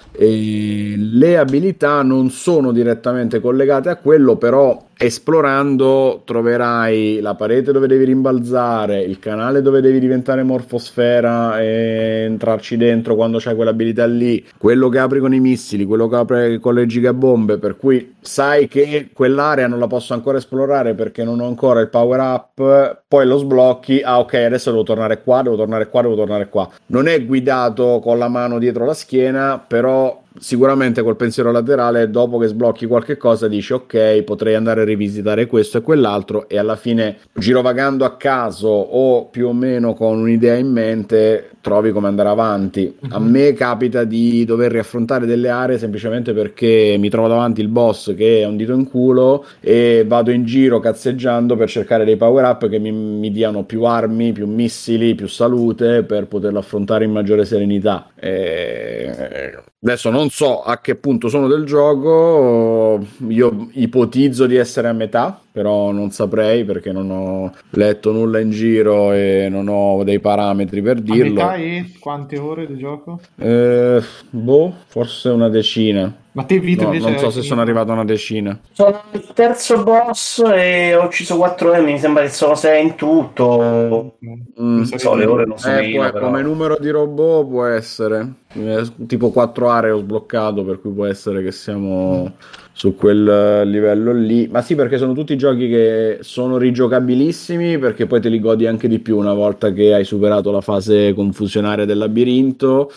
e le abilità non sono direttamente collegate a quello, però esplorando troverai la parete dove devi rimbalzare, il canale dove devi diventare morfosfera e entrarci dentro quando c'hai quell'abilità lì, quello che apri con i missili, quello che apri con le gigabombe, per cui sai che quell'area non la posso ancora esplorare perché non ho ancora il power up, poi lo sblocchi, ah ok, adesso devo tornare qua, devo tornare qua, devo tornare qua. Non è guidato con la mano dietro la schiena, però sicuramente col pensiero laterale, dopo che sblocchi qualche cosa dici ok, potrei andare a rivisitare questo e quell'altro, e alla fine girovagando a caso o più o meno con un'idea in mente trovi come andare avanti. Mm-hmm. A me capita di dover riaffrontare delle aree semplicemente perché mi trovo davanti il boss che è un dito in culo e vado in giro cazzeggiando per cercare dei power up che mi, mi diano più armi, più missili, più salute per poterlo affrontare in maggiore serenità. E adesso non so a che punto sono del gioco, io ipotizzo di essere a metà, però non saprei perché non ho letto nulla in giro e non ho dei parametri per dirlo. A metà e quante ore di gioco? Eh, boh, forse una decina. Ma te Vito no, invece non so se sono arrivato a una decina. Sono il terzo boss e ho ucciso quattro ore, mi sembra che sono sei in tutto. Mm, so, le ore non sono eh, io, può, però. Come numero di robot può essere eh, tipo quattro aree ho sbloccato, per cui può essere che siamo su quel livello lì. Ma sì, perché sono tutti giochi che sono rigiocabilissimi, perché poi te li godi anche di più una volta che hai superato la fase confusionaria del labirinto.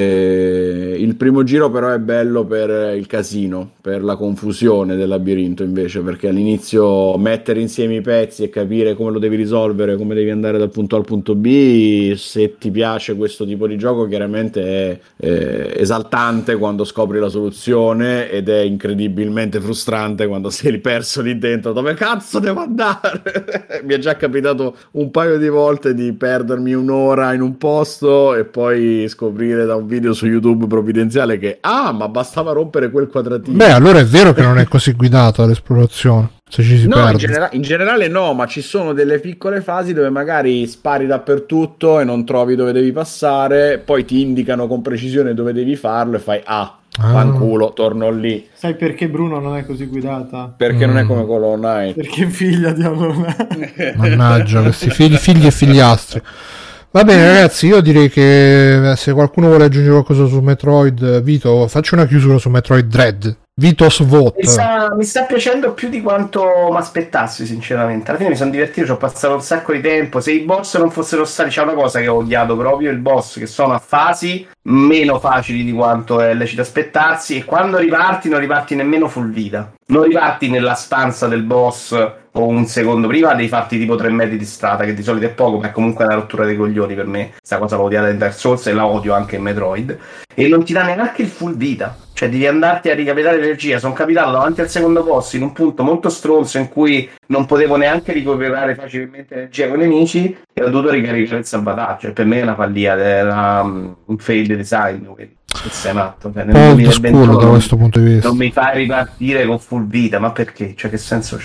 E il primo giro però è bello per il casino, per la confusione del labirinto invece, perché all'inizio mettere insieme i pezzi e capire come lo devi risolvere, come devi andare dal punto A al punto B, se ti piace questo tipo di gioco chiaramente è eh, esaltante quando scopri la soluzione ed è incredibilmente frustrante quando sei perso lì dentro. Dove cazzo devo andare? Mi è già capitato un paio di volte di perdermi un'ora in un posto e poi scoprire da un video su YouTube provvidenziale che ah, ma bastava rompere quel quadratino. Beh, allora è vero che non è così guidata l'esplorazione. Se ci si no, perde. In, genera- in generale no, ma ci sono delle piccole fasi dove magari spari dappertutto e non trovi dove devi passare, poi ti indicano con precisione dove devi farlo e fai ah, Ah. fanculo, torno lì. Sai perché Bruno non è così guidata? Perché mm. non è come Hollow Knight. Perché è figlia di Hollow Knight. Mannaggia, questi figli, figli e figliastri. Va bene ragazzi, io direi che se qualcuno vuole aggiungere qualcosa su Metroid, Vito, faccio una chiusura su Metroid Dread. Vitos Vote. Mi sta, mi sta piacendo più di quanto mi aspettassi, sinceramente. Alla fine mi sono divertito, ci ho passato un sacco di tempo. Se i boss non fossero stati, c'è una cosa che ho odiato proprio, il boss, che sono a fasi meno facili di quanto è lecito aspettarsi, e quando riparti non riparti nemmeno full vita. Non riparti nella stanza del boss o un secondo prima, devi farti tipo tre metri di strada, che di solito è poco, ma è comunque una rottura dei coglioni per me. Questa cosa l'ho odiata in Dark Souls e la odio anche in Metroid. E non ti dà neanche il full vita. Cioè devi andarti a ricapitare l'energia. Sono capitato davanti al secondo boss in un punto molto stronzo in cui non potevo neanche recuperare facilmente energia con i nemici e ho dovuto ricaricare il salvataggio. E per me è una follia, era um, un fail design. Sei matto, cioè, nel old school da questo punto di vista. Non mi fai ripartire con full vita, ma perché? Cioè che senso c'ha?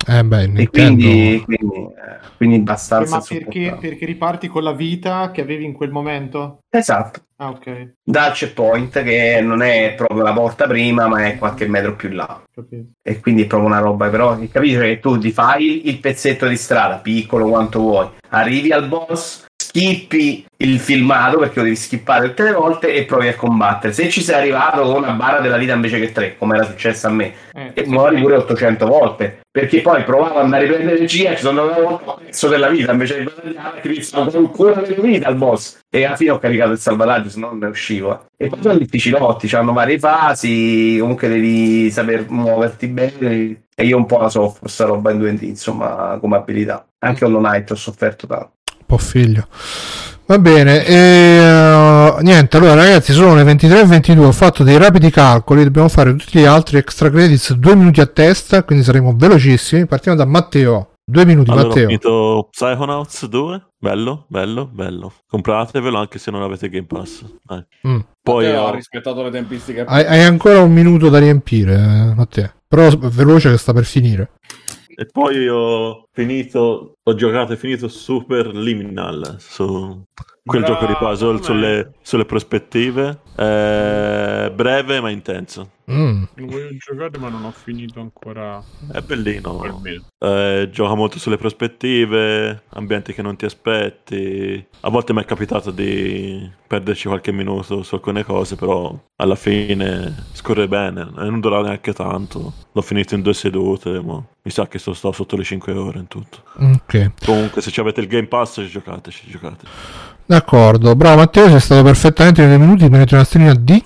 Eh beh, e Nintendo... quindi, quindi, eh, quindi abbastanza Ma perché, perché riparti con la vita che avevi in quel momento? Esatto. Ah, ok. Dal checkpoint, che non è proprio la porta prima, ma è qualche metro più là. Capito. E quindi è proprio una roba, però capisci che tu ti fai il pezzetto di strada, piccolo quanto vuoi, arrivi al boss, skippi il filmato perché lo devi skippare tutte le volte e provi a combattere. Se ci sei arrivato con una barra della vita invece che tre, come era successo a me, Eh, e muori pure ottocento volte, perché poi provavo ad andare a prendere energia, ci sono andato un pezzo della vita invece di guadagnare, che mi sono ancora delle vita al boss, e alla fine ho caricato il salvataggio, se no non ne uscivo. E poi sono difficilotti, hanno varie fasi, comunque devi saper muoverti bene, e io un po' la soffro sta roba in due D, insomma, come abilità. Anche Hollow Knight ho sofferto tanto. Un po' figlio. Va bene, e, uh, niente, allora ragazzi, sono le ventitré e ventidue, ho fatto dei rapidi calcoli, dobbiamo fare tutti gli altri extra credits due minuti a testa, quindi saremo velocissimi. Partiamo da Matteo, due minuti. Allora, Matteo. ho finito Psychonauts due, bello, bello, bello. Compratevelo anche se non avete Game Pass. Dai. Mm. Poi Matteo ho... ha rispettato le tempistiche. Hai, hai ancora un minuto da riempire, eh, Matteo, però veloce che sta per finire. E poi ho finito, ho giocato e finito Super Liminal, su quel Bravo, gioco di puzzle sulle, sulle prospettive, eh, breve ma intenso. Mm. Lo voglio giocare ma non ho finito ancora. È bellino, Almeno. eh, gioca molto sulle prospettive, ambienti che non ti aspetti. A volte mi è capitato di perderci qualche minuto su alcune cose, però alla fine scorre bene e non dura neanche tanto. L'ho finito in due sedute, ma mi sa che sto, sto sotto le cinque ore in tutto. Ok, Comunque se avete il Game Pass giocateci, giocate. d'accordo, bravo Matteo, sei stato perfettamente nei due minuti, prendete una stellina D.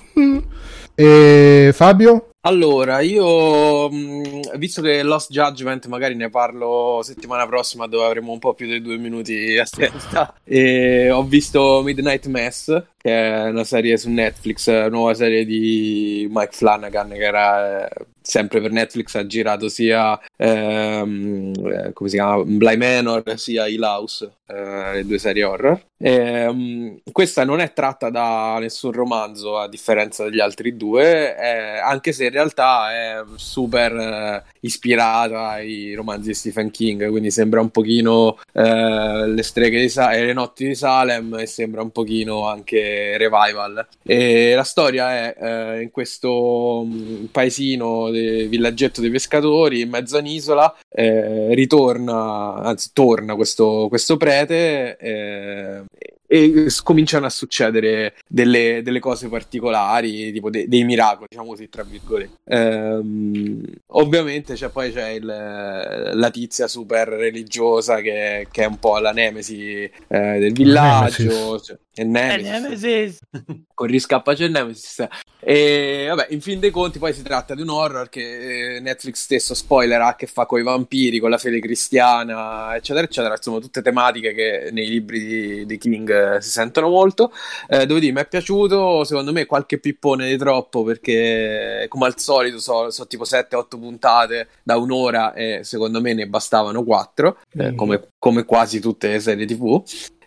E Fabio? Allora, io mh, visto che Lost Judgment magari ne parlo settimana prossima dove avremo un po' più di due minuti a testa, e ho visto Midnight Mass, che è una serie su Netflix, nuova serie di Mike Flanagan, che era eh, sempre per Netflix, ha girato sia ehm, eh, come si chiama, Bly Manor sia Hill House, eh, le due serie horror. E, um, questa non è tratta da nessun romanzo a differenza degli altri due, eh, anche se in realtà è super eh, ispirata ai romanzi di Stephen King, quindi sembra un pochino eh, le streghe di Sa- e le notti di Salem, e sembra un pochino anche Revival. E la storia è eh, in questo um, paesino, de- villaggetto dei pescatori in mezzo a un'isola, eh, ritorna, anzi torna questo, questo prete, eh, e cominciano a succedere delle, delle cose particolari, tipo de- dei miracoli, diciamo così, tra virgolette. Ehm, ovviamente c'è poi c'è il, la tizia super religiosa che, che è un po' la nemesi eh, del villaggio, cioè, è Nemesis. È Nemesis. Con riscappa c'è Nemesis. E vabbè, in fin dei conti poi si tratta di un horror che Netflix stesso spoilerà, che fa con i vampiri, con la fede cristiana, eccetera eccetera, insomma tutte tematiche che nei libri di, di King eh, si sentono molto. Eh, devo dire, mi è piaciuto, secondo me qualche pippone di troppo, perché come al solito so, so tipo sette otto puntate da un'ora e secondo me ne bastavano quattro, eh, come, come quasi tutte le serie tivù.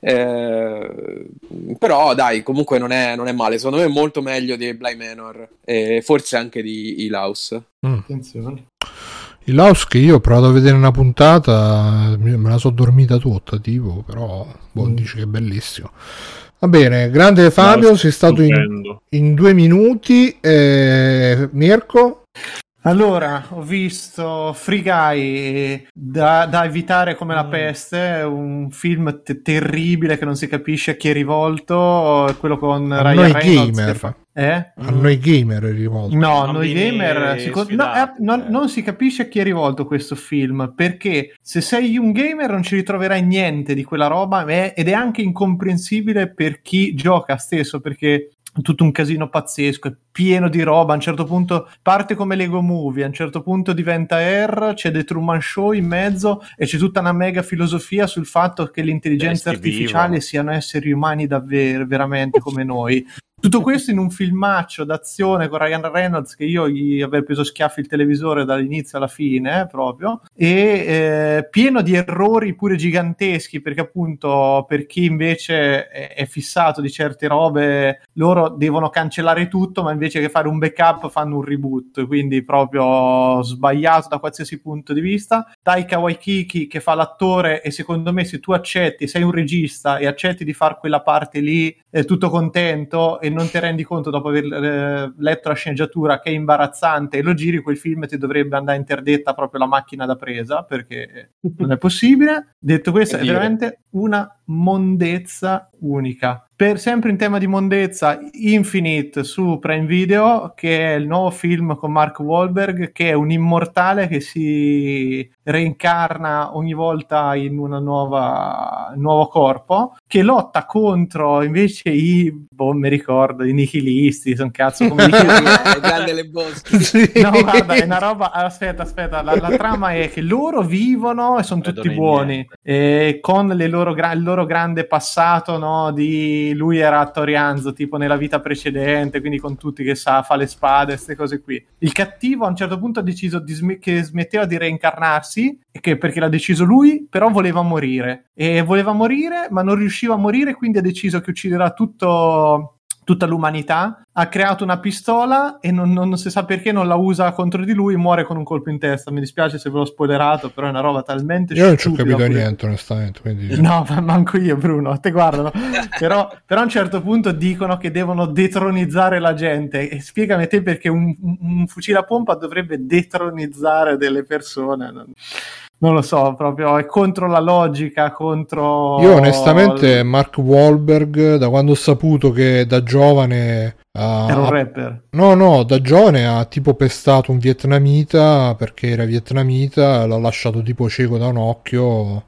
Eh, però dai, comunque non è, non è male, secondo me è molto meglio di Bly Manor e forse anche di Hill House. Mm. Attenzione. Il House che io ho provato a vedere una puntata, me la so dormita tutta, tipo, però boh, Mm. dice che è bellissimo. Va bene, grande Fabio, No, sei stato in, stupendo. in due minuti. Eh, Mirko? Allora, ho visto Free Guy, da, da evitare come la peste, un film te- terribile che non si capisce a chi è rivolto, quello con A Ryan noi Reynolds. gamer. che fa- Eh? A noi gamer è rivolto. No, Bambini noi gamer secondo- no, sfidati, eh, non, eh. non si capisce a chi è rivolto questo film, perché se sei un gamer non ci ritroverai niente di quella roba, eh, ed è anche incomprensibile per chi gioca stesso, perché è tutto un casino pazzesco, è pieno di roba. A un certo punto parte come Lego Movie, a un certo punto diventa R, c'è The Truman Show in mezzo e c'è tutta una mega filosofia sul fatto che le intelligenze Resti artificiali vivo. siano esseri umani davvero, veramente come noi. Tutto questo in un filmaccio d'azione con Ryan Reynolds, che io gli avrei preso schiaffi il televisore dall'inizio alla fine, eh, proprio, e eh, pieno di errori pure giganteschi, perché appunto per chi invece è, è fissato di certe robe, loro devono cancellare tutto, ma invece che fare un backup fanno un reboot, quindi proprio sbagliato da qualsiasi punto di vista. Taika Waititi che fa l'attore, e secondo me se tu accetti, sei un regista e accetti di fare quella parte lì, è tutto contento, e non ti rendi conto dopo aver eh, letto la sceneggiatura che è imbarazzante e lo giri, quel film ti dovrebbe andare interdetta proprio la macchina da presa, perché non è possibile. Detto questo, è veramente una mondezza unica. Per sempre in tema di mondezza, Infinite su Prime Video, che è il nuovo film con Mark Wahlberg, che è un immortale che si reincarna ogni volta in una nuova nuovo corpo, che lotta contro invece i boh, mi ricordo i nihilisti, sono cazzo come il grande Le Boschi. Sì. No, guarda, è una roba. Aspetta, aspetta, la, la trama è che loro vivono e sono tutti buoni, e con le loro gra- il loro grande passato, no, di lui era Torianzo tipo nella vita precedente, quindi con tutti che sa, fa le spade, queste cose qui. Il cattivo a un certo punto ha deciso di sm- che smetteva di reincarnarsi, e che perché l'ha deciso lui, però voleva morire e voleva morire ma non riusciva a morire, quindi ha deciso che ucciderà tutto tutta l'umanità. Ha creato una pistola e non, non, non si sa perché non la usa contro di lui, muore con un colpo in testa. Mi dispiace se ve l'ho spoilerato, però è una roba talmente io non ci ho stupida capito pure. niente onestamente, quindi... no, ma manco io, Bruno, te guardano. però, però a un certo punto dicono che devono detronizzare la gente, e spiegami te perché un, un, un fucile a pompa dovrebbe detronizzare delle persone. non... Non lo so, proprio è contro la logica, contro... Io onestamente Mark Wahlberg, da quando ho saputo che da giovane... Uh, Era un rapper. No, no, da giovane ha tipo pestato un vietnamita perché era vietnamita, l'ha lasciato tipo cieco da un occhio,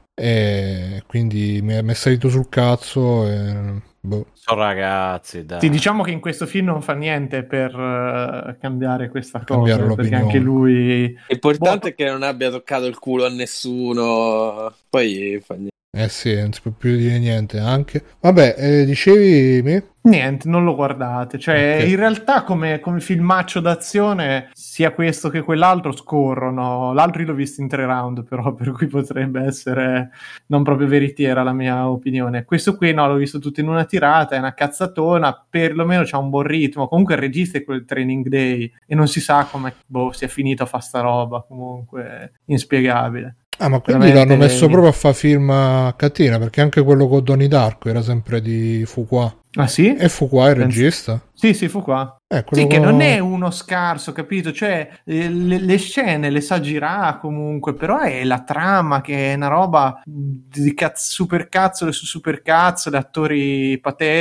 e quindi mi è, mi è salito sul cazzo e... Boh. Sono ragazzi, dai. Sì, diciamo che in questo film non fa niente per uh, cambiare questa Cambiare cosa, perché l'opinione. anche lui... L'importante boh. è che non abbia toccato il culo a nessuno, poi fa niente. Eh sì, non si può più dire niente anche. Vabbè, eh, dicevi me? Niente, non lo guardate. Cioè, Okay. in realtà come, come filmaccio d'azione, sia questo che quell'altro scorrono. L'altro io l'ho visto in tre round, però, per cui potrebbe essere non proprio veritiera la mia opinione. Questo qui no, l'ho visto tutto in una tirata, è una cazzatona, perlomeno c'ha un buon ritmo. Comunque il regista è quel Training Day e non si sa come boh, sia finito a fa sta roba, comunque inspiegabile. Ah, ma quindi Veramente... l'hanno messo proprio a fare film a catena, perché anche quello con Donnie Darko era sempre di Fuqua. Ah sì? E Fuqua è il regista? Sì, sì, Fuqua. Eh, sì, con... che non è uno scarso, capito? Cioè, le, le scene le sa girare comunque, però è la trama che è una roba di cazzo, super cazzole su super cazzole, attori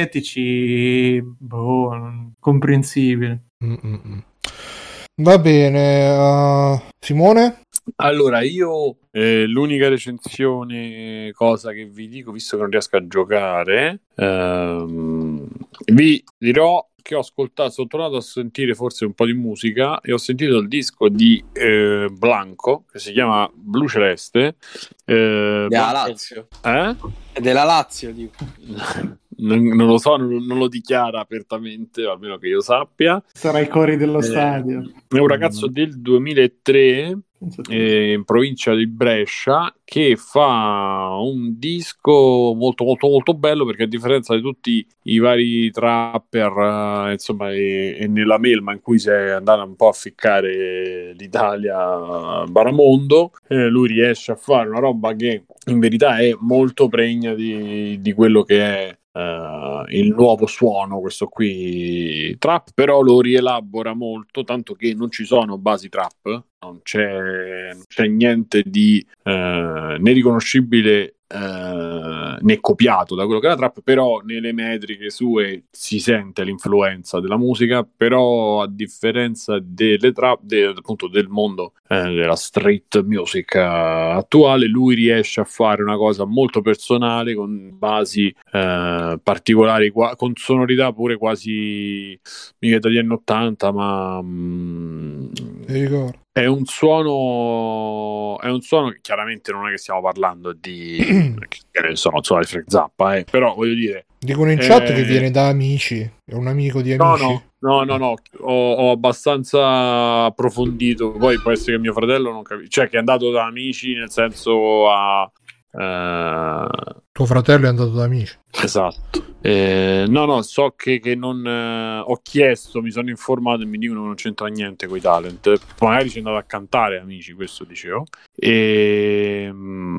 patetici, boh, comprensibile. Mm-mm. Va bene, uh, Simone? Allora, io eh, l'unica recensione, cosa che vi dico, visto che non riesco a giocare, ehm, vi dirò che ho ascoltato, sono tornato a sentire forse un po' di musica e ho sentito il disco di eh, Blanco, che si chiama Blu Celeste. Eh, della Lazio. Eh? È della Lazio, dico. Non, non lo so, non, non lo dichiara apertamente, o almeno che io sappia. Sarà i cori dello eh, stadio. È un ragazzo del duemilatré eh, in provincia di Brescia, che fa un disco molto molto molto bello, perché a differenza di tutti i vari trapper, eh, insomma, e, e nella melma in cui si è andata un po' a ficcare l'Italia baramondo, eh, lui riesce a fare una roba che in verità è molto pregna di, di quello che è Uh, il nuovo suono, questo qui trap, però lo rielabora molto, tanto che non ci sono basi trap, non c'è, non c'è niente di uh, né riconoscibile uh, né copiato da quello che è la trap, però nelle metriche sue si sente l'influenza della musica, però a differenza delle trap, de, appunto del mondo eh, della street music uh, attuale, lui riesce a fare una cosa molto personale, con basi uh, particolari, qua, con sonorità pure quasi mica dagli anni ottanta, ma mm, Ti ricordo. è un suono è un suono che chiaramente non è che stiamo parlando di che ne so, non so, di Frank Zappa, eh, però voglio dire, dicono in eh, chat che viene da Amici, è un amico di Amici. no no no no, no. Ho, ho abbastanza approfondito, poi può essere che mio fratello non capisce, cioè che è andato da Amici nel senso a Uh, tuo fratello è andato da Amici, esatto, eh, no no so che, che non eh, ho chiesto, mi sono informato e mi dicono che non c'entra niente coi talent, magari ci è andato a cantare Amici, questo dicevo, e,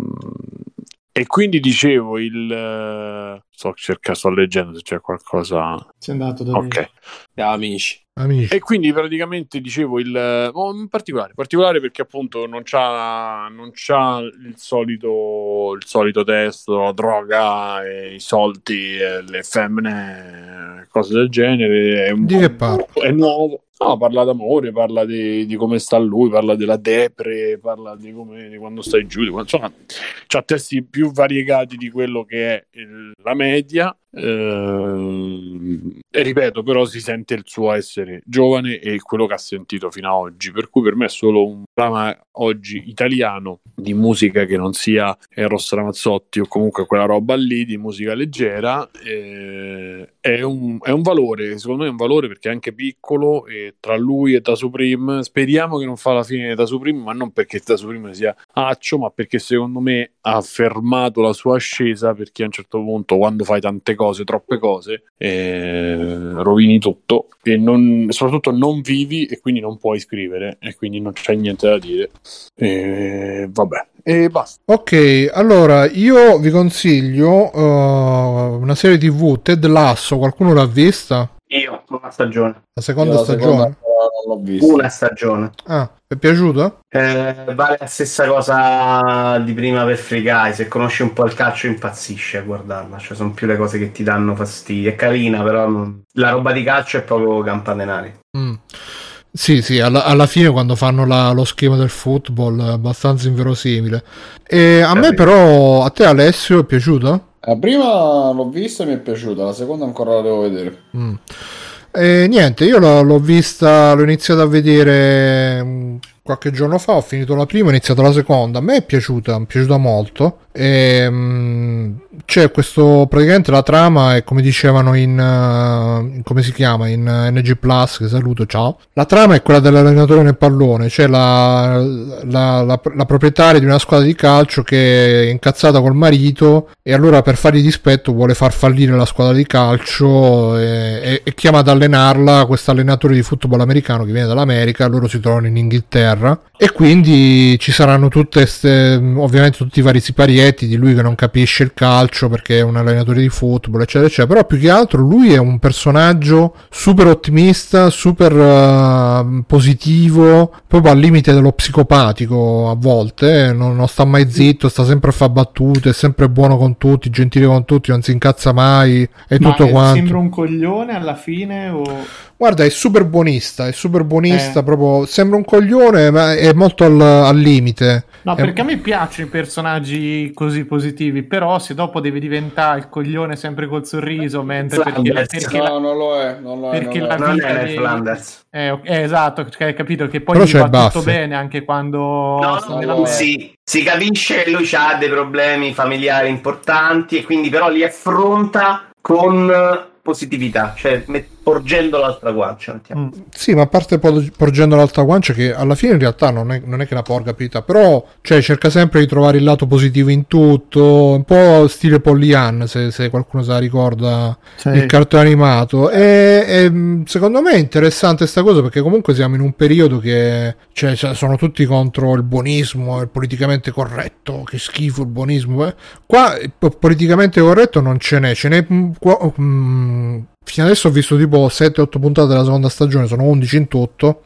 e quindi dicevo il sto cercando, sto leggendo se c'è qualcosa. C'è andato da ok da Amici. Amici. E quindi praticamente dicevo il oh, in particolare particolare perché appunto non c'ha non c'ha il solito il solito testo, la droga, e i soldi, e le femmine, cose del genere. È un di che parla? È nuovo. No, parla d'amore, parla di, di come sta lui, parla della depre, parla di come di quando stai giù, di, insomma, c'ha testi più variegati di quello che è il, la media. Eh, e ripeto, però si sente il suo essere giovane e quello che ha sentito fino ad oggi, per cui per me è solo un programa oggi italiano di musica che non sia Eros Ramazzotti o comunque quella roba lì di musica leggera. Eh, è, un, è un valore, secondo me è un valore perché è anche piccolo, e tra lui e Da Supreme speriamo che non fa la fine Da Supreme, ma non perché Da Supreme sia accio, ma perché secondo me ha fermato la sua ascesa, perché a un certo punto quando fai tante cose, troppe cose, eh, rovini tutto e non, soprattutto non vivi, e quindi non puoi scrivere e quindi non c'è niente da dire, e vabbè, e basta. Ok, allora io vi consiglio uh, una serie tv, Ted Lasso, qualcuno l'ha vista? Io, una stagione. La seconda Io la stagione? seconda non l'ho vista. Una stagione. Ah, ti è piaciuta? Eh, vale la stessa cosa di prima per Free Guy. Se conosci un po' il calcio impazzisci a guardarla, cioè sono più le cose che ti danno fastidio. È carina, però non... la roba di calcio è proprio campane nari. Mm. Sì, sì, alla, alla fine quando fanno la, lo schema del football è abbastanza inverosimile. E a me però, a te Alessio, è piaciuta? La prima l'ho vista e mi è piaciuta, la seconda ancora la devo vedere. Mm. E niente, io l'ho, l'ho vista, l'ho iniziata a vedere mh, qualche giorno fa, ho finito la prima, ho iniziato la seconda. A me è piaciuta, mi è piaciuta molto. E, mh, c'è questo, praticamente la trama è come dicevano in, uh, in come si chiama, in uh, N G Plus, che saluto, ciao. La trama è quella dell'allenatore nel pallone, cioè la, la, la, la proprietaria di una squadra di calcio che è incazzata col marito e allora per fargli dispetto vuole far fallire la squadra di calcio e, e, e chiama ad allenarla questo allenatore di football americano che viene dall'America. Loro si trovano in Inghilterra e quindi ci saranno tutte ste, ovviamente tutti i vari siparietti di lui che non capisce il calcio perché è un allenatore di football, eccetera eccetera. Però più che altro lui è un personaggio super ottimista, super uh, positivo, proprio al limite dello psicopatico a volte, non, non sta mai zitto, sta sempre a fare battute, è sempre buono con tutti, gentile con tutti, non si incazza mai e ma tutto è, quanto. Sembra un coglione alla fine o... Guarda, è super buonista, è super buonista, eh. proprio sembra un coglione, ma è molto al, al limite. No, è... perché a me piacciono i personaggi così positivi, però se dopo deve diventare il coglione sempre col sorriso, mentre perché, perché no, la... non lo è, non lo è, perché non la è. vita non è di... Flanders. Eh, ok, eh, esatto, hai capito che poi Però gli c'è va Buffy. tutto bene anche quando No, sta no, nella no, merda. si, si capisce che lui ha dei problemi familiari importanti e quindi però li affronta con positività, cioè met- porgendo l'altra guancia. Mm. Sì, ma a parte poi porgendo l'altra guancia, che alla fine in realtà non è, non è che la porca pietà, però cioè, cerca sempre di trovare il lato positivo in tutto, un po' stile Pollyanna, se, se qualcuno se la ricorda, sì. Il cartone animato. E, e secondo me è interessante sta cosa, perché comunque siamo in un periodo che cioè, sono tutti contro il buonismo, il politicamente corretto, che schifo il buonismo. Eh. Qua politicamente corretto non ce n'è, ce n'è qua, mm, fino adesso ho visto tipo sette otto puntate della seconda stagione, sono undici in tutto,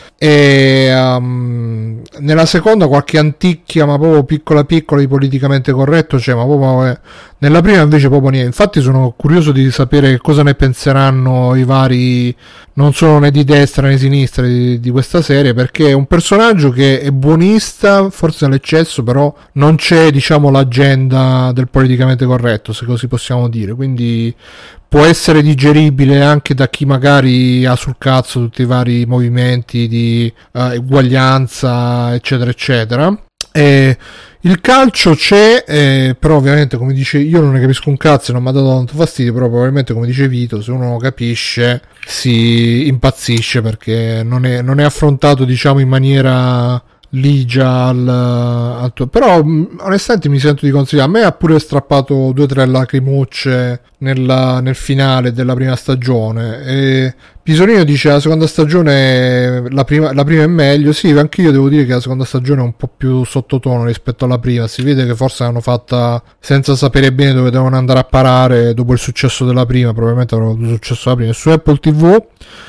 e um, nella seconda qualche anticchia ma proprio piccola piccola di politicamente corretto c'è, ma proprio eh, nella prima invece proprio niente. Infatti sono curioso di sapere cosa ne penseranno i vari, non solo né di destra né di sinistra, di, di questa serie, perché è un personaggio che è buonista forse nell'eccesso, però non c'è diciamo l'agenda del politicamente corretto, se così possiamo dire, quindi può essere digeribile anche da chi magari ha sul cazzo tutti i vari movimenti di uh, uguaglianza eccetera eccetera. E il calcio c'è, eh, però ovviamente come dice, io non ne capisco un cazzo e non mi ha dato tanto fastidio, però probabilmente come dice Vito, se uno lo capisce si impazzisce perché non è, non è affrontato diciamo in maniera ligia al, al tuo... Però onestamente mi sento di consigliare, a me ha pure strappato due o tre lacrimucce nella, nel finale della prima stagione e Pisolino dice la seconda stagione la prima, la prima è meglio. Sì, anche io devo dire che la seconda stagione è un po' più sottotono rispetto alla prima, si vede che forse l'hanno fatta senza sapere bene dove devono andare a parare dopo il successo della prima, probabilmente avranno avuto successo la prima su Apple tivù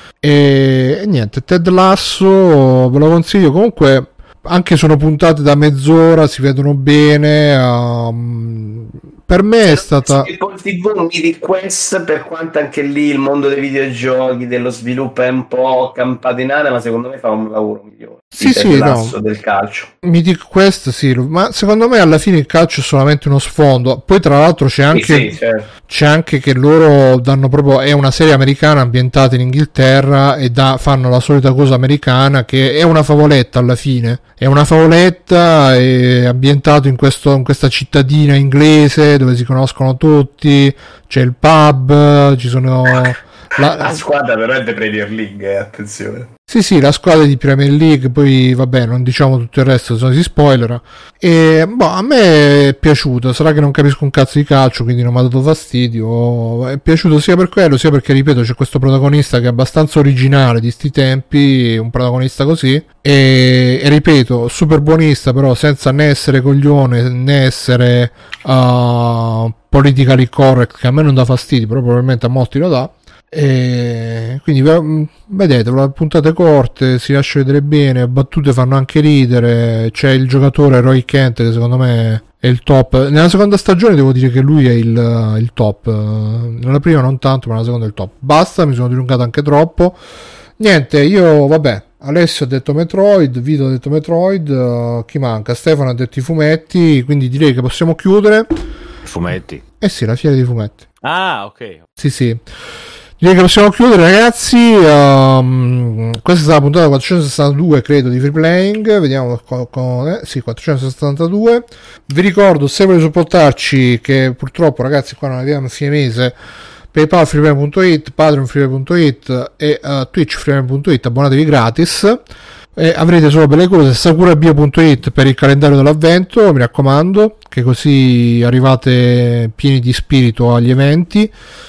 e, e niente, Ted Lasso ve lo consiglio. Comunque anche sono puntate da mezz'ora, si vedono bene. Um, per me è stata Apple tivù Mythic Quest, per quanto anche lì il mondo dei videogiochi, dello sviluppo è un po' campato in aria, ma secondo me fa un lavoro migliore. Sì, sì, no. Del calcio. Mythic Quest, sì, ma secondo me alla fine il calcio è solamente uno sfondo. Poi tra l'altro c'è anche, sì, sì, certo. c'è anche che loro danno proprio, è una serie americana ambientata in Inghilterra e da, fanno la solita cosa americana che è una favoletta alla fine. È una favoletta, è ambientato in, questo, in questa cittadina inglese dove si conoscono tutti, c'è il pub, ci sono... La, la squadra però è di Premier League, eh, attenzione. Sì, sì, la squadra di Premier League, poi vabbè, non diciamo tutto il resto, se no si spoilera. E boh, a me è piaciuto, sarà che non capisco un cazzo di calcio, quindi non mi ha dato fastidio. È piaciuto sia per quello, sia perché, ripeto, c'è questo protagonista che è abbastanza originale di sti tempi, un protagonista così. E, e ripeto, super buonista, però senza né essere coglione né essere uh, politically correct, che a me non dà fastidio, però probabilmente a molti lo dà. E quindi vedetelo, le puntate corte, si lascia vedere bene, battute fanno anche ridere. C'è il giocatore Roy Kent che secondo me è il top. Nella seconda stagione devo dire che lui è il, il top, nella prima non tanto, ma nella seconda è il top. Basta, mi sono dilungato anche troppo. Niente, io vabbè, Alessio ha detto Metroid, Vito ha detto Metroid, uh, chi manca? Stefano ha detto i fumetti, quindi direi che possiamo chiudere. Fumetti? Eh sì, la fiera dei fumetti. Ah, ok. Sì, sì. Direi che possiamo chiudere, ragazzi. Um, questa è stata la puntata quattrocentosessantadue, credo, di Free Playing. Vediamo con, con eh, sì, quattrocentosessantadue. Vi ricordo, se volete supportarci, che purtroppo, ragazzi, qua non arriviamo a fine mese, PayPal freeplay punto it, Patreon freeplay punto it e uh, Twitch freeplay punto it, abbonatevi gratis. E avrete solo belle cose. Sakurabio punto it per il calendario dell'avvento, mi raccomando, che così arrivate pieni di spirito agli eventi.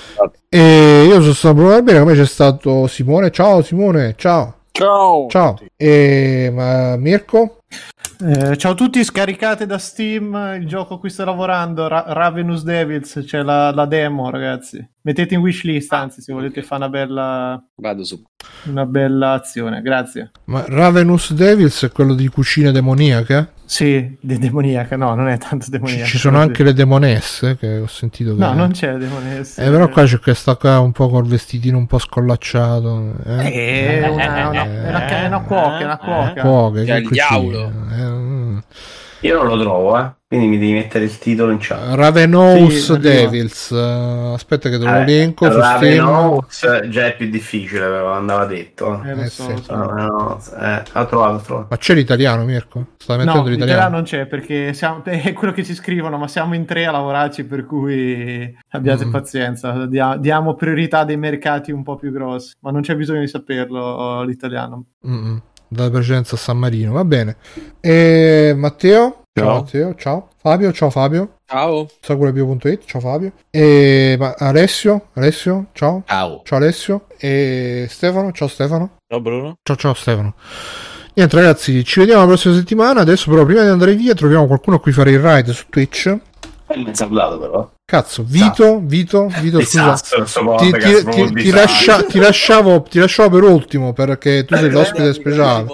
E io sono stato proprio bene, come c'è stato Simone. Ciao Simone, ciao. Ciao. Ciao. E ma Mirko? Eh, ciao a tutti, scaricate da Steam il gioco a cui sto lavorando, Ra- Ravenous Devils, c'è la, la demo, ragazzi. Mettete in wishlist, anzi, se volete fare una bella Vado su. una bella azione, grazie. Ma Ravenous Devils è quello di cucine demoniache? Sì, de- demoniaca, no, non è tanto demoniaca. Ci sono anche le demonesse, che ho sentito che... No, non c'è le demonesse. Eh, però qua c'è questa qua un po' col vestitino un po' scollacciato. Eh, eh, è una, una, è una, è una cuoca, è una cuoca. Cuoca, C'è che il cucina. diavolo. Eh, mm. Io non lo trovo, eh. Quindi mi devi mettere il titolo in chat. Ravenous Sì, Devils. Uh, aspetta che te lo Eh, elenco su Steam. Ravenous già è più difficile, però andava detto. Eh, lo Eh, so, sì. lo so. Ravenous, eh, l'ho trovato, l'ho trovato. Ma c'è l'italiano, Mirko? Sta mettendo No, l'italiano? l'italiano non c'è perché siamo, è quello che ci scrivono, ma siamo in tre a lavorarci, per cui abbiate Mm. pazienza, dia- diamo priorità dei mercati un po' più grossi, ma non c'è bisogno di saperlo l'italiano. Mm-mm. Dalla precedenza a San Marino, va bene. E Matteo? Ciao. Ciao. Matteo, ciao. Fabio, ciao Fabio. Ciao. Sakurabio punto it, ciao Fabio. E ma Alessio, Alessio, ciao. Ciao. Ciao Alessio. E Stefano, ciao Stefano. Ciao Bruno. Ciao ciao Stefano. Niente ragazzi, ci vediamo la prossima settimana. Adesso però prima di andare via troviamo qualcuno a cui fare il raid su Twitch. E mi ha salutato però. Cazzo, Vito, Vito, Vito, scusa. Disastro, questo Ti, podcast, ti- proprio ti- un ti disastro. lascia- ti lasciavo, ti lasciavo per ultimo perché tu sei l'ospite speciale.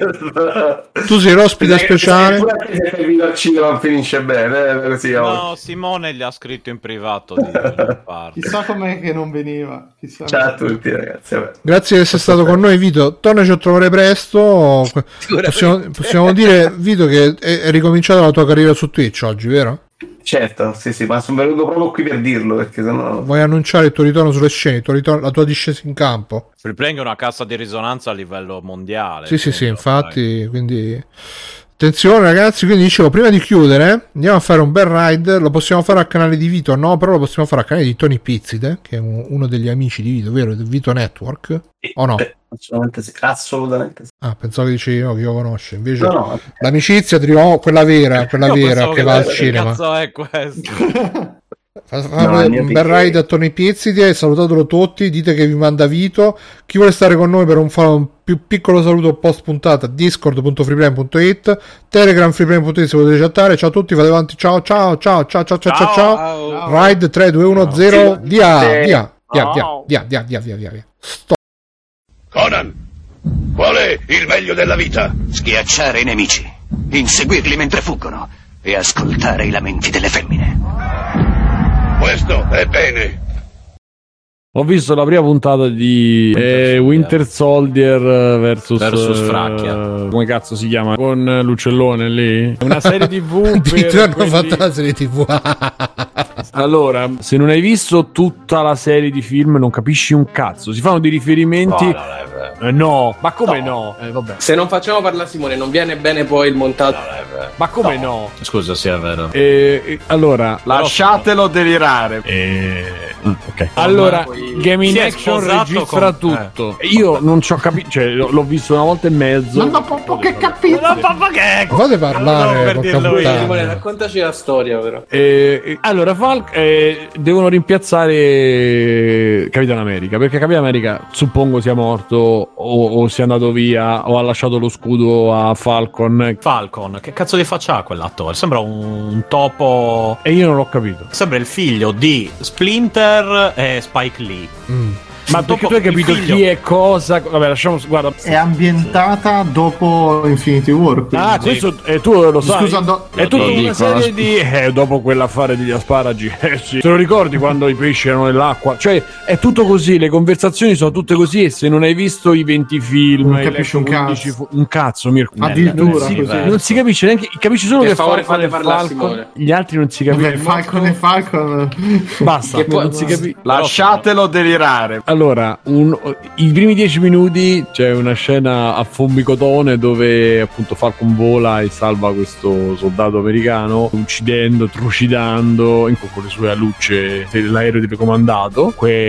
Tu sei l'ospite speciale. Pure a te se fai video al cinema non finisce bene, eh, così oggi. No, Simone gli ha scritto in privato di farlo. Chissà com'è che non veniva. Chissà. Ciao a tutti ragazzi. Vabbè. Grazie di essere stato con noi, Vito. Tornaci a trovare presto. Possiamo, possiamo dire, Vito, che è, è ricominciata la tua carriera su Twitch oggi, vero? Certo, sì, sì, ma sono venuto proprio qui per dirlo, perché sennò... Vuoi annunciare il tuo ritorno sulle scene, il tuo ritorno, la tua discesa in campo? Freeplay è una cassa di risonanza a livello mondiale. Sì, sì, sì, credo, infatti, dai. Quindi... Attenzione ragazzi, quindi dicevo, prima di chiudere, andiamo a fare un bel ride, lo possiamo fare al canale di Vito, no, però lo possiamo fare al canale di Tony Pizzide, che è un- uno degli amici di Vito, vero? Del Vito Network, o no? Eh, assolutamente sì, assolutamente sì. Ah, pensavo che dicevi io che io conosco, invece No, no, l'amicizia triò- quella vera, quella Io vera pensavo che va al cinema. Che cazzo è questo? Fa- fa- No, il mio un bel picchiere. ride a Tony Pizzide, salutatelo tutti, dite che vi manda Vito. Chi vuole stare con noi per un, fare un più piccolo saluto post puntata, discord punto freeplane punto it, telegram freeplane punto it se volete chattare. Ciao a tutti, fate avanti, ciao ciao ciao ciao ciao ciao ciao, ciao. Ride tre due uno zero, via via via via via via via via via. Stop. Conan, qual è il meglio della vita? Schiacciare i nemici, inseguirli mentre fuggono e ascoltare i lamenti delle femmine. Questo è bene. Ho visto la prima puntata di eh, Winter Soldier versus, Versus eh, Fracchia. come cazzo si chiama? Con l'uccellone lì? Una serie tivù Addirittura per hanno quelli- fatto la serie tv. Allora, se non hai visto tutta la serie di film non capisci un cazzo. Si fanno dei riferimenti. No, non è vero. Eh, no, ma come no? Eh, vabbè. Se non facciamo parlare Simone, non viene bene poi il montaggio. Non è vero. Ma come no? Scusa, sì, è vero. Eh, eh, allora, Lasciatelo delirare. eh, ok. Allora, poi- Game in Si è Action sposato registra con- tutto. Io non ci ho capito, cioè l'ho l'ho visto una volta e mezzo. Non ho proprio che capito. No, papà, che Fate parlare, per porca dirlo io. puttana. Simone, raccontaci la storia però. Eh, eh, allora, Falk eh, devono rimpiazzare Capitan America, perché Capitan America suppongo sia morto o, o sia andato via o ha lasciato lo scudo a Falcon Falcon, che cazzo di faccia ha quell'attore? Sembra un topo. e io non l'ho capito. Sembra il figlio di Splinter e Spike Lee. Mm. Ma Dopo perché tu hai capito il figlio- chi è cosa? Vabbè, lasciamo. Guarda. È ambientata dopo Infinity War. quindi- Ah, questo eh, tu lo sai. Scusa, do- è tutta lo una dico, serie no? di. Eh, dopo quell'affare degli asparagi. Eh sì. Te lo ricordi quando i pesci erano nell'acqua? Cioè, è tutto così. Le conversazioni sono tutte così. E se non hai visto i venti film, Non hai capisci letto un quindici cazzo. fu- un cazzo, Mirko. Addirittura, non si, così. non si capisce neanche. Capisci solo Per che favore, Falcon fate è parlare Falcon. Simone. Gli altri non si Vabbè, capiscono. Falcon e Falcon. Basta. Che poi- non si capisce. Lasciatelo delirare. Allora, un- i primi dieci minuti c'è una scena a Fombicotone dove appunto Falcon vola e salva questo soldato americano, uccidendo, trucidando in- con le sue alucce l'aereo telecomandato.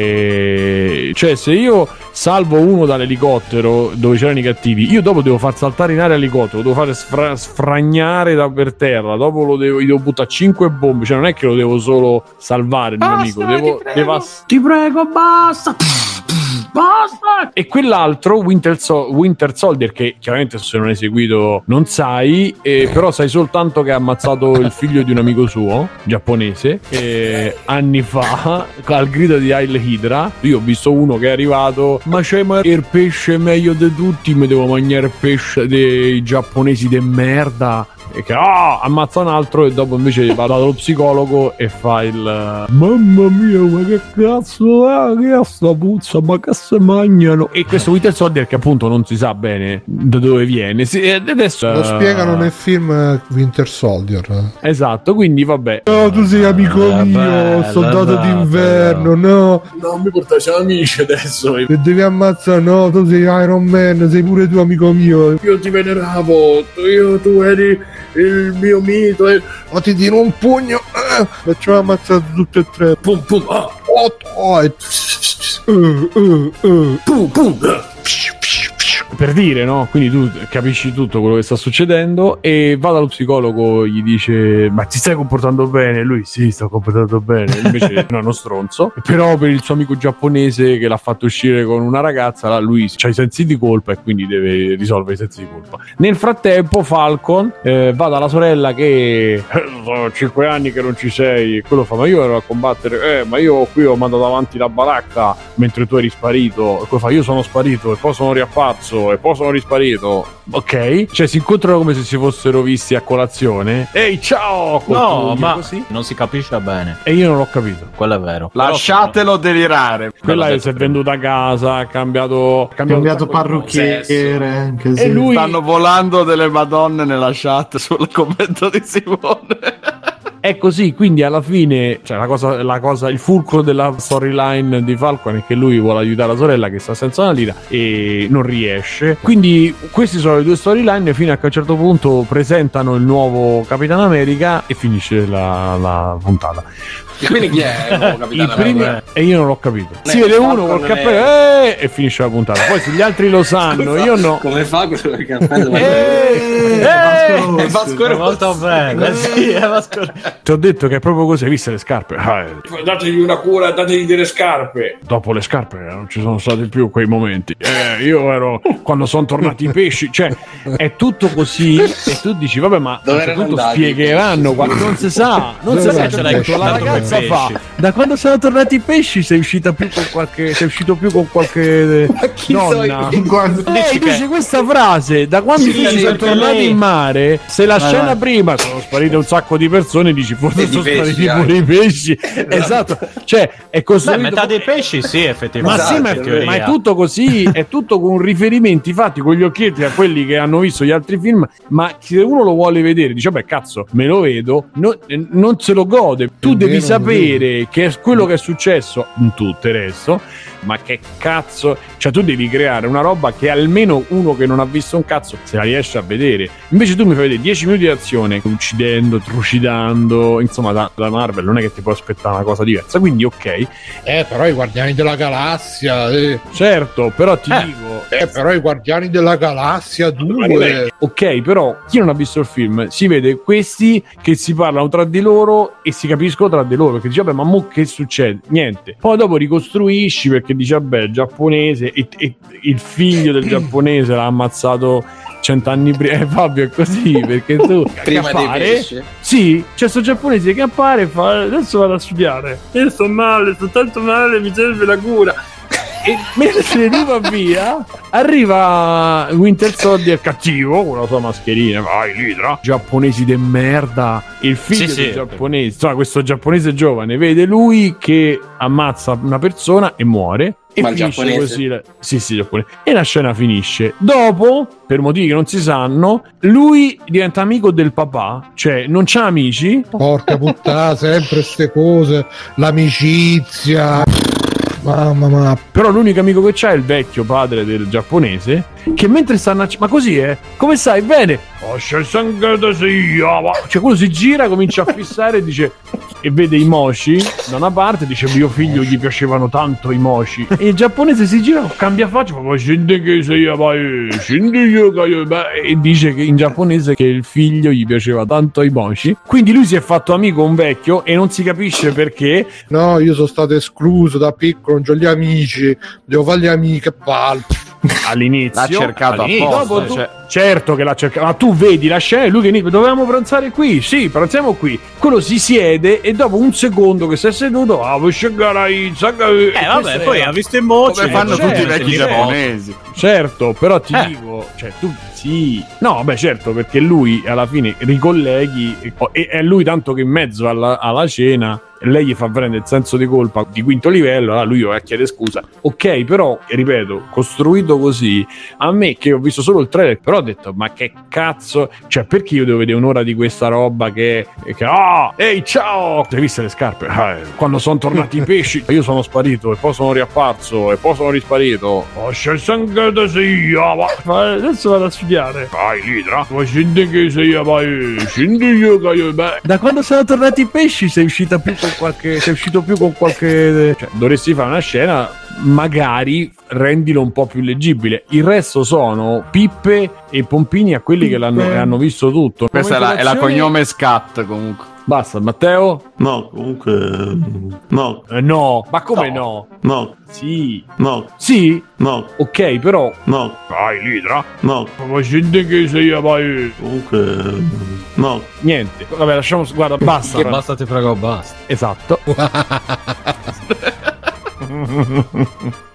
Que- Cioè, se io salvo uno dall'elicottero dove c'erano i cattivi, io dopo devo far saltare in aria l'elicottero, lo devo fare sfra- sfragnare da per terra, dopo lo devo, gli devo buttare cinque bombe, cioè non è che lo devo solo salvare il mio amico, devo, devo ass- ti prego, basta! Basta! E quell'altro, Winter, So- Winter Soldier, che chiaramente se non hai seguito non sai, eh, però sai soltanto che ha ammazzato il figlio di un amico suo, giapponese, eh, anni fa, al grido di Hail Hydra. Io ho visto uno che è arrivato, ma c'è ma il pesce meglio di tutti, mi devo mangiare il pesce dei giapponesi de merda. E che ah, ammazza un altro e dopo invece va dallo psicologo e fa il mamma mia, ma che cazzo è? Che è sta puzza? Ma che se mangiano? E questo Winter Soldier che appunto non si sa bene da dove viene. Si- ed adesso Lo spiegano nel film Winter Soldier. Esatto, quindi vabbè. No, tu sei amico Eh, mio, bella, soldato bella, d'inverno, no. Non mi portaci amici adesso. Che devi ammazzare, no, tu sei Iron Man, sei pure tu amico mio. Io ti veneravo, io tu eri il mio mito. E... Ma ti tiro un pugno, eh, facciamo ammazzare tutti e tre. Pum pum, ah, Otto, oh, e... uh, uh, uh. pum pum. Per dire, no? Quindi tu capisci tutto quello che sta succedendo e va dallo psicologo, gli dice ma ti stai comportando bene? Lui sì, sto comportando bene, invece no, è uno stronzo. Però per il suo amico giapponese che l'ha fatto uscire con una ragazza, là, lui ha i sensi di colpa e quindi deve risolvere i sensi di colpa. Nel frattempo Falcon eh, va dalla sorella che sono cinque anni che non ci sei, e quello fa ma io ero a combattere, eh ma io qui ho mandato avanti la baracca mentre tu eri sparito, e quello fa io sono sparito e poi sono riapparso e poi sono risparito. Ok, cioè si incontrano come se si fossero visti a colazione. Ehi, ciao! No, ma così. non si capisce bene. E io non l'ho capito. Quello è vero. Lasciatelo delirare. Quella detto si è prima. venduta a casa, ha cambiato, ha cambiato, cambiato un sacco di parrucchiere. Anche E se- lui- Stanno volando delle madonne nella chat sul commento di Simone. è così, quindi alla fine, cioè la cosa, la cosa, il fulcro della storyline di Falcon è che lui vuole aiutare la sorella che sta senza una lira e non riesce. Quindi queste sono le due storyline fino a che a un certo punto presentano il nuovo Capitano America e finisce la, la puntata. E quindi chi è il nuovo Capitano America? E io non l'ho capito. Non si è vede Falcon, uno col non cappello è- eh, e finisce la puntata. Poi se gli altri lo sanno, Scusa, io no. Come fa quello del cappello? Eh, È Vasco Rossi. Molto bene, sì, è Vasco. Ti ho detto che è proprio così, hai visto le scarpe? Ah, eh, Dategli una cura, dategli delle scarpe. dopo le scarpe non ci sono stati più quei momenti. Eh, io ero quando sono tornati i pesci, cioè è tutto così e tu dici vabbè, ma Dove a un certo erano punto andati? spiegheranno qua- non si sa, non si Dove sa, erano ce andati? l'hai detto, la ragazza fa da quando sono tornati i pesci sei uscita più con qualche sei uscito più con qualche donna. Eh, invece questa frase da quando Sì, tu sì, sono perché tornati lei- in mare, se la Vai, scena vai. prima sono sparite un sacco di persone, dici forse E di sono pesci, spariti anche. pure i pesci. Esatto, cioè è Beh, costruito metà dei pesci sì, ma effettivamente. sì, ma, in teoria. ma è tutto così, è tutto con riferimenti fatti con gli occhietti a quelli che hanno visto gli altri film. Ma se uno lo vuole vedere, dice: beh, cazzo, me lo vedo, no- eh, non se lo gode. Tu È devi vero, sapere che è quello che è successo in tutto il resto. Ma che cazzo, cioè tu devi creare una roba che almeno uno che non ha visto un cazzo se la riesce a vedere. Invece tu mi fai vedere dieci minuti di azione uccidendo, trucidando, insomma da, da Marvel non è che ti puoi aspettare una cosa diversa, quindi ok. Eh, però i Guardiani della Galassia, eh. Certo, però ti Eh. dico Eh, però i Guardiani della Galassia due. ok, però chi non ha visto il film si vede questi che si parlano tra di loro e si capiscono tra di loro, perché dice vabbè, ma mo che succede? Niente. Poi dopo ricostruisci perché dice vabbè, il giapponese e, e il figlio del giapponese l'ha ammazzato cent'anni prima. Eh, Fabio, è così perché tu Prima che dei appare, pesci. sì, c'è sto giapponese che appare e fa adesso vado a studiare, io sto male, sto tanto male, mi serve la cura. E mentre lui va via, arriva Winter Soldier cattivo con la sua mascherina, vai l'idra, giapponesi de merda, il figlio Sì, del sì. giapponese, insomma questo giapponese giovane vede lui che ammazza una persona e muore. E Ma il finisce giapponese? così la... sì, sì, giapponese. E la scena finisce. Dopo, per motivi che non si sanno, lui diventa amico del papà, cioè non c'ha amici. Porca puttana, sempre ste cose, l'amicizia. Mamma mia. Però l'unico amico che c'ha è il vecchio padre del giapponese, che mentre stanno a... ma così è? Come stai? Bene? Oh, c'è il sangue da sia, va. Cioè quello si gira, comincia a fissare e dice, e vede i moshi da una parte, dice mio figlio gli piacevano tanto i moshi, e il giapponese si gira, cambia faccia, ma scendi che sei, vai, scendi io che io-" beh, e dice che in giapponese che il figlio gli piaceva tanto i moshi, quindi lui si è fatto amico un vecchio e non si capisce perché. No, io sono stato escluso da piccolo, non c'ho gli amici, devo fare gli amici, che palle. All'inizio L'ha cercato all'inizio, apposta, dopo tu- cioè. certo che l'ha cercato, ma tu vedi la scena e lui che inizia, dovevamo pranzare qui, sì, pranziamo qui, quello si siede e dopo un secondo che si è seduto, ah, vuoi scegare Eh vabbè, poi ha visto in moce. Come fanno certo, tutti i vecchi certo. giapponesi. certo, però ti Eh. dico, cioè tu sì, no, beh certo, perché lui alla fine ricolleghi e, e è lui tanto che in mezzo alla, alla cena lei gli fa prendere il senso di colpa di quinto livello, allora lui va a chiedere scusa, ok, però ripeto, costruito così, a me che ho visto solo il trailer, però ho detto ma che cazzo, cioè perché io devo vedere un'ora di questa roba che, che ah, ehi ciao, hai visto le scarpe? Ah, quando sono tornati i pesci io sono sparito e poi sono riapparso e poi sono risparito, oh c'è il sangue da sia, ma adesso vado a studiare, vai l'idra, ma scendi che sei, vai, scendi io che io, beh. Da quando sono tornati i pesci sei uscita più con qualche, sei uscito più con qualche, cioè dovresti fare una scena, magari rendilo un po' più leggibile. Il resto sono pippe e pompini a quelli che l'hanno che hanno visto tutto. Questa è la, è la Come cognome Scat comunque. Basta, Matteo? No, comunque no. Eh, no, ma come no? No. Sì. No. Sì? No. Ok, però No. vai l'idra. No. Ma scendi che sei, vai. Comunque no. Niente. Vabbè, lasciamo, guarda, basta. Che basta, ti prego, basta. Esatto.